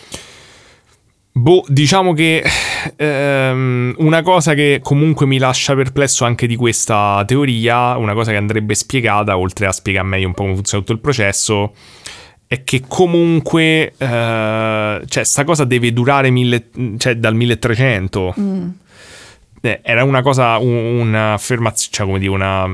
Diciamo che una cosa che comunque mi lascia perplesso anche di questa teoria, una cosa che andrebbe spiegata, oltre a spiegare meglio un po' come funziona tutto il processo, è che comunque cioè sta cosa deve durare dal 1300. Era una cosa, un'affermazione, cioè come dire,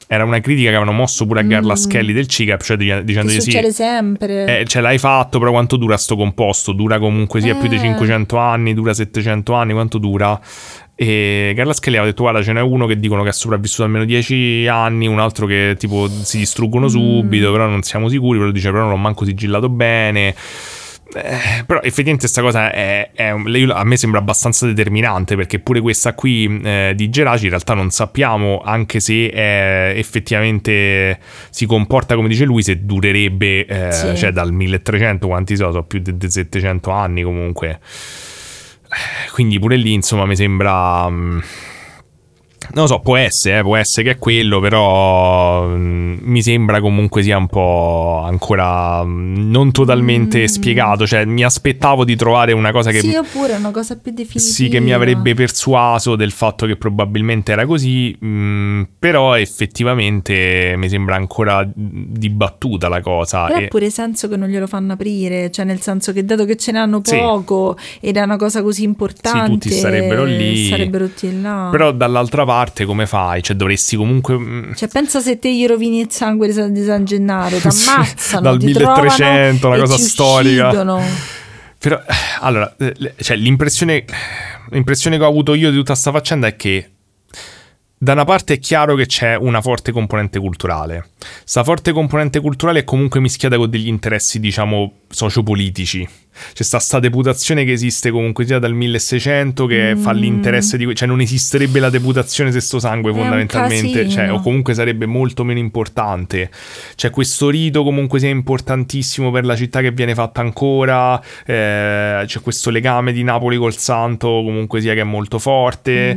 Era una critica che avevano mosso pure a Garlaschelli del CICAP, cioè dicendo che succede sempre. Ce l'hai fatto, però quanto dura sto composto? Dura comunque sia più di 500 anni, dura 700 anni, quanto dura? E Garlaschelli aveva detto: guarda, ce n'è uno che dicono che è sopravvissuto almeno 10 anni, un altro che tipo si distruggono subito, però non siamo sicuri. Però dice: però non l'ho manco sigillato bene. Però effettivamente questa cosa a me sembra abbastanza determinante, perché pure questa qui di Geraci in realtà non sappiamo, anche se effettivamente si comporta come dice lui, se durerebbe cioè dal 1300, quanti sono più di 700 anni comunque, quindi pure lì insomma mi sembra... non lo so, può essere che è quello, però mi sembra comunque sia un po' ancora non totalmente spiegato, cioè mi aspettavo di trovare una cosa che... Sì, oppure una cosa più definitiva. Sì, che mi avrebbe persuaso del fatto che probabilmente era così, però effettivamente mi sembra ancora dibattuta la cosa. Però ha pure senso che non glielo fanno aprire, cioè nel senso che dato che ce ne hanno poco ed è una cosa così importante, sì, tutti sarebbero tutti là. Però dall'altra parte come fai? Cioè dovresti comunque... Cioè pensa se te gli rovini il sangue di San Gennaro, ti ammazzano, dal ti 1300, una cosa ci storica. Uccidono. Però, allora, cioè l'impressione che ho avuto io di tutta sta faccenda è che da una parte è chiaro che c'è una forte componente culturale. Sta forte componente culturale è comunque mischiata con degli interessi, diciamo, sociopolitici. C'è sta deputazione che esiste comunque sia dal 1600 che fa l'interesse di... Cioè non esisterebbe la deputazione se sto sangue fondamentalmente, cioè, o comunque sarebbe molto meno importante. C'è questo rito comunque sia importantissimo per la città che viene fatta ancora, c'è questo legame di Napoli col santo comunque sia che è molto forte,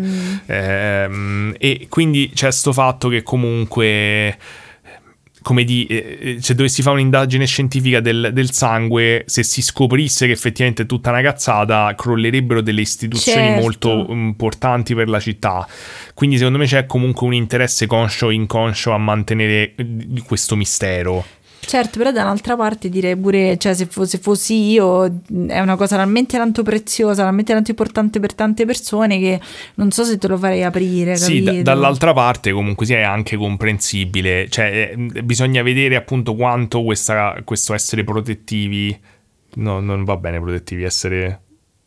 e quindi c'è sto fatto che comunque... come se dovessi fare un'indagine scientifica del sangue, se si scoprisse che effettivamente è tutta una cazzata, crollerebbero delle istituzioni molto importanti per la città. Quindi secondo me c'è comunque un interesse conscio o inconscio a mantenere questo mistero. Certo, però da un'altra parte direi pure, cioè se fossi io, è una cosa talmente tanto preziosa, talmente tanto importante per tante persone che non so se te lo farei aprire, capito? Sì, dall'altra parte comunque sia è anche comprensibile, cioè bisogna vedere appunto quanto questo essere protettivi, no, non va bene protettivi, essere...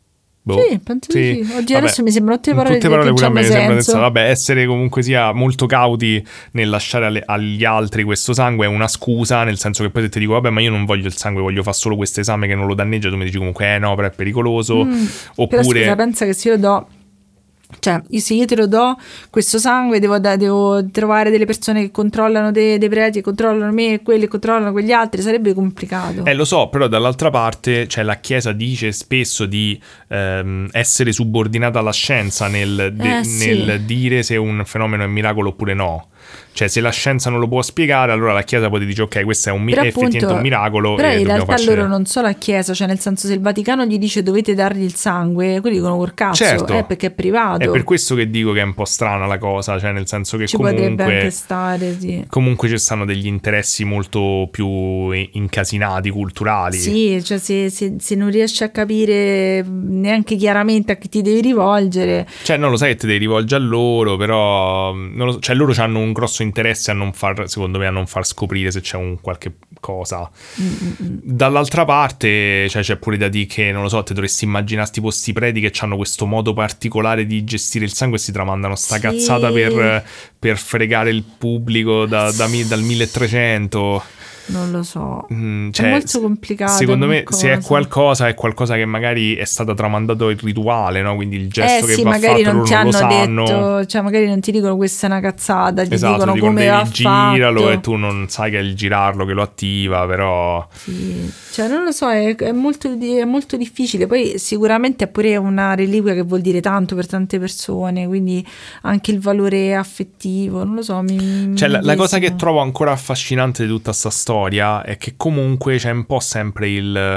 Sì, penso di sì. Oggi adesso mi sembrano tutte parole pure a me sembrano senso. Vabbè, essere comunque sia molto cauti nel lasciare agli altri questo sangue è una scusa, nel senso che poi se ti dico vabbè ma io non voglio il sangue, voglio fare solo questo esame che non lo danneggia, tu mi dici comunque no, però è pericoloso. Oppure... Però scusa, pensa che se io do... Cioè, se io te lo do questo sangue, devo trovare delle persone che controllano dei preti, che controllano me, quelli che controllano quegli altri, sarebbe complicato. Lo so, però dall'altra parte, cioè, la Chiesa dice spesso di essere subordinata alla scienza nel dire se un fenomeno è miracolo oppure no. Cioè se la scienza non lo può spiegare, allora la Chiesa poi ti dice ok, questo è effettivamente un miracolo. Però in realtà loro non so la Chiesa, cioè nel senso se il Vaticano gli dice dovete dargli il sangue, quelli dicono col cazzo, certo, perché è privato. È per questo che dico che è un po' strana la cosa, cioè nel senso che ci potrebbe anche stare, sì. Comunque ci stanno degli interessi molto più incasinati, culturali. Sì, cioè se non riesci a capire neanche chiaramente a chi ti devi rivolgere. Cioè non lo sai che ti devi rivolgere a loro, però cioè loro hanno un grosso interesse a non far, secondo me, a non far scoprire se c'è un qualche cosa. Dall'altra parte, cioè c'è pure da dire che, non lo so, te dovresti immaginare tipo sti preti che hanno questo modo particolare di gestire il sangue e si tramandano sta cazzata per fregare il pubblico dal 1300. Non lo so, cioè, è molto complicato. Secondo me se è qualcosa che magari è stato tramandato il rituale, no? Quindi il gesto che sì, va magari fatto, non ti hanno sanno. Detto, cioè magari non ti dicono questa è una cazzata, ti esatto, dicono come va giralo fatto. E tu non sai che è il girarlo che lo attiva, però sì, cioè non lo so, è molto difficile. Poi sicuramente è pure una reliquia che vuol dire tanto per tante persone, quindi anche il valore affettivo, non lo so, cioè la cosa che trovo ancora affascinante di tutta sta storia è che comunque c'è un po' sempre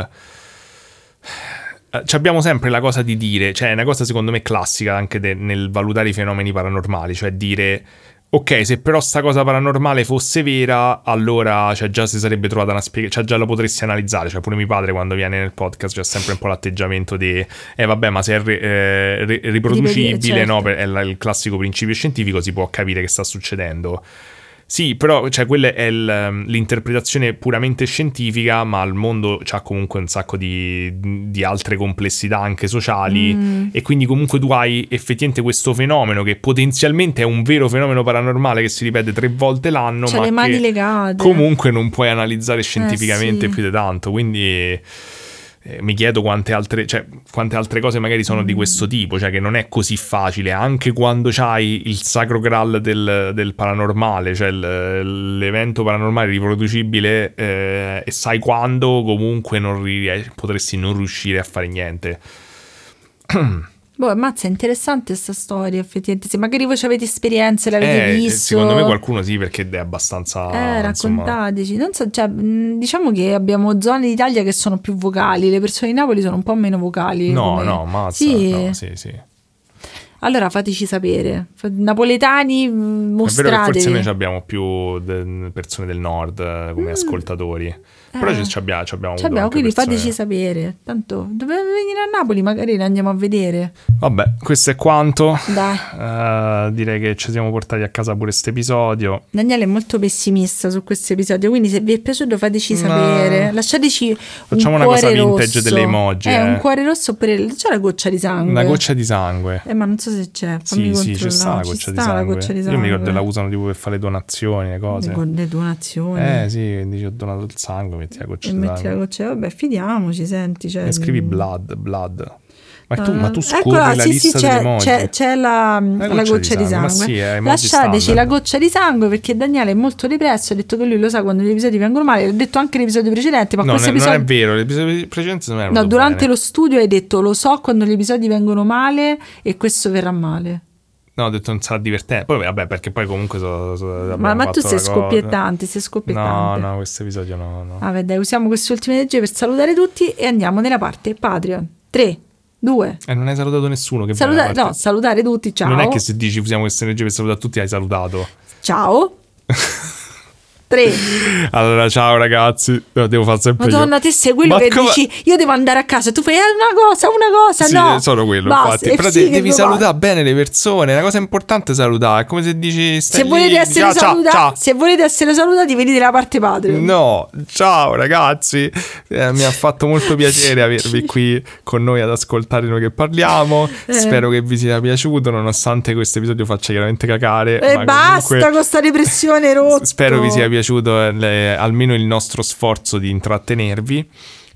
abbiamo sempre la cosa di dire, cioè è una cosa secondo me classica anche nel valutare i fenomeni paranormali, cioè dire ok, se però sta cosa paranormale fosse vera, allora cioè, già si sarebbe trovata una spiegazione, cioè già lo potresti analizzare, cioè pure mio padre quando viene nel podcast c'è sempre un po' l'atteggiamento di vabbè ma se è riproducibile, certo. No, è il classico principio scientifico, si può capire che sta succedendo. Sì, però cioè, quella è l'interpretazione puramente scientifica, ma il mondo ha comunque un sacco di altre complessità anche sociali, e quindi comunque tu hai effettivamente questo fenomeno che potenzialmente è un vero fenomeno paranormale che si ripete 3 volte l'anno, c'ha ma le mani che legate. comunque non puoi analizzare scientificamente sì. più di tanto, quindi... mi chiedo quante altre cose magari sono di questo tipo, cioè che non è così facile, anche quando c'hai il sacro graal del paranormale, cioè l'evento paranormale riproducibile, e sai quando comunque potresti non riuscire a fare niente. Boh, ammazza, è interessante sta storia, effettivamente. Se magari voi avete esperienze, l'avete visto. Secondo me qualcuno sì, perché è abbastanza... raccontateci. Non so, cioè, diciamo che abbiamo zone d'Italia che sono più vocali, le persone di Napoli sono un po' meno vocali. No, mazza. Sì. No, sì. Allora fateci sapere. Napoletani, mostratevi. È vero che forse noi abbiamo più persone del nord come ascoltatori. Però abbiamo quindi persone. fateci sapere. Tanto dovete venire a Napoli, magari ne andiamo a vedere. Vabbè, questo è quanto. Dai. Direi che ci siamo portati a casa pure questo episodio. Daniele è molto pessimista su questo episodio, quindi se vi è piaciuto fateci sapere. Lasciateci facciamo un una cosa vintage rosso. delle emoji. Un cuore rosso oppure c'è la goccia di sangue. Una goccia di sangue. Ma non so se c'è. Sì, c'è sta la goccia di sangue. Io mi ricordo che la usano tipo per fare le donazioni e cose. Le donazioni. Sì, dici ho donato il sangue, metti la goccia di sangue. Vabbè, fidiamoci, senti. Cioè... E scrivi blood. Ma tu scorri la lista delle emoji. C'è la goccia di sangue. Sì, lasciateci la goccia di sangue, perché Daniele è molto depresso. Ha detto che lui lo sa quando gli episodi vengono male. L'ha detto anche l'episodio precedente. Ma no, questo non è vero. L'episodio precedente non era. No, durante bene. lo studio hai detto lo so quando gli episodi vengono male e questo verrà male. No, ho detto non sarà divertente. Poi vabbè, perché poi comunque ma tu sei scoppiettante, No, questo episodio no. Vabbè, dai, usiamo queste ultime energie per salutare tutti e andiamo nella parte Patreon. 3, 2. E non hai salutato nessuno. Che salutare tutti, ciao. Non è che se dici usiamo queste energie per salutare tutti hai salutato. Ciao. 3. Allora, ciao ragazzi. Devo fare sempre Madonna, te sei quello che dici io devo andare a casa, tu fai una cosa, sì, no. Sono quello, basta, infatti. Però devi salutare bene le persone. È una cosa importante salutare. È come se dici se volete essere salutati, se volete essere salutati, venite nella parte Patreon. No, ciao ragazzi. Mi ha fatto molto piacere avervi qui con noi ad ascoltare noi che parliamo. Spero che vi sia piaciuto, nonostante questo episodio faccia chiaramente cacare. E basta con sta depressione rotta. Spero vi sia piaciuto almeno il nostro sforzo di intrattenervi,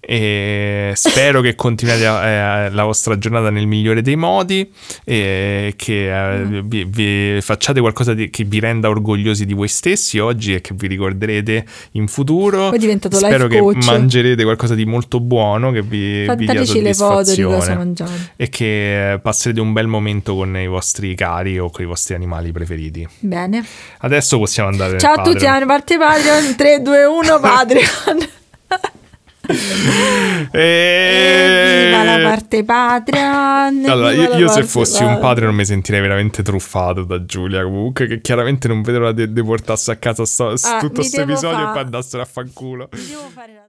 e spero che continuiate la vostra giornata nel migliore dei modi, e che vi facciate qualcosa che vi renda orgogliosi di voi stessi oggi e che vi ricorderete in futuro. Poi è diventato spero life che coach. Mangerete qualcosa di molto buono che vi dia soddisfazione, le foto di cosa mangiare, e che passerete un bel momento con i vostri cari o con i vostri animali preferiti. Bene, adesso possiamo andare ciao a tutti, alla parte Patreon. 3, 2, 1 Patreon. Viva la parte Patreon. Allora, io se fossi un padre non mi sentirei veramente truffato da Giulia, comunque, che chiaramente non vedo l'ora di portarsi a casa tutto questo episodio e poi andassero a fanculo.